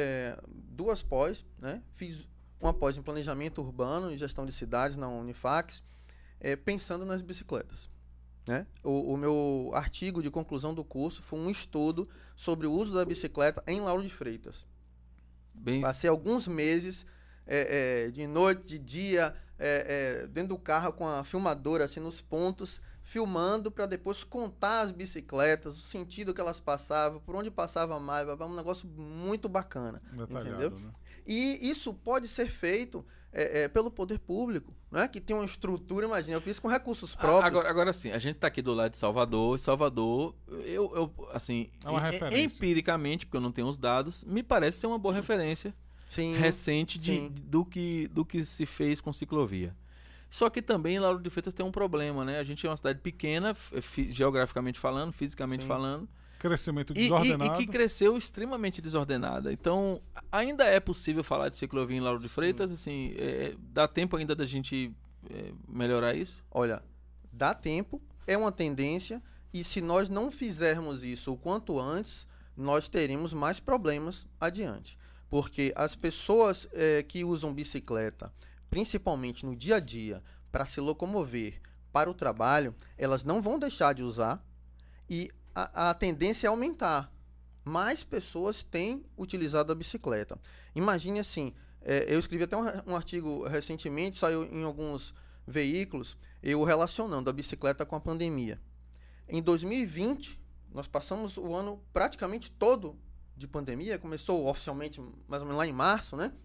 [SPEAKER 3] 2 pós, né? Fiz uma pós em planejamento urbano e gestão de cidades na Unifax, pensando nas bicicletas, né? O meu artigo de conclusão do curso foi um estudo sobre o uso da bicicleta em Lauro de Freitas. Passei alguns meses de noite, de dia, dentro do carro com a filmadora assim nos pontos, filmando para depois contar as bicicletas, o sentido que elas passavam, por onde passava mais, um negócio muito bacana,
[SPEAKER 2] Detalhado,
[SPEAKER 3] entendeu?
[SPEAKER 2] né?
[SPEAKER 3] E isso pode ser feito pelo poder público, né? Que tem uma estrutura, imagina, eu fiz com recursos próprios.
[SPEAKER 1] Agora sim, a gente tá aqui do lado de Salvador, e Salvador, eu assim,
[SPEAKER 2] É uma referência.
[SPEAKER 1] empiricamente, porque eu não tenho os dados, me parece ser uma boa referência
[SPEAKER 3] Sim,
[SPEAKER 1] recente
[SPEAKER 3] sim.
[SPEAKER 1] do que se fez com ciclovia. Só que também Lauro de Freitas tem um problema, né? A gente é uma cidade pequena, geograficamente falando, fisicamente
[SPEAKER 3] Sim.
[SPEAKER 1] falando,
[SPEAKER 2] Crescimento
[SPEAKER 1] e
[SPEAKER 2] desordenado.
[SPEAKER 1] que cresceu extremamente desordenada. Então, ainda é possível falar de ciclovia em Lauro de Freitas, assim, dá tempo ainda da gente melhorar isso?
[SPEAKER 3] Olha, dá tempo, é uma tendência, e se nós não fizermos isso o quanto antes, nós teremos mais problemas adiante. Porque as pessoas que usam bicicleta, principalmente no dia a dia, para se locomover para o trabalho, elas não vão deixar de usar, e a tendência é aumentar. Mais pessoas têm utilizado a bicicleta. Imagine assim, eu escrevi até um artigo recentemente, saiu em alguns veículos, eu relacionando a bicicleta com a pandemia. Em 2020, nós passamos o ano praticamente todo de pandemia, começou oficialmente mais ou menos lá em março, né?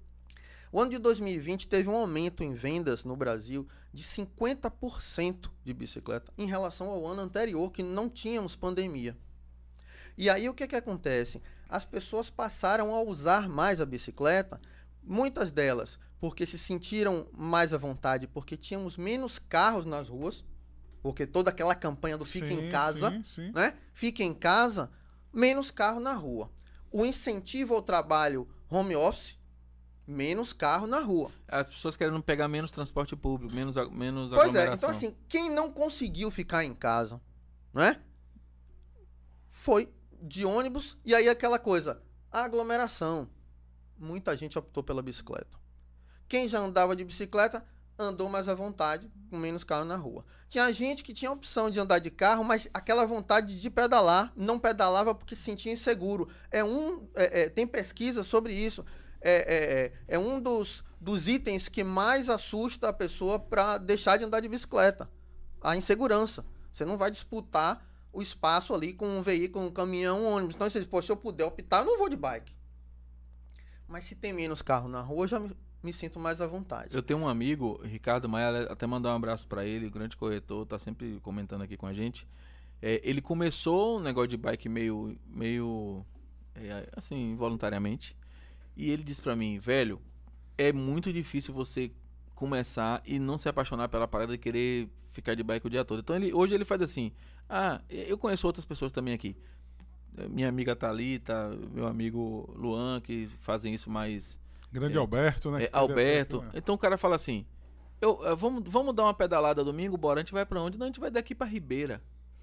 [SPEAKER 3] O ano de 2020 teve um aumento em vendas no Brasil de 50% de bicicleta em relação ao ano anterior, que não tínhamos pandemia. E aí o que acontece? As pessoas passaram a usar mais a bicicleta, muitas delas porque se sentiram mais à vontade, porque tínhamos menos carros nas ruas, porque toda aquela campanha do fica em casa,
[SPEAKER 2] sim.
[SPEAKER 3] né? Fica em casa, menos carro na rua. O incentivo ao trabalho home office, menos carro na rua.
[SPEAKER 1] As pessoas querendo pegar menos transporte público, menos
[SPEAKER 3] Pois
[SPEAKER 1] aglomeração.
[SPEAKER 3] então assim, quem não conseguiu ficar em casa, né? Foi de ônibus, e aí aquela coisa, a aglomeração. Muita gente optou pela bicicleta. Quem já andava de bicicleta, andou mais à vontade, com menos carro na rua. Tinha gente que tinha a opção de andar de carro, mas aquela vontade de pedalar, não pedalava porque se sentia inseguro. Tem pesquisa sobre isso. É um dos itens que mais assusta a pessoa para deixar de andar de bicicleta. A insegurança. Você não vai disputar o espaço ali com um veículo, um caminhão, um ônibus. Então, você diz, pô, se eu puder optar, eu não vou de bike. Mas se tem menos carro na rua, eu já me sinto mais à vontade.
[SPEAKER 1] Eu tenho um amigo, Ricardo Maia, até mandar um abraço para ele, o grande corretor, tá sempre comentando aqui com a gente. Ele começou um negócio de bike meio assim, voluntariamente. E ele disse para mim, velho, é muito difícil você começar e não se apaixonar pela parada e querer ficar de bike o dia todo. Então hoje ele faz assim, eu conheço outras pessoas também aqui. Minha amiga Thalita, meu amigo Luan, que fazem isso mais...
[SPEAKER 2] Grande Alberto, né?
[SPEAKER 1] Alberto. Então o cara fala assim, vamos dar uma pedalada domingo, bora, a gente vai pra onde? Não, a gente vai daqui pra Ribeira.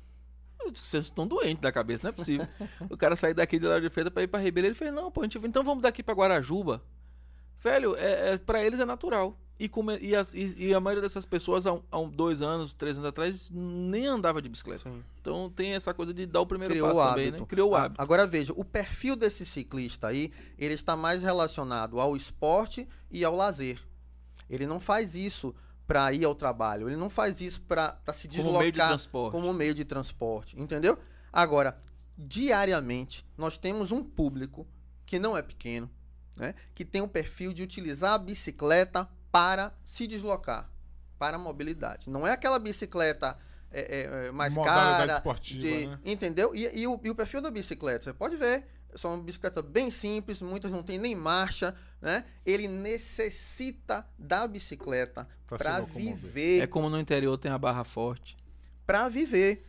[SPEAKER 1] Vocês estão doentes da cabeça, não é possível. O cara sair daqui de Lauro de Freitas pra ir pra Ribeira, ele fez, não, pô, então vamos daqui pra Guarajuba. Velho, pra eles é natural. E a maioria dessas pessoas, há 2 anos, 3 anos atrás, nem andava de bicicleta.
[SPEAKER 3] Sim.
[SPEAKER 1] Então tem essa coisa de dar o primeiro
[SPEAKER 3] Criou
[SPEAKER 1] passo
[SPEAKER 3] o
[SPEAKER 1] também,
[SPEAKER 3] hábito.
[SPEAKER 1] né? Criou o hábito.
[SPEAKER 3] Agora veja, o perfil desse ciclista aí, ele está mais relacionado ao esporte e ao lazer. Ele não faz isso para ir ao trabalho, ele não faz isso para se deslocar como meio de transporte, entendeu? Agora, diariamente, nós temos um público que não é pequeno, né? Que tem o perfil de utilizar a bicicleta para se deslocar, para a mobilidade. Não é aquela bicicleta mais cara,
[SPEAKER 2] esportiva, né?
[SPEAKER 3] Entendeu? E o perfil da bicicleta, você pode ver, são bicicletas bem simples, muitas não tem nem marcha, né? Ele necessita da bicicleta para viver.
[SPEAKER 1] É como no interior tem a barra forte.
[SPEAKER 3] Para viver.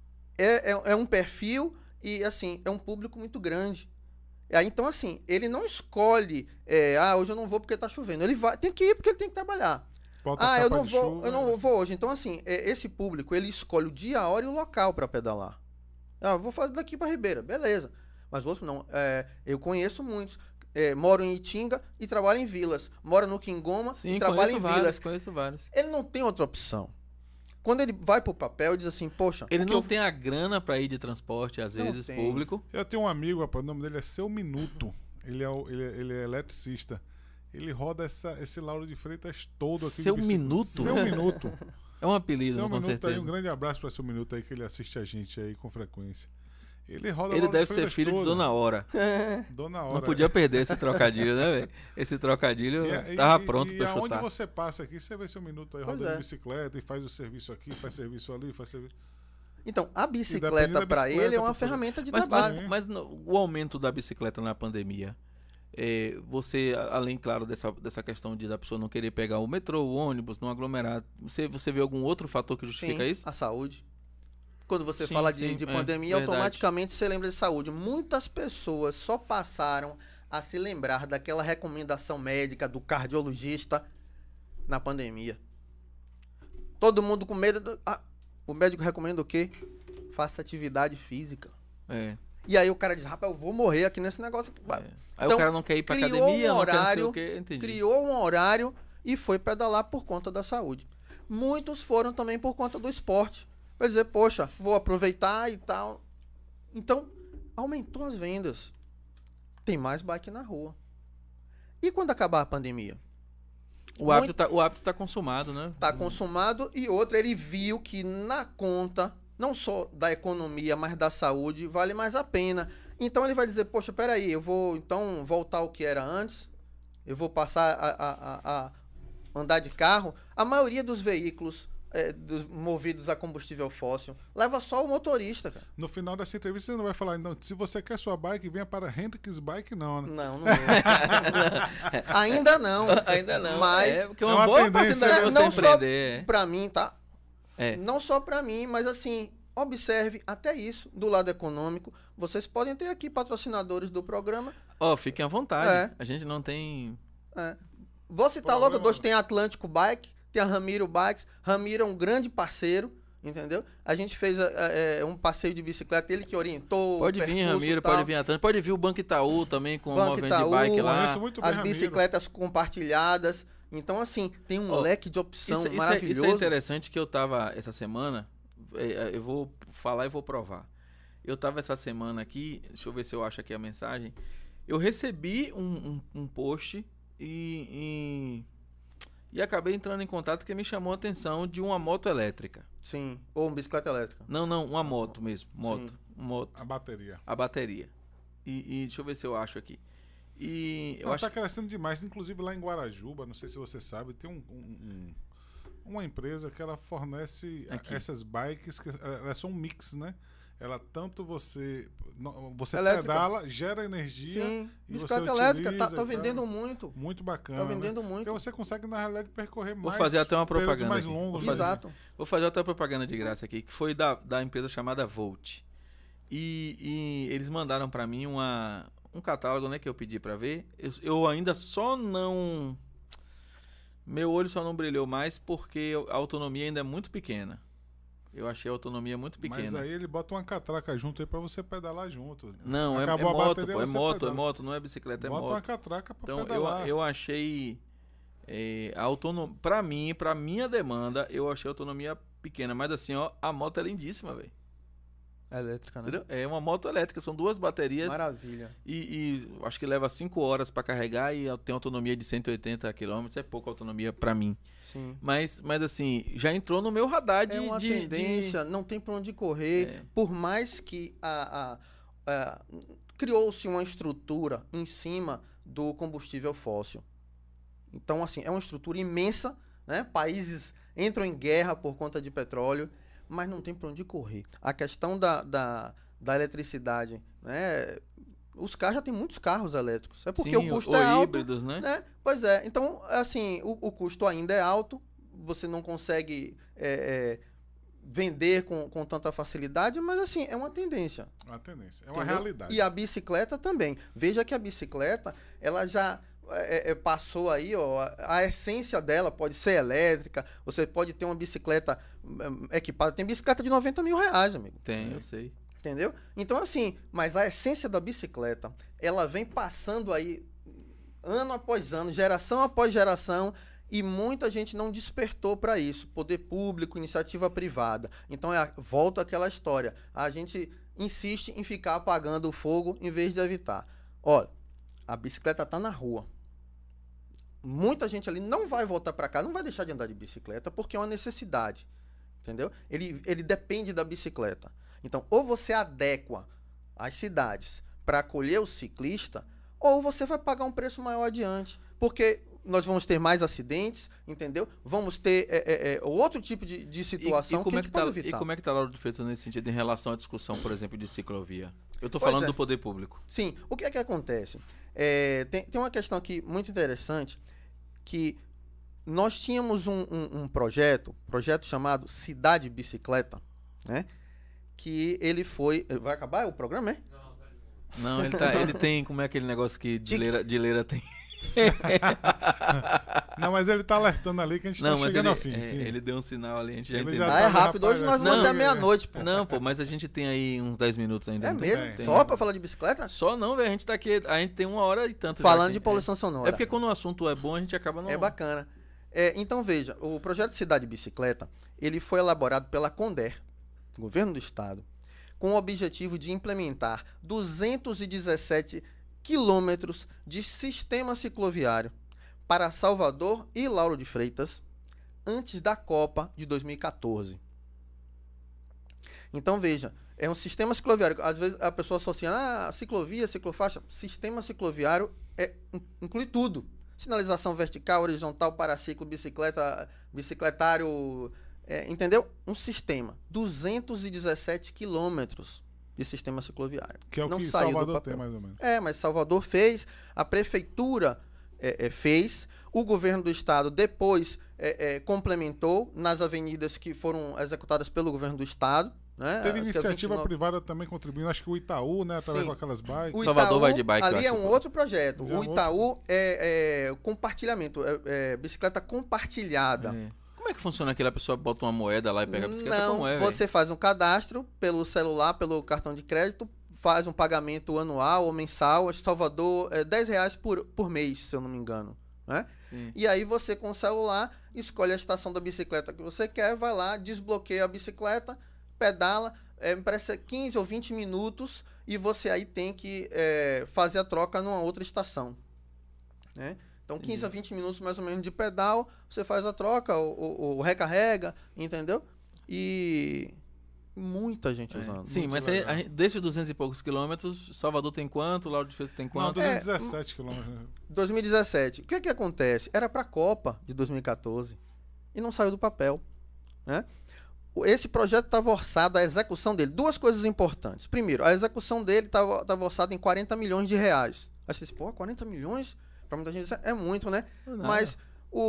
[SPEAKER 3] É um perfil e, assim, é um público muito grande. Então, assim, ele não escolhe, hoje eu não vou porque tá chovendo. Ele tem que ir porque ele tem que trabalhar. Eu não vou hoje. Então, assim, esse público, ele escolhe o dia, a hora e o local para pedalar. Vou fazer daqui para Ribeira, beleza. Mas outro não. Eu conheço muitos. Moro em Itinga e trabalho em vilas. Moro no Quingoma e trabalho em vilas.
[SPEAKER 1] Conheço vários.
[SPEAKER 3] Ele não tem outra opção. Quando ele vai pro papel, ele diz assim, poxa...
[SPEAKER 1] Ele não tem a grana para ir de transporte, às vezes, público.
[SPEAKER 2] Eu tenho um amigo, rapaz, o nome dele é Seu Minuto. Ele é eletricista. Ele roda esse Lauro de Freitas todo aqui.
[SPEAKER 1] Seu
[SPEAKER 2] de bicicleta.
[SPEAKER 1] Minuto?
[SPEAKER 2] Seu Minuto.
[SPEAKER 1] É um apelido,
[SPEAKER 2] Seu
[SPEAKER 1] com
[SPEAKER 2] Minuto
[SPEAKER 1] certeza.
[SPEAKER 2] aí, um grande abraço para Seu Minuto aí, que ele assiste a gente aí com frequência. Ele roda
[SPEAKER 1] Ele
[SPEAKER 2] Lauro de
[SPEAKER 1] deve ser
[SPEAKER 2] Freitas
[SPEAKER 1] filho de
[SPEAKER 2] toda.
[SPEAKER 1] Dona Hora.
[SPEAKER 2] Dona Hora.
[SPEAKER 1] Não podia perder esse trocadilho, né, velho? Esse trocadilho tava pronto pra
[SPEAKER 2] aonde
[SPEAKER 1] chutar.
[SPEAKER 2] você passa aqui, você vê Seu Minuto aí
[SPEAKER 3] Pois
[SPEAKER 2] rodando
[SPEAKER 3] é.
[SPEAKER 2] bicicleta e faz o serviço aqui, faz serviço ali, faz serviço...
[SPEAKER 3] Então, a
[SPEAKER 2] dependendo
[SPEAKER 3] bicicleta
[SPEAKER 2] da
[SPEAKER 3] para
[SPEAKER 2] bicicleta,
[SPEAKER 3] ele é uma
[SPEAKER 2] pra poder-
[SPEAKER 3] ferramenta de
[SPEAKER 1] Mas,
[SPEAKER 3] trabalho.
[SPEAKER 1] o aumento da bicicleta na pandemia, você, além, claro, dessa questão da pessoa não querer pegar o metrô, o ônibus, não aglomerar, você vê algum outro fator que justifica
[SPEAKER 3] Sim,
[SPEAKER 1] isso?
[SPEAKER 3] a saúde. Quando você
[SPEAKER 1] Sim,
[SPEAKER 3] fala
[SPEAKER 1] sim,
[SPEAKER 3] de
[SPEAKER 1] é,
[SPEAKER 3] pandemia,
[SPEAKER 1] verdade.
[SPEAKER 3] automaticamente você lembra de saúde. Muitas pessoas só passaram a se lembrar daquela recomendação médica do cardiologista na pandemia. Todo mundo com medo. O médico recomenda o quê? Faça atividade física.
[SPEAKER 1] É.
[SPEAKER 3] E aí o cara diz, rapaz, eu vou morrer aqui nesse negócio.
[SPEAKER 1] Aí
[SPEAKER 3] Então,
[SPEAKER 1] o cara não quer ir pra
[SPEAKER 3] criou
[SPEAKER 1] academia,
[SPEAKER 3] um
[SPEAKER 1] não quer não sei
[SPEAKER 3] horário,
[SPEAKER 1] o quê, entendi.
[SPEAKER 3] criou um horário e foi pedalar por conta da saúde. Muitos foram também por conta do esporte. Vai dizer, poxa, vou aproveitar e tal. Então, aumentou as vendas. Tem mais bike na rua. E quando acabar a pandemia?
[SPEAKER 1] O hábito tá consumado, né?
[SPEAKER 3] Tá consumado e outra, ele viu que na conta, não só da economia, mas da saúde, vale mais a pena. Então ele vai dizer, poxa, peraí, eu vou então voltar ao que era antes, eu vou passar a andar de carro. A maioria dos veículos movidos a combustível fóssil leva só o motorista, cara.
[SPEAKER 2] No final dessa entrevista você não vai falar, não, se você quer sua bike, venha para Hendrix Bike, não, né?
[SPEAKER 3] Não vou. Ainda não.
[SPEAKER 1] Ainda não.
[SPEAKER 3] Mas
[SPEAKER 1] porque é
[SPEAKER 2] é
[SPEAKER 1] uma
[SPEAKER 2] uma
[SPEAKER 1] boa
[SPEAKER 2] tendência,
[SPEAKER 1] oportunidade de você
[SPEAKER 3] não só
[SPEAKER 1] empreender.
[SPEAKER 3] pra mim, tá?
[SPEAKER 1] É.
[SPEAKER 3] Não só pra mim, mas assim, observe até isso do lado econômico. Vocês podem ter aqui patrocinadores do programa.
[SPEAKER 1] Ó, fiquem à vontade.
[SPEAKER 3] É.
[SPEAKER 1] A gente não tem...
[SPEAKER 3] Vou citar
[SPEAKER 2] Problema
[SPEAKER 3] logo dois.
[SPEAKER 2] não.
[SPEAKER 3] Tem a Atlântico Bike, tem a Ramiro Bikes. Ramiro é um grande parceiro, entendeu? A gente fez um passeio de bicicleta, ele que orientou.
[SPEAKER 1] Pode
[SPEAKER 3] o
[SPEAKER 1] vir,
[SPEAKER 3] percurso e
[SPEAKER 1] Ramiro,
[SPEAKER 3] tal.
[SPEAKER 1] pode vir Atlântico. Pode vir o Banco Itaú também com o
[SPEAKER 3] Banco
[SPEAKER 1] movimento
[SPEAKER 3] Itaú,
[SPEAKER 1] de bike lá.
[SPEAKER 2] Conheço muito bem
[SPEAKER 3] As
[SPEAKER 2] Ramiro.
[SPEAKER 3] bicicletas compartilhadas. Então, assim, tem um
[SPEAKER 1] Ó,
[SPEAKER 3] leque de opção
[SPEAKER 1] Isso
[SPEAKER 3] maravilhoso.
[SPEAKER 1] é interessante que eu tava essa semana, eu vou falar e vou provar. Eu tava essa semana aqui, deixa eu ver se eu acho aqui a mensagem. Eu recebi um post e acabei entrando em contato que me chamou a atenção de uma moto elétrica.
[SPEAKER 3] Sim, ou uma bicicleta elétrica.
[SPEAKER 1] Não, uma moto mesmo. Moto.
[SPEAKER 3] Sim.
[SPEAKER 1] Moto.
[SPEAKER 2] A bateria.
[SPEAKER 1] A bateria. E deixa eu ver se eu acho aqui. E eu
[SPEAKER 2] Não,
[SPEAKER 1] acho
[SPEAKER 2] tá crescendo demais. Inclusive lá em Guarajuba, não sei se você sabe, tem uma empresa que ela fornece
[SPEAKER 1] Aqui.
[SPEAKER 2] essas bikes, que elas são um mix, né? Ela tanto você
[SPEAKER 3] Elétrica.
[SPEAKER 2] pedala, gera energia.
[SPEAKER 3] Sim,
[SPEAKER 2] e
[SPEAKER 3] bicicleta
[SPEAKER 2] você
[SPEAKER 3] elétrica,
[SPEAKER 2] utiliza
[SPEAKER 3] tá
[SPEAKER 2] e tal.
[SPEAKER 3] vendendo muito.
[SPEAKER 2] Muito bacana.
[SPEAKER 3] Tá vendendo
[SPEAKER 2] né?
[SPEAKER 3] muito.
[SPEAKER 2] Porque você consegue, na realidade, percorrer
[SPEAKER 1] Vou
[SPEAKER 2] mais.
[SPEAKER 1] fazer até uma
[SPEAKER 2] períodos
[SPEAKER 1] propaganda
[SPEAKER 2] mais
[SPEAKER 1] aqui.
[SPEAKER 2] longos.
[SPEAKER 1] Vou fazer.
[SPEAKER 2] né?
[SPEAKER 3] Exato.
[SPEAKER 1] Vou fazer outra propaganda de graça aqui, que foi da empresa chamada Volt. E eles mandaram pra mim um catálogo, né, que eu pedi pra ver. Eu ainda só não... Meu olho só não brilhou mais porque a autonomia ainda é muito pequena. Eu achei a autonomia muito
[SPEAKER 2] Mas
[SPEAKER 1] pequena.
[SPEAKER 2] aí ele bota uma catraca junto aí pra você pedalar junto.
[SPEAKER 1] Não, é
[SPEAKER 2] Acabou a
[SPEAKER 1] moto,
[SPEAKER 2] bateria,
[SPEAKER 1] pô, é
[SPEAKER 2] você
[SPEAKER 1] moto,
[SPEAKER 2] pedala.
[SPEAKER 1] não é bicicleta, é
[SPEAKER 2] Bota
[SPEAKER 1] moto.
[SPEAKER 2] uma catraca pra
[SPEAKER 1] Então
[SPEAKER 2] pedalar.
[SPEAKER 1] eu achei a autonomia, pra minha demanda, eu achei a autonomia pequena, mas assim, ó, a moto é lindíssima, velho.
[SPEAKER 3] Elétrica, né?
[SPEAKER 1] Entendeu? É uma moto elétrica, são duas baterias
[SPEAKER 3] Maravilha.
[SPEAKER 1] e acho que leva 5 horas pra carregar e tem autonomia de 180 km, é pouca autonomia pra mim.
[SPEAKER 3] Sim.
[SPEAKER 1] Mas assim, já entrou no meu radar
[SPEAKER 3] É uma tendência, não tem pra onde correr.
[SPEAKER 1] É.
[SPEAKER 3] Por mais que criou-se uma estrutura em cima do combustível fóssil. Então, assim, é uma estrutura imensa, né? Países entram em guerra por conta de petróleo, mas não tem para onde correr. A questão da eletricidade, né? Os carros já tem muitos carros elétricos. É porque
[SPEAKER 1] Sim,
[SPEAKER 3] o custo é alto,
[SPEAKER 1] híbridos, né?
[SPEAKER 3] Pois é. Então, assim, o custo ainda é alto. Você não consegue vender com tanta facilidade, mas assim, é uma tendência.
[SPEAKER 2] É uma tendência. É uma
[SPEAKER 3] Entendeu?
[SPEAKER 2] realidade.
[SPEAKER 3] E a bicicleta também. Veja que a bicicleta, ela já passou aí, ó, a essência dela pode ser elétrica, você pode ter uma bicicleta equipada. Tem bicicleta de 90 mil reais, amigo.
[SPEAKER 1] Tem, eu sei.
[SPEAKER 3] Entendeu? Então, assim, mas a essência da bicicleta, ela vem passando aí ano após ano, geração após geração, e muita gente não despertou para isso. Poder público, iniciativa privada. Então, volta àquela história. A gente insiste em ficar apagando o fogo em vez de evitar. Olha, a bicicleta tá na rua. muita gente ali não vai voltar para cá, não vai deixar de andar de bicicleta porque é uma necessidade, entendeu? Ele depende da bicicleta. Então, ou você adequa as cidades para acolher o ciclista, ou você vai pagar um preço maior adiante, porque nós vamos ter mais acidentes, entendeu? Vamos ter outro tipo de situação que a gente pode evitar.
[SPEAKER 1] E como é que está a Lauro de Freitas nesse sentido em relação à discussão, por exemplo, de ciclovia? Eu estou
[SPEAKER 3] Pois
[SPEAKER 1] falando
[SPEAKER 3] é.
[SPEAKER 1] do poder público.
[SPEAKER 3] Sim, o que é que acontece? Tem uma questão aqui muito interessante, que nós tínhamos um projeto chamado Cidade Bicicleta, né? Que ele foi... Vai acabar o programa, é?
[SPEAKER 1] Não, ele tem, como é aquele negócio que de leira tem?
[SPEAKER 2] Não, mas ele tá alertando ali que a gente tá chegando ao fim. Sim.
[SPEAKER 1] Ele deu um sinal ali, a gente já
[SPEAKER 2] Ele
[SPEAKER 1] entendeu.
[SPEAKER 2] já
[SPEAKER 3] É rápido, hoje nós vamos até
[SPEAKER 2] Não,
[SPEAKER 3] meia-noite, pô.
[SPEAKER 1] Não, pô, mas a gente tem aí uns 10 minutos ainda.
[SPEAKER 3] É
[SPEAKER 1] não
[SPEAKER 3] mesmo?
[SPEAKER 1] tem?
[SPEAKER 3] Só pra falar de bicicleta?
[SPEAKER 1] Só não, velho, a gente tá aqui, a gente tem 1 hora e tanto.
[SPEAKER 3] Falando
[SPEAKER 1] já
[SPEAKER 3] de
[SPEAKER 1] aqui.
[SPEAKER 3] poluição sonora.
[SPEAKER 1] É porque quando o assunto é bom, a gente acaba não...
[SPEAKER 3] É bacana. Então, veja, o projeto Cidade Bicicleta, ele foi elaborado pela Conder, governo do estado, com o objetivo de implementar 217 quilômetros de sistema cicloviário para Salvador e Lauro de Freitas antes da Copa de 2014. Então, veja, é um sistema cicloviário. Às vezes a pessoa associa, ciclovia, ciclofaixa. Sistema cicloviário inclui tudo. Sinalização vertical, horizontal, paraciclo, bicicleta, bicicletário, entendeu? Um sistema. 217 quilômetros de sistema cicloviário.
[SPEAKER 2] Que é o
[SPEAKER 3] não
[SPEAKER 2] que
[SPEAKER 3] saiu do
[SPEAKER 2] Salvador
[SPEAKER 3] papel.
[SPEAKER 2] tem, mais ou menos.
[SPEAKER 3] Mas Salvador fez, a prefeitura fez, o governo do estado depois complementou nas avenidas que foram executadas pelo governo do estado. Né?
[SPEAKER 2] Teve
[SPEAKER 3] Acho que
[SPEAKER 2] iniciativa
[SPEAKER 3] 29.
[SPEAKER 2] privada também contribuindo, acho que o Itaú, né? Através
[SPEAKER 3] Sim.
[SPEAKER 2] com aquelas bikes.
[SPEAKER 3] O
[SPEAKER 1] Salvador
[SPEAKER 3] Itaú,
[SPEAKER 1] vai de bike, eu
[SPEAKER 3] ali é
[SPEAKER 1] acho.
[SPEAKER 3] um outro projeto.
[SPEAKER 2] Já é
[SPEAKER 3] O
[SPEAKER 2] um
[SPEAKER 3] Itaú é compartilhamento, bicicleta compartilhada.
[SPEAKER 1] É. Como é que funciona aquilo? A pessoa bota uma moeda lá e pega a bicicleta?
[SPEAKER 3] Não,
[SPEAKER 1] Como é, velho?
[SPEAKER 3] você faz um cadastro pelo celular, pelo cartão de crédito, faz um pagamento anual ou mensal. Acho que Salvador é R$10 por mês, se eu não me engano. Né?
[SPEAKER 1] Sim.
[SPEAKER 3] E aí você, com o celular, escolhe a estação da bicicleta que você quer, vai lá, desbloqueia a bicicleta, pedala, me parece 15 ou 20 minutos, e você aí tem que fazer a troca numa outra estação. Né? Então, 15 a 20 minutos mais ou menos de pedal, você faz a troca, ou recarrega, entendeu? E muita gente usando.
[SPEAKER 1] Sim,
[SPEAKER 2] Muito
[SPEAKER 1] mas
[SPEAKER 2] legal.
[SPEAKER 1] desses 200 e poucos quilômetros, Salvador tem quanto? Lauro de Freitas tem
[SPEAKER 2] Não,
[SPEAKER 1] quanto?
[SPEAKER 2] 217 quilômetros.
[SPEAKER 3] 2017. O que é que acontece? Era para a Copa de 2014 e não saiu do papel. Né? Esse projeto estava orçado, a execução dele. Duas coisas importantes. Primeiro, a execução dele estava orçada em R$40 milhões. Aí você diz, 40 milhões? Para muita gente é muito, né? Mas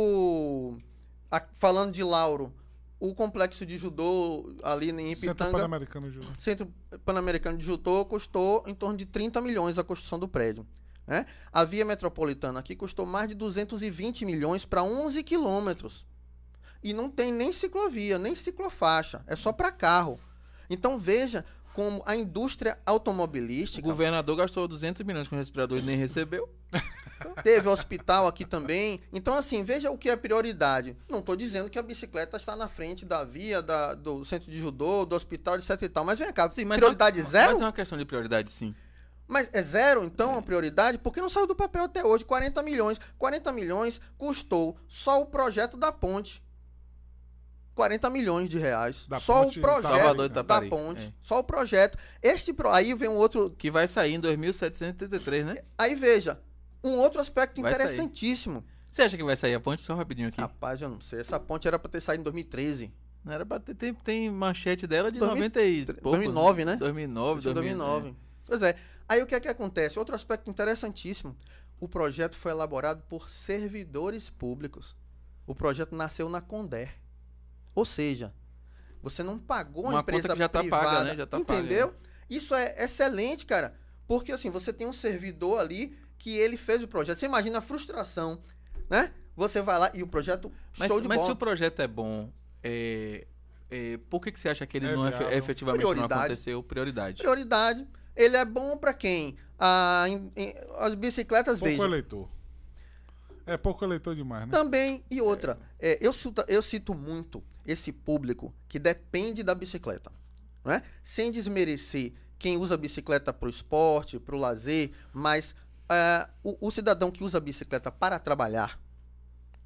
[SPEAKER 3] falando de Lauro, o complexo de judô ali em
[SPEAKER 2] Centro
[SPEAKER 3] Ipitanga,
[SPEAKER 2] Pan-Americano de Judô.
[SPEAKER 3] Centro Pan-Americano de Judô, custou em torno de 30 milhões a construção do prédio. Né? A via metropolitana aqui custou mais de 220 milhões para 11 quilômetros. E não tem nem ciclovia, nem ciclofaixa. É só para carro. Então veja como a indústria
[SPEAKER 1] O
[SPEAKER 3] automobilística...
[SPEAKER 1] governador gastou 200 milhões com respirador e nem recebeu.
[SPEAKER 3] Teve hospital aqui também. Então, assim, veja o que é prioridade. Não estou dizendo que a bicicleta está na frente da via, do centro de judô, do hospital, etc e tal. Mas vem cá,
[SPEAKER 1] Sim, mas
[SPEAKER 3] prioridade zero?
[SPEAKER 1] Mas é uma questão de prioridade, sim.
[SPEAKER 3] Mas é zero, então, a prioridade? Porque não saiu do papel até hoje. 40 milhões. 40 milhões custou só o projeto da ponte. 40 milhões de reais.
[SPEAKER 2] Da
[SPEAKER 3] Só
[SPEAKER 2] ponte
[SPEAKER 3] o projeto
[SPEAKER 1] Salvador e
[SPEAKER 3] da
[SPEAKER 1] Itaparica.
[SPEAKER 3] ponte. Só o projeto. Aí vem um outro...
[SPEAKER 1] Que vai sair em 2783, né?
[SPEAKER 3] Aí veja, um outro aspecto
[SPEAKER 1] Vai sair.
[SPEAKER 3] interessantíssimo.
[SPEAKER 1] Você acha que vai sair a ponte? Só rapidinho aqui.
[SPEAKER 3] Rapaz, eu não sei. Essa ponte era para ter saído em 2013.
[SPEAKER 1] Não era pra ter, tem manchete dela de
[SPEAKER 3] 2000,
[SPEAKER 1] 90 e pouco.
[SPEAKER 3] 2009, né?
[SPEAKER 1] 2009,
[SPEAKER 3] Isso em 2009. Pois é. Aí o que é que acontece? Outro aspecto interessantíssimo. O projeto foi elaborado por servidores públicos. O projeto nasceu na Conder. Ou seja, você não pagou
[SPEAKER 1] Uma
[SPEAKER 3] empresa
[SPEAKER 1] conta que já tá
[SPEAKER 3] privada.
[SPEAKER 1] paga, né? Já tá
[SPEAKER 3] entendeu?
[SPEAKER 1] paga.
[SPEAKER 3] Isso é excelente, cara. Porque assim, você tem um servidor ali que ele fez o projeto. Você imagina a frustração, né? Você vai lá e o projeto show de
[SPEAKER 1] Mas se
[SPEAKER 3] bola.
[SPEAKER 1] o projeto é bom, por que você acha que ele
[SPEAKER 2] É
[SPEAKER 1] não
[SPEAKER 2] viável.
[SPEAKER 1] efetivamente não
[SPEAKER 3] Prioridade.
[SPEAKER 1] aconteceu? Prioridade.
[SPEAKER 3] Prioridade. Ele é bom para quem? As bicicletas,
[SPEAKER 2] Pouco
[SPEAKER 3] veja.
[SPEAKER 2] eleitor. É pouco eleitor demais, né?
[SPEAKER 3] Também, e outra, eu cito muito esse público que depende da bicicleta, né? Sem desmerecer quem usa a bicicleta para o esporte, para o lazer, mas o cidadão que usa a bicicleta para trabalhar,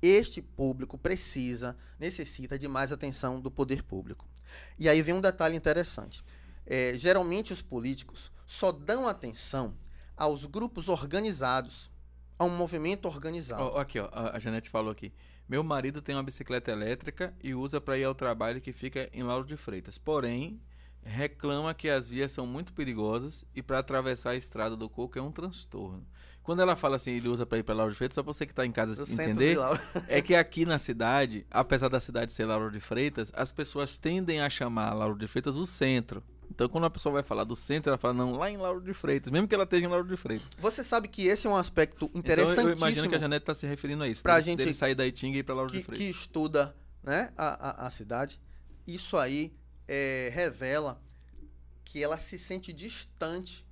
[SPEAKER 3] Este público necessita de mais atenção do poder público. E aí vem um detalhe interessante. Geralmente os políticos só dão atenção aos grupos organizados, a um movimento organizado.
[SPEAKER 1] Aqui, a Janete falou aqui. Meu marido tem uma bicicleta elétrica e usa para ir ao trabalho que fica em Lauro de Freitas. Porém, reclama que as vias são muito perigosas e para atravessar a estrada do Coco é um transtorno. Quando ela fala assim, ele usa para ir para Lauro de Freitas, só para você que está em casa entender, é que aqui na cidade, apesar da cidade ser Lauro de Freitas, as pessoas tendem a chamar Lauro de Freitas o centro. Então, quando a pessoa vai falar do centro, ela fala, não, lá em Lauro de Freitas, mesmo que ela esteja em Lauro de Freitas.
[SPEAKER 3] Você sabe que esse é um aspecto interessantíssimo.
[SPEAKER 1] Então, eu imagino que a Janete está se referindo a isso,
[SPEAKER 3] pra
[SPEAKER 1] gente dele sair da Itinga e ir para Lauro de Freitas.
[SPEAKER 3] Que estuda, né, a cidade, isso aí revela que ela se sente distante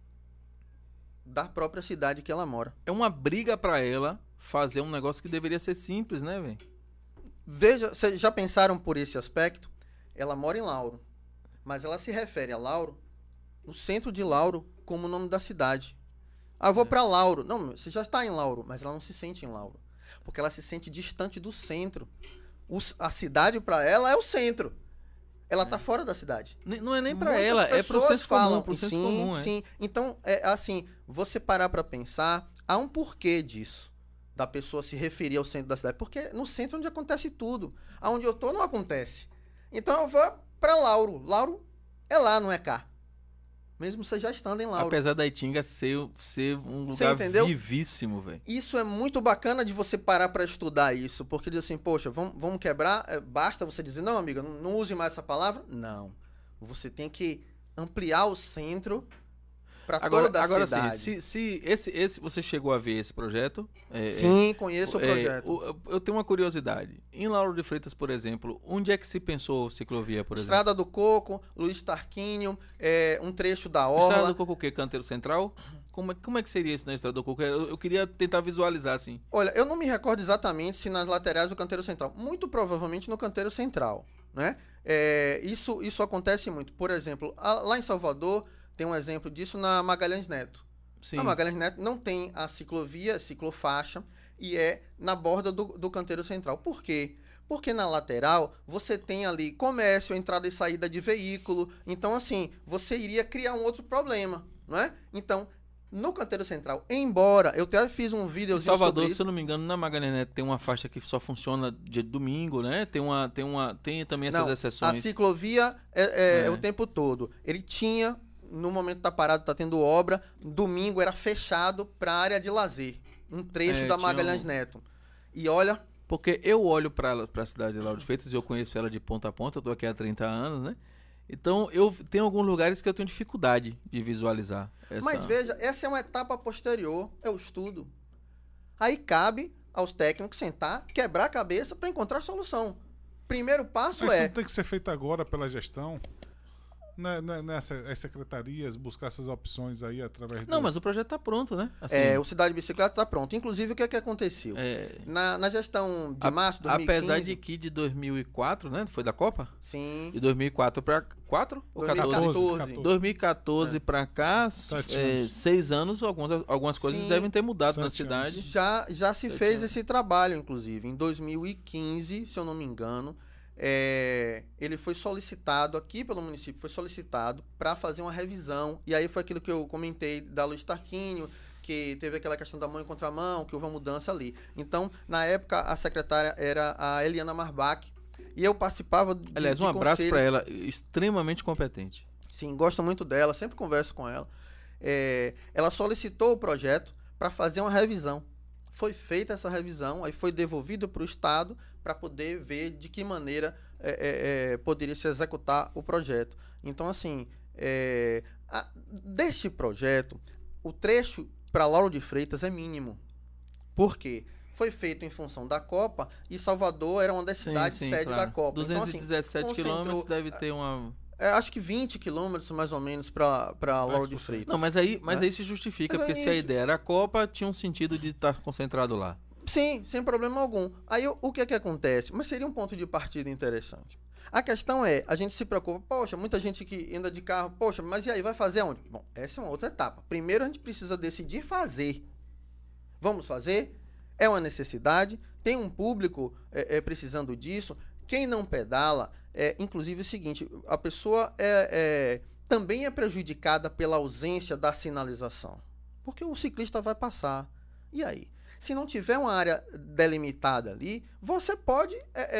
[SPEAKER 3] da própria cidade que ela mora.
[SPEAKER 1] É uma briga para ela fazer um negócio que deveria ser simples, né, velho?
[SPEAKER 3] Veja, vocês já pensaram por esse aspecto? Ela mora em Lauro, mas ela se refere a Lauro, o centro de Lauro, como o nome da cidade. Eu vou para Lauro. Não, você já está em Lauro, mas ela não se sente em Lauro, porque ela se sente distante do centro. A cidade para ela é o centro. Ela tá fora da cidade.
[SPEAKER 1] Não é nem para ela, é pro senso comum. Pro senso comum,
[SPEAKER 3] sim. Então, assim, você parar para pensar, há um porquê disso, da pessoa se referir ao centro da cidade. Porque no centro é onde acontece tudo. Aonde eu tô não acontece. Então eu vou para Lauro. Lauro é lá, não é cá. Mesmo você já estando em Lauro.
[SPEAKER 1] Apesar da Itinga ser um lugar vivíssimo, velho.
[SPEAKER 3] Isso é muito bacana de você parar para estudar isso. Porque diz assim, poxa, vamos quebrar. Basta você dizer, não, amiga, não use mais essa palavra. Não. Você tem que ampliar o centro para toda a cidade.
[SPEAKER 1] Agora sim, se você chegou a ver esse projeto...
[SPEAKER 3] Sim, conheço o projeto.
[SPEAKER 1] Eu tenho uma curiosidade. Em Lauro de Freitas, por exemplo, onde é que se pensou ciclovia, por exemplo?
[SPEAKER 3] Estrada do Coco, Luiz Tarquínio, um trecho da Orla.
[SPEAKER 1] Estrada do Coco o quê? Canteiro Central? Como é que seria isso na Estrada do Coco? Eu queria tentar visualizar, assim.
[SPEAKER 3] Olha, eu não me recordo exatamente se nas laterais do Canteiro Central. Muito provavelmente no Canteiro Central, né? Isso acontece muito. Por exemplo, lá em Salvador... Tem um exemplo disso na Magalhães Neto. Sim. A Magalhães Neto não tem a ciclovia, ciclofaixa, e é na borda do Canteiro Central. Por quê? Porque na lateral você tem ali comércio, entrada e saída de veículo. Então, assim, você iria criar um outro problema, não é? Então, no Canteiro Central, embora eu até fiz um vídeo
[SPEAKER 1] em Salvador, se eu não me engano, na Magalhães Neto tem uma faixa que só funciona dia de domingo, né? Tem também essas exceções.
[SPEAKER 3] A ciclovia é o tempo todo. Ele tinha... No momento tá parado, tá tendo obra. Domingo era fechado para área de lazer. Um trecho da Magalhães Neto. E olha...
[SPEAKER 1] Porque eu olho para a cidade de Lauro de Freitas e eu conheço ela de ponta a ponta. Eu tô aqui há 30 anos, né? Então, eu tenho alguns lugares que eu tenho dificuldade de visualizar.
[SPEAKER 3] Mas veja, essa é uma etapa posterior. É o estudo. Aí cabe aos técnicos sentar, quebrar a cabeça para encontrar solução. Primeiro passo
[SPEAKER 2] Mas isso não tem que ser feito agora pela gestão? As secretarias buscar essas opções aí através
[SPEAKER 1] Não, mas o projeto está pronto, né?
[SPEAKER 3] Assim, o Cidade Bicicleta está pronto. Inclusive, o que aconteceu? Na gestão de março de 2015...
[SPEAKER 1] Apesar de que de 2004, né? Foi da Copa?
[SPEAKER 3] Sim.
[SPEAKER 1] De 2004 para 4 ou 14? 2014 para cá, 6 anos, algumas coisas devem ter mudado na cidade.
[SPEAKER 3] Já se fez esse trabalho, inclusive. Em 2015, se eu não me engano... ele foi solicitado aqui pelo município, foi solicitado para fazer uma revisão. E aí foi aquilo que eu comentei da Luiz Tarquínio, que teve aquela questão da mão em contramão, que houve uma mudança ali. Então, na época, a secretária era a Eliana Marbach, e eu participava de
[SPEAKER 1] Aliás, um abraço para ela, extremamente competente.
[SPEAKER 3] Sim, gosto muito dela, sempre converso com ela. Ela solicitou o projeto para fazer uma revisão. Foi feita essa revisão, aí foi devolvido para o Estado para poder ver de que maneira poderia se executar o projeto. Então, assim, deste projeto, o trecho para Lauro de Freitas é mínimo. Por quê? Foi feito em função da Copa e Salvador era uma das cidades sede da Copa.
[SPEAKER 1] 217 então, assim, quilômetros deve ter uma...
[SPEAKER 3] acho que 20 quilômetros, mais ou menos, para Lauro de Freitas.
[SPEAKER 1] Não, mas aí se justifica, porque se a ideia era a Copa, tinha um sentido de estar concentrado lá.
[SPEAKER 3] Sim, sem problema algum. Aí o que acontece? Mas seria um ponto de partida interessante. A questão é, a gente se preocupa, poxa, muita gente que anda de carro, poxa, mas e aí, vai fazer onde? Bom, essa é uma outra etapa. Primeiro a gente precisa decidir fazer. Vamos fazer? É uma necessidade? tem um público precisando disso. Quem não pedala, inclusive é o seguinte, a pessoa também é prejudicada pela ausência da sinalização. Porque o ciclista vai passar. E aí? Se não tiver uma área delimitada ali, você pode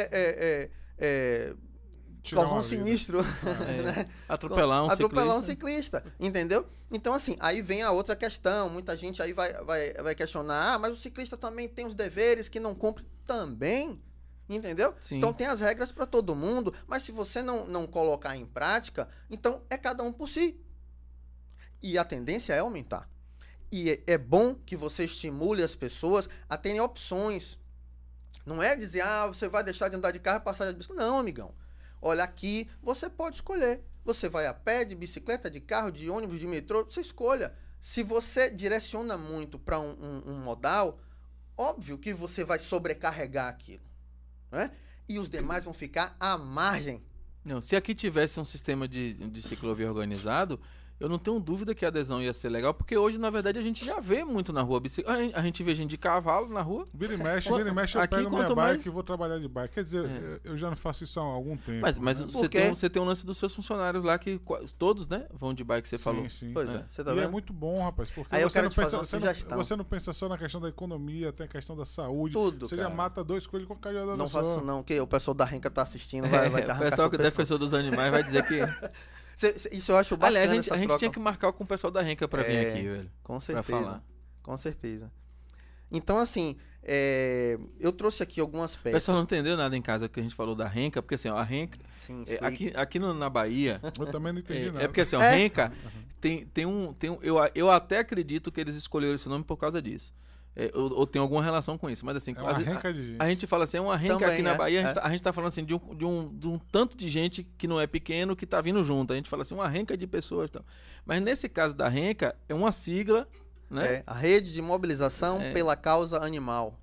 [SPEAKER 3] causar um sinistro. Né?
[SPEAKER 1] Atropelar
[SPEAKER 3] um ciclista. Entendeu? Então, assim, aí vem a outra questão. Muita gente aí vai questionar, mas o ciclista também tem os deveres que não cumpre também. Entendeu?
[SPEAKER 1] Sim.
[SPEAKER 3] Então tem as regras para todo mundo, mas se você não colocar em prática, então é cada um por si. E a tendência é aumentar. E é bom que você estimule as pessoas a terem opções. Não é dizer, você vai deixar de andar de carro e passar de bicicleta. Não, amigão. Olha, aqui você pode escolher. Você vai a pé, de bicicleta, de carro, de ônibus, de metrô, você escolha. Se você direciona muito para um modal, óbvio que você vai sobrecarregar aquilo. Né? E os demais vão ficar à margem.
[SPEAKER 1] Não, se aqui tivesse um sistema de ciclovia organizado, eu não tenho dúvida que a adesão ia ser legal, porque hoje, na verdade, a gente já vê muito na rua. A gente vê gente de cavalo na rua.
[SPEAKER 2] Vira e mexe eu pego minha bike e vou trabalhar de bike. Quer dizer, eu já não faço isso há algum tempo.
[SPEAKER 1] Mas
[SPEAKER 2] né?
[SPEAKER 1] você tem um lance dos seus funcionários lá, que todos, né, vão de bike, você falou.
[SPEAKER 2] Sim.
[SPEAKER 3] Pois é. Você tá
[SPEAKER 2] E
[SPEAKER 3] vendo?
[SPEAKER 2] é muito bom, rapaz, porque
[SPEAKER 3] aí
[SPEAKER 2] você não pensa só na questão da economia, tem a questão da saúde.
[SPEAKER 3] Tudo,
[SPEAKER 2] você
[SPEAKER 3] já
[SPEAKER 2] mata 2 coelhos com a cajadada
[SPEAKER 3] Não
[SPEAKER 2] só.
[SPEAKER 3] faço não, que o pessoal da Renca tá assistindo, vai
[SPEAKER 1] O pessoal que é defensor dos animais vai dizer que...
[SPEAKER 3] Isso eu acho bacana.
[SPEAKER 1] Aliás, a gente tinha que marcar com o pessoal da Renca pra vir aqui, velho.
[SPEAKER 3] Com certeza.
[SPEAKER 1] Pra falar.
[SPEAKER 3] Com certeza. Então, assim, eu trouxe aqui algumas
[SPEAKER 1] O
[SPEAKER 3] peças.
[SPEAKER 1] pessoal não entendeu nada em casa que a gente falou da Renca, porque assim, ó, a Renca...
[SPEAKER 3] Sim,
[SPEAKER 1] aqui na Bahia...
[SPEAKER 2] Eu também não entendi nada.
[SPEAKER 1] É porque assim, ó, Renca eu até acredito que eles escolheram esse nome por causa disso. Ou tem alguma relação com isso, mas assim,
[SPEAKER 2] uma renca de gente.
[SPEAKER 1] A gente fala assim, é uma renca
[SPEAKER 3] Também
[SPEAKER 1] aqui na Bahia,
[SPEAKER 3] é.
[SPEAKER 1] a gente tá falando assim de um tanto de gente que não é pequeno, que tá vindo junto. A gente fala assim, uma renca de pessoas e tal. Mas nesse caso da renca, é uma sigla, né?
[SPEAKER 3] A Rede de Mobilização pela Causa Animal.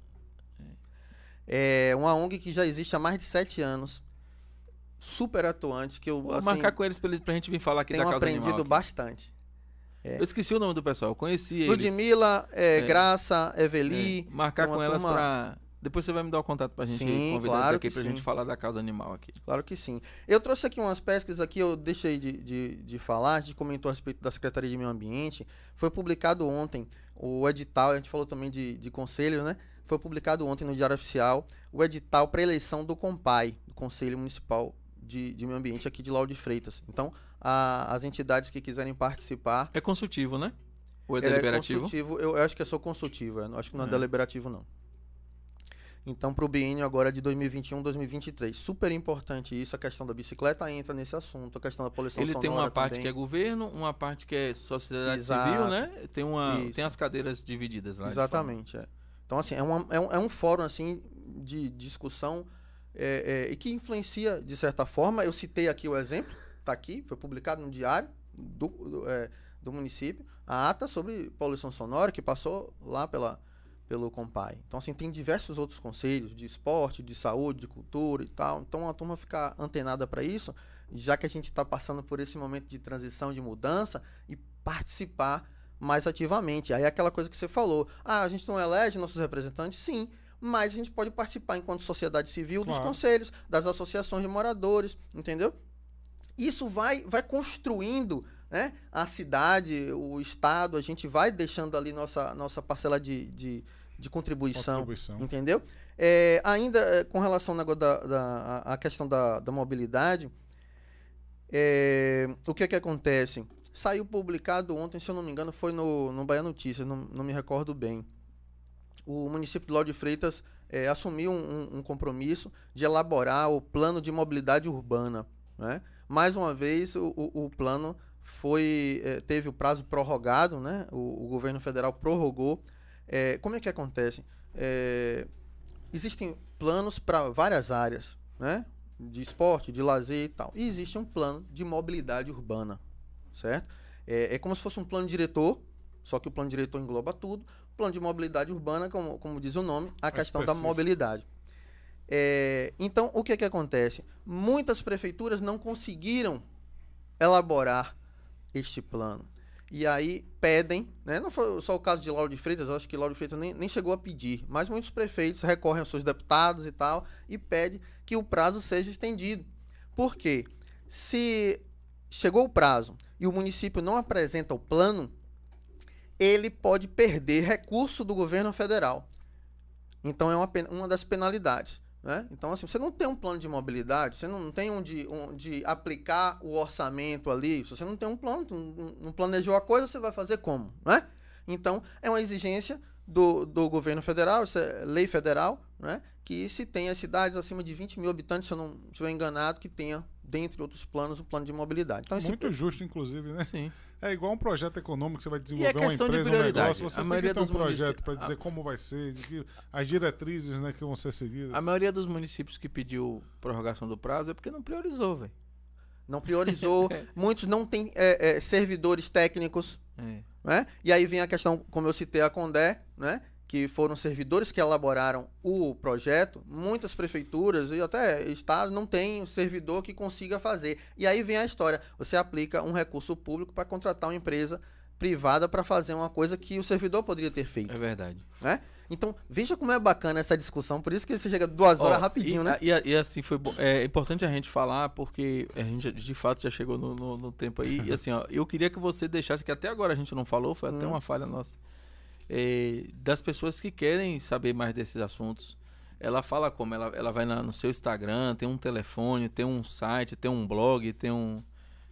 [SPEAKER 3] É uma ONG que já existe há mais de 7 anos. Super atuante, que eu
[SPEAKER 1] Vou marcar com eles pra gente vir falar aqui da causa animal.
[SPEAKER 3] Tenho aprendido bastante.
[SPEAKER 1] Eu esqueci o nome do pessoal, eu conheci eles.
[SPEAKER 3] Ludmila, Graça, Eveli.
[SPEAKER 1] Marcar com elas pra... Depois você vai me dar o contato pra gente convidar aqui pra gente falar da causa animal aqui.
[SPEAKER 3] Claro que sim. Eu trouxe aqui umas pesquisas aqui, eu deixei de falar, a gente comentou a respeito da Secretaria de Meio Ambiente. Foi publicado ontem o edital, a gente falou também de conselho, né? Foi publicado ontem no Diário Oficial o edital para eleição do CONPAI, do Conselho Municipal de Meio Ambiente aqui de Lauro de Freitas. Então, as entidades que quiserem participar...
[SPEAKER 1] É consultivo, né? Ou é deliberativo?
[SPEAKER 3] É consultivo, eu acho que é só consultivo, acho que não é deliberativo, não. Então, para o biênio agora de 2021, 2023. Super importante isso, a questão da bicicleta entra nesse assunto, a questão da poluição sonora.
[SPEAKER 1] Ele tem uma parte
[SPEAKER 3] também.
[SPEAKER 1] que é governo, uma parte que é sociedade civil, né? Tem as cadeiras divididas lá.
[SPEAKER 3] Exatamente, Então, assim, é um fórum, assim, de discussão e que influencia, de certa forma. Eu citei aqui o exemplo, está aqui, foi publicado no diário do município, a ata sobre poluição sonora, que passou lá pelo CONPAI. Então, assim, tem diversos outros conselhos de esporte, de saúde, de cultura e tal. Então, a turma fica antenada para isso, já que a gente está passando por esse momento de transição, de mudança, e participar mais ativamente. Aí é aquela coisa que você falou. A gente não elege nossos representantes? Sim, mas a gente pode participar enquanto sociedade civil dos conselhos, das associações de moradores, entendeu? Isso vai construindo, né, a cidade, o estado, a gente vai deixando ali nossa parcela de contribuição, entendeu? Ainda com relação ao negócio à questão da mobilidade, o que acontece? Saiu publicado ontem, se eu não me engano, foi no Bahia Notícias, não me recordo bem. O município de Lauro de Freitas assumiu um compromisso de elaborar o plano de mobilidade urbana, né? Mais uma vez, o plano teve o prazo prorrogado, né? O governo federal prorrogou. Como é que acontece? Existem planos para várias áreas, né? De esporte, de lazer e tal. E existe um plano de mobilidade urbana, certo? É como se fosse um plano diretor, só que o plano diretor engloba tudo. Plano de mobilidade urbana, como diz o nome, a questão da mobilidade. Então, o que acontece? Muitas prefeituras não conseguiram elaborar este plano. e aí pedem, né? Não foi só o caso de Lauro de Freitas, eu acho que Lauro de Freitas nem chegou a pedir, mas muitos prefeitos recorrem aos seus deputados e tal, e pedem que o prazo seja estendido. Por quê? Se chegou o prazo e o município não apresenta o plano, ele pode perder recurso do governo federal. Então, é uma das penalidades. Né? Então, assim, você não tem um plano de mobilidade, você não tem onde aplicar o orçamento ali, se você não tem um plano, não planejou a coisa, você vai fazer como? Né? Então, é uma exigência do governo federal, isso é lei federal, né? Que se tenha cidades acima de 20 mil habitantes, se eu não estiver enganado, que tenha, dentre outros planos, um plano de mobilidade. Então,
[SPEAKER 2] muito justo, inclusive, né?
[SPEAKER 1] Sim.
[SPEAKER 2] É igual um projeto econômico, você vai desenvolver uma
[SPEAKER 1] questão de
[SPEAKER 2] empresa, um
[SPEAKER 1] prioridade.
[SPEAKER 2] negócio, você
[SPEAKER 1] A
[SPEAKER 2] tem
[SPEAKER 1] maioria
[SPEAKER 2] que ter um
[SPEAKER 1] dos munici-
[SPEAKER 2] projeto para dizer como vai ser, as diretrizes, né, que vão ser seguidas.
[SPEAKER 1] A maioria dos municípios que pediu prorrogação do prazo é porque não priorizou, velho.
[SPEAKER 3] Não priorizou, muitos não têm servidores técnicos,
[SPEAKER 1] É.
[SPEAKER 3] né? E aí vem a questão, como eu citei a Condé, né? Que foram servidores que elaboraram o projeto. Muitas prefeituras e até estados não têm um servidor que consiga fazer. E aí vem a história, você aplica um recurso público para contratar uma empresa privada para fazer uma coisa que o servidor poderia ter feito.
[SPEAKER 1] É verdade.
[SPEAKER 3] Né? Então, veja como é bacana essa discussão, por isso que você chega 2 horas rapidinho, né?
[SPEAKER 1] E assim, é importante a gente falar, porque a gente de fato já chegou no tempo aí. E assim, ó, eu queria que você deixasse, que até agora a gente não falou, foi até uma falha nossa, das pessoas que querem saber mais desses assuntos. Ela fala como? Ela vai no seu Instagram, tem um telefone, tem um site, tem um blog, tem um...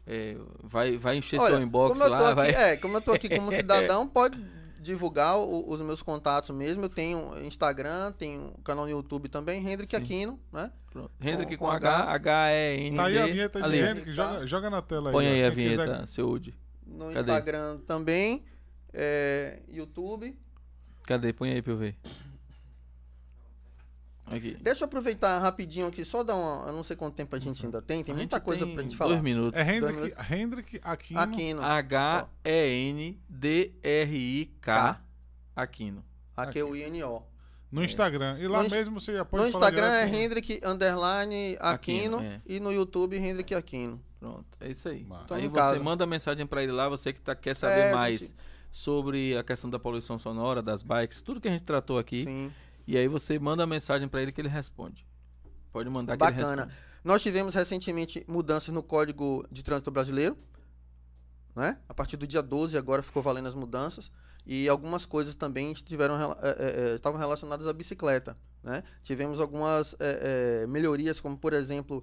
[SPEAKER 1] vai encher seu inbox lá.
[SPEAKER 3] Como eu tô aqui como cidadão, pode divulgar os meus contatos mesmo. Eu tenho Instagram, tenho canal no YouTube também, Hendrick Aquino, né?
[SPEAKER 1] Hendrick com H-E-N-D.
[SPEAKER 2] Tá aí a vinheta de Hendrick, joga na tela aí.
[SPEAKER 1] Põe aí a vinheta, seu Udi.
[SPEAKER 3] No Instagram também, YouTube.
[SPEAKER 1] Cadê? Põe aí pra eu ver. Aqui.
[SPEAKER 3] Deixa eu aproveitar rapidinho aqui, só dar eu não sei quanto tempo a gente ainda tem muita coisa pra gente falar.
[SPEAKER 1] 2 minutos.
[SPEAKER 2] É Hendrick Aquino.
[SPEAKER 1] H-E-N-D-R-I-K Aquino.
[SPEAKER 3] Aquino.
[SPEAKER 2] No Instagram. E lá mesmo você já pode
[SPEAKER 3] no
[SPEAKER 2] falar.
[SPEAKER 3] No Instagram é Hendrick Aquino
[SPEAKER 1] é.
[SPEAKER 3] E no YouTube Hendrick Aquino.
[SPEAKER 1] Pronto, é isso aí.
[SPEAKER 2] Massa.
[SPEAKER 1] Aí você manda mensagem pra ele lá, você que quer saber mais sobre a questão da poluição sonora, das bikes, tudo que a gente tratou aqui.
[SPEAKER 3] Sim.
[SPEAKER 1] E aí você manda a mensagem para ele que ele responde. Pode mandar que ele responde.
[SPEAKER 3] Nós tivemos recentemente mudanças no Código de Trânsito Brasileiro, né? A partir do dia 12 agora ficou valendo as mudanças. E algumas coisas também estavam relacionadas à bicicleta, né? Tivemos algumas melhorias, como por exemplo,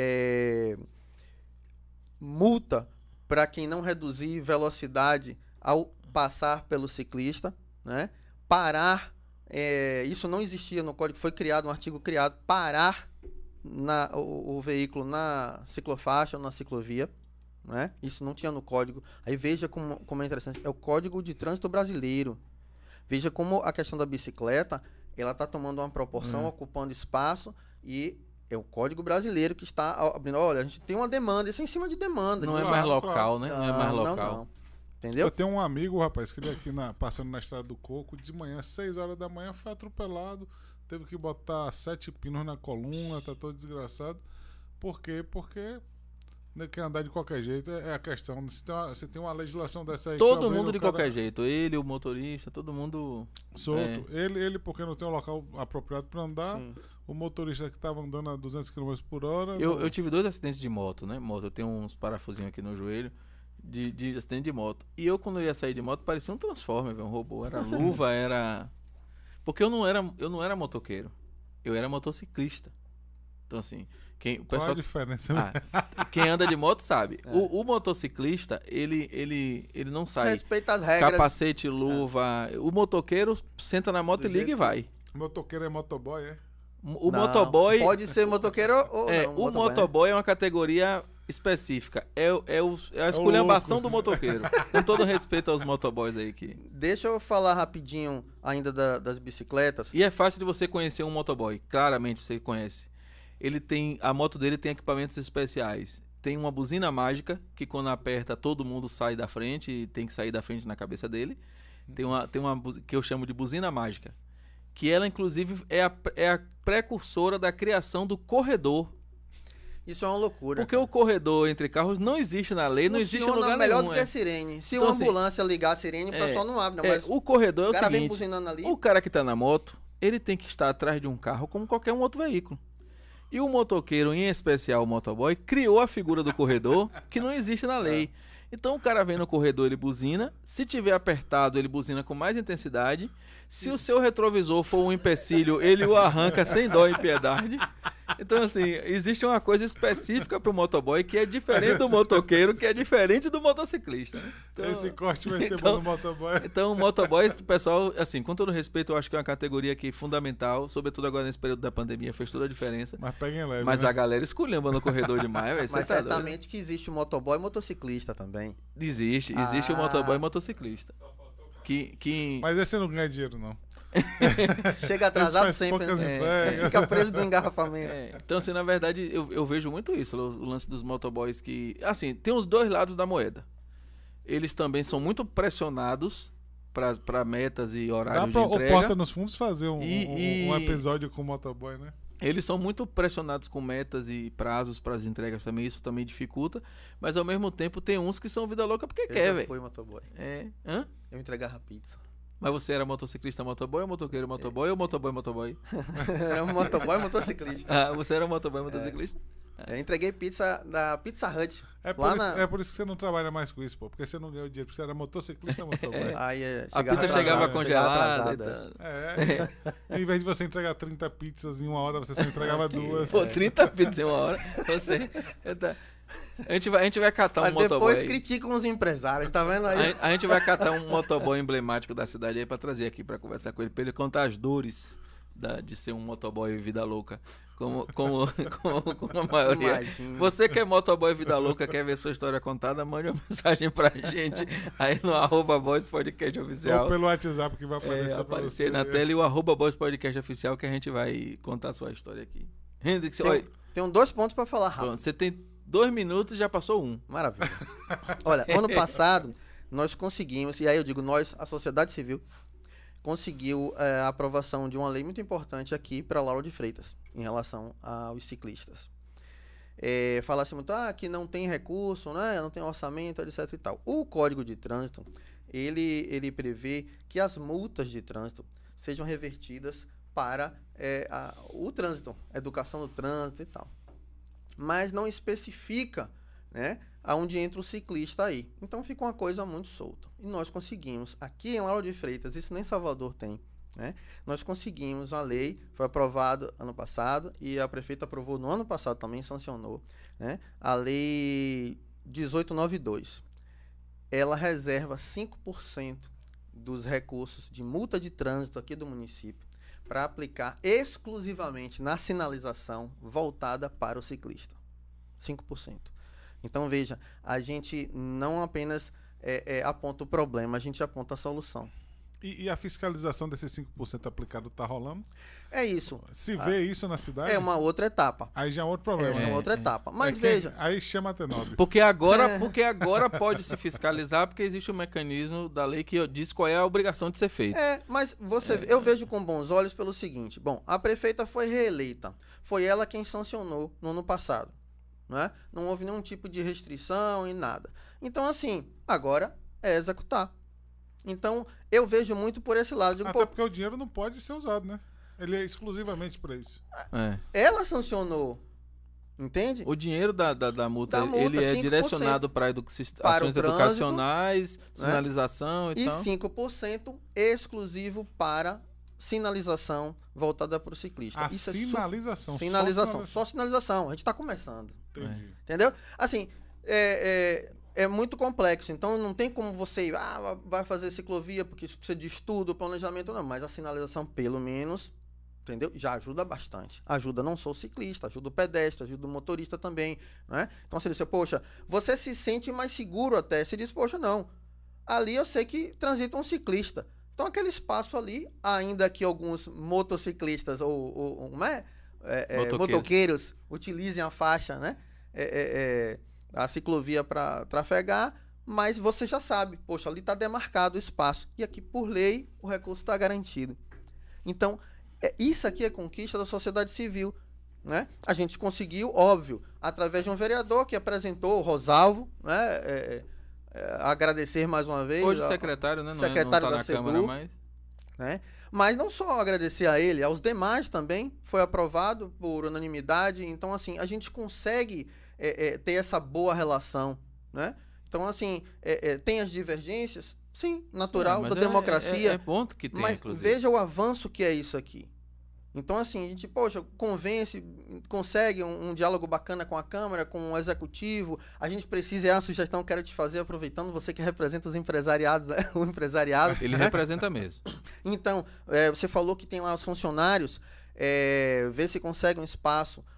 [SPEAKER 3] multa para quem não reduzir velocidade ao passar pelo ciclista, né? Parar. Isso não existia no código, foi criado um artigo criado, parar o veículo na ciclofaixa ou na ciclovia, né? Isso não tinha no código. Aí veja como é interessante, é o Código de Trânsito Brasileiro. Veja como a questão da bicicleta, ela está tomando uma proporção, ocupando espaço, e é o Código Brasileiro que está abrindo. Olha, a gente tem uma demanda, isso é em cima de demanda.
[SPEAKER 1] Não é mais local, né? Não é mais local.
[SPEAKER 3] Não. Entendeu?
[SPEAKER 2] Eu tenho um amigo, rapaz, que ele aqui passando na Estrada do Coco, de manhã, 6 horas da manhã, foi atropelado, teve que botar 7 pinos na coluna, tá todo desgraçado. Por quê? Porque não quer andar de qualquer jeito, é a questão. Se tem uma legislação dessa aí...
[SPEAKER 1] Todo mundo de qualquer jeito, ele, o motorista, todo mundo...
[SPEAKER 2] Solto. Ele porque não tem um local apropriado para andar,
[SPEAKER 3] Sim.
[SPEAKER 2] O motorista que tava andando a 200 km por hora...
[SPEAKER 1] Eu tive 2 acidentes de moto, né? Eu tenho uns parafusinhos aqui no joelho. De acidente de moto. E eu, quando ia sair de moto, parecia um Transformer, um robô. Era luva, era... Porque eu não era motoqueiro. Eu era motociclista. Então, assim...
[SPEAKER 2] Qual é a diferença?
[SPEAKER 1] Quem anda de moto sabe. O motociclista, ele não sai...
[SPEAKER 3] Respeita as regras.
[SPEAKER 1] Capacete, luva... O motoqueiro senta na moto e liga e vai.
[SPEAKER 2] O motoqueiro é motoboy, é?
[SPEAKER 1] O motoboy...
[SPEAKER 3] Pode ser motoqueiro ou não.
[SPEAKER 1] O motoboy é uma categoria... específica, é a esculhambação do motoqueiro. Com todo respeito aos motoboys aí que...
[SPEAKER 3] Deixa eu falar rapidinho ainda das bicicletas.
[SPEAKER 1] E é fácil de você conhecer um motoboy, claramente você conhece. A moto dele tem equipamentos especiais. Tem uma buzina mágica, que quando aperta todo mundo sai da frente, e tem que sair da frente na cabeça dele. Tem uma que eu chamo de buzina mágica, que ela inclusive é a precursora da criação do corredor.
[SPEAKER 3] Isso é uma loucura.
[SPEAKER 1] Porque o corredor entre carros não existe na lei, não existe em lugar
[SPEAKER 3] melhor
[SPEAKER 1] nenhum.
[SPEAKER 3] do que a sirene. Se
[SPEAKER 1] Então,
[SPEAKER 3] uma ambulância ligar a sirene, o pessoal não abre, né? Mas
[SPEAKER 1] o corredor é o
[SPEAKER 3] cara vem
[SPEAKER 1] seguinte,
[SPEAKER 3] buzinando ali.
[SPEAKER 1] o cara que tá na moto, ele tem que estar atrás de um carro como qualquer um outro veículo. E o motoqueiro, em especial o motoboy, criou a figura do corredor que não existe na lei. Então o cara vem no corredor, ele buzina. Se tiver apertado, ele buzina com mais intensidade. Se o seu retrovisor for um empecilho, ele o arranca sem dó e piedade. Então, assim, existe uma coisa específica pro motoboy que é diferente do motoqueiro, que é diferente do motociclista. Né? Então,
[SPEAKER 2] esse corte vai ser bom no motoboy.
[SPEAKER 1] Então, o motoboy, o pessoal, assim, com todo respeito, eu acho que é uma categoria que é fundamental, sobretudo agora nesse período da pandemia, fez toda a diferença.
[SPEAKER 2] Mas peguem leve,
[SPEAKER 1] Mas
[SPEAKER 2] né?
[SPEAKER 1] a galera esculhamba no corredor demais, véio,
[SPEAKER 3] Mas
[SPEAKER 1] tá
[SPEAKER 3] certamente
[SPEAKER 1] doido.
[SPEAKER 3] que existe o motoboy e motociclista também.
[SPEAKER 1] Existe o motoboy e motociclista. Que...
[SPEAKER 2] Mas esse não ganha dinheiro, não.
[SPEAKER 3] Chega atrasado
[SPEAKER 2] faz
[SPEAKER 3] sempre,
[SPEAKER 2] poucas
[SPEAKER 3] né?
[SPEAKER 2] entregas.
[SPEAKER 3] Fica preso do engarrafamento.
[SPEAKER 1] Então, assim, na verdade, eu vejo muito isso, o lance dos motoboys que... Assim, tem os dois lados da moeda. Eles também são muito pressionados para metas e horários de
[SPEAKER 2] O
[SPEAKER 1] entrega.
[SPEAKER 2] Porta nos Fundos fazer um
[SPEAKER 1] E-
[SPEAKER 2] episódio com o motoboy, né?
[SPEAKER 1] Eles são muito pressionados com metas e prazos para as entregas também, isso também dificulta. Mas ao mesmo tempo tem uns que são vida louca porque
[SPEAKER 3] Eu
[SPEAKER 1] quer,
[SPEAKER 3] já
[SPEAKER 1] velho.
[SPEAKER 3] fui motoboy.
[SPEAKER 1] Hã?
[SPEAKER 3] Eu entregava pizza.
[SPEAKER 1] Mas você era motociclista motoboy ou motoqueiro motoboy ou motoboy motoboy?
[SPEAKER 3] Era um motoboy e motociclista.
[SPEAKER 1] Ah, você era motoboy motociclista?
[SPEAKER 3] Eu entreguei pizza da Pizza Hut.
[SPEAKER 2] É por isso que você não trabalha mais com isso, pô. Porque você não ganhou dinheiro, porque você era motociclista motoboy.
[SPEAKER 3] Aí
[SPEAKER 1] A pizza chegava congelada e
[SPEAKER 3] atrasada.
[SPEAKER 1] tal.
[SPEAKER 2] Em vez de você entregar 30 pizzas em uma hora, você só entregava 2.
[SPEAKER 1] Pô, 30 pizzas em uma hora. Você... A gente vai catar um
[SPEAKER 3] Mas
[SPEAKER 1] motoboy.
[SPEAKER 3] depois criticam os empresários, tá vendo aí?
[SPEAKER 1] A gente vai catar um motoboy emblemático da cidade aí pra trazer aqui pra conversar com ele, pra ele contar as dores de ser um motoboy vida louca, como a maioria.
[SPEAKER 3] Imagina.
[SPEAKER 1] Você que é motoboy vida louca, quer ver sua história contada, mande uma mensagem pra gente aí no @Boys Podcast Oficial.
[SPEAKER 2] Ou pelo WhatsApp que vai aparecer pra
[SPEAKER 1] aparecer
[SPEAKER 2] você.
[SPEAKER 1] na tela e o @Boys Podcast Oficial que a gente vai contar a sua história aqui. Hendrix, olha,
[SPEAKER 3] Tenho 2 pontos pra falar rápido.
[SPEAKER 1] pronto, você tem 2 minutos e já passou 1.
[SPEAKER 3] Maravilha. Olha, ano passado, nós conseguimos, e aí eu digo nós, a sociedade civil, conseguiu a aprovação de uma lei muito importante aqui para Lauro de Freitas, em relação aos ciclistas. Fala-se muito, que não tem recurso, né? Não tem orçamento, etc e tal. O Código de Trânsito, ele prevê que as multas de trânsito sejam revertidas para o trânsito, a educação do trânsito e tal. Mas não especifica, né, aonde entra o ciclista aí. Então fica uma coisa muito solta. E nós conseguimos, aqui em Lauro de Freitas, isso nem Salvador tem, né? Nós conseguimos uma lei, foi aprovado ano passado, e a prefeita aprovou no ano passado também, sancionou, né? A lei 1892. Ela reserva 5% dos recursos de multa de trânsito aqui do município para aplicar exclusivamente na sinalização voltada para o ciclista. 5%. Então, veja, a gente não apenas aponta o problema, a gente aponta a solução.
[SPEAKER 2] E a fiscalização desses 5% aplicado tá rolando?
[SPEAKER 3] É isso.
[SPEAKER 2] Se vê isso na cidade?
[SPEAKER 3] É uma outra etapa.
[SPEAKER 2] Aí já é outro problema.
[SPEAKER 3] Essa é uma outra etapa. Mas
[SPEAKER 2] Quem-
[SPEAKER 3] veja,
[SPEAKER 2] Aí chama a T9.
[SPEAKER 1] Porque agora pode se fiscalizar, porque existe um mecanismo da lei que diz qual é a obrigação de ser feito.
[SPEAKER 3] mas eu vejo com bons olhos pelo seguinte. Bom, a prefeita foi reeleita. Foi ela quem sancionou no ano passado. Né? Não houve nenhum tipo de restrição e nada. Então, assim, agora é executar. Então, eu vejo muito por esse lado. Digo,
[SPEAKER 2] Até porque o dinheiro não pode ser usado, né? Ele é exclusivamente para isso.
[SPEAKER 1] É.
[SPEAKER 3] ela sancionou, entende?
[SPEAKER 1] O dinheiro da multa,
[SPEAKER 3] Da multa,
[SPEAKER 1] ele é
[SPEAKER 3] 5%
[SPEAKER 1] direcionado para
[SPEAKER 3] para o
[SPEAKER 1] ações
[SPEAKER 3] trânsito,
[SPEAKER 1] educacionais,
[SPEAKER 3] né?
[SPEAKER 1] sinalização e
[SPEAKER 3] E
[SPEAKER 1] tal.
[SPEAKER 3] 5% exclusivo para sinalização voltada para o ciclista.
[SPEAKER 2] A
[SPEAKER 3] Isso
[SPEAKER 2] sinalização.
[SPEAKER 3] sinalização.
[SPEAKER 2] Só
[SPEAKER 3] Só sinalização. A gente está começando.
[SPEAKER 2] Entendi.
[SPEAKER 3] Entendeu? Assim, é muito complexo. Então, não tem como você vai fazer ciclovia, porque isso precisa de estudo, planejamento, não. Mas a sinalização, pelo menos, entendeu? Já ajuda bastante. Ajuda não só o ciclista, ajuda o pedestre, ajuda o motorista também, né? Então, você diz, poxa, você se sente mais seguro até. Se diz, poxa, não. Ali eu sei que transita um ciclista. Então, aquele espaço ali, ainda que alguns motociclistas ou motoqueiros utilizem a faixa, né? A ciclovia para trafegar, mas você já sabe, poxa, ali está demarcado o espaço. E aqui, por lei, o recurso está garantido. Então, isso aqui é conquista da sociedade civil. né? A gente conseguiu, óbvio, através de um vereador que apresentou, o Rosalvo, né? Agradecer mais uma vez.
[SPEAKER 1] Hoje secretário, né?
[SPEAKER 3] Secretário
[SPEAKER 1] não tá
[SPEAKER 3] da
[SPEAKER 1] na
[SPEAKER 3] SEDU,
[SPEAKER 1] Câmara mais.
[SPEAKER 3] né? Mas não só agradecer a ele, aos demais também, foi aprovado por unanimidade. Então, assim, a gente consegue ter essa boa relação, né? Então, assim, tem as divergências, sim, natural,
[SPEAKER 1] Mas
[SPEAKER 3] da democracia.
[SPEAKER 1] É ponto que tem,
[SPEAKER 3] mas
[SPEAKER 1] inclusive.
[SPEAKER 3] veja o avanço que é isso aqui. Então, assim, a gente, poxa, consegue um diálogo bacana com a Câmara, com o Executivo. A gente precisa, é a sugestão que eu quero te fazer, aproveitando você que representa os empresariados, né? O empresariado.
[SPEAKER 1] Ele
[SPEAKER 3] né?
[SPEAKER 1] representa mesmo.
[SPEAKER 3] Então, você falou que tem lá os funcionários, vê se consegue um espaço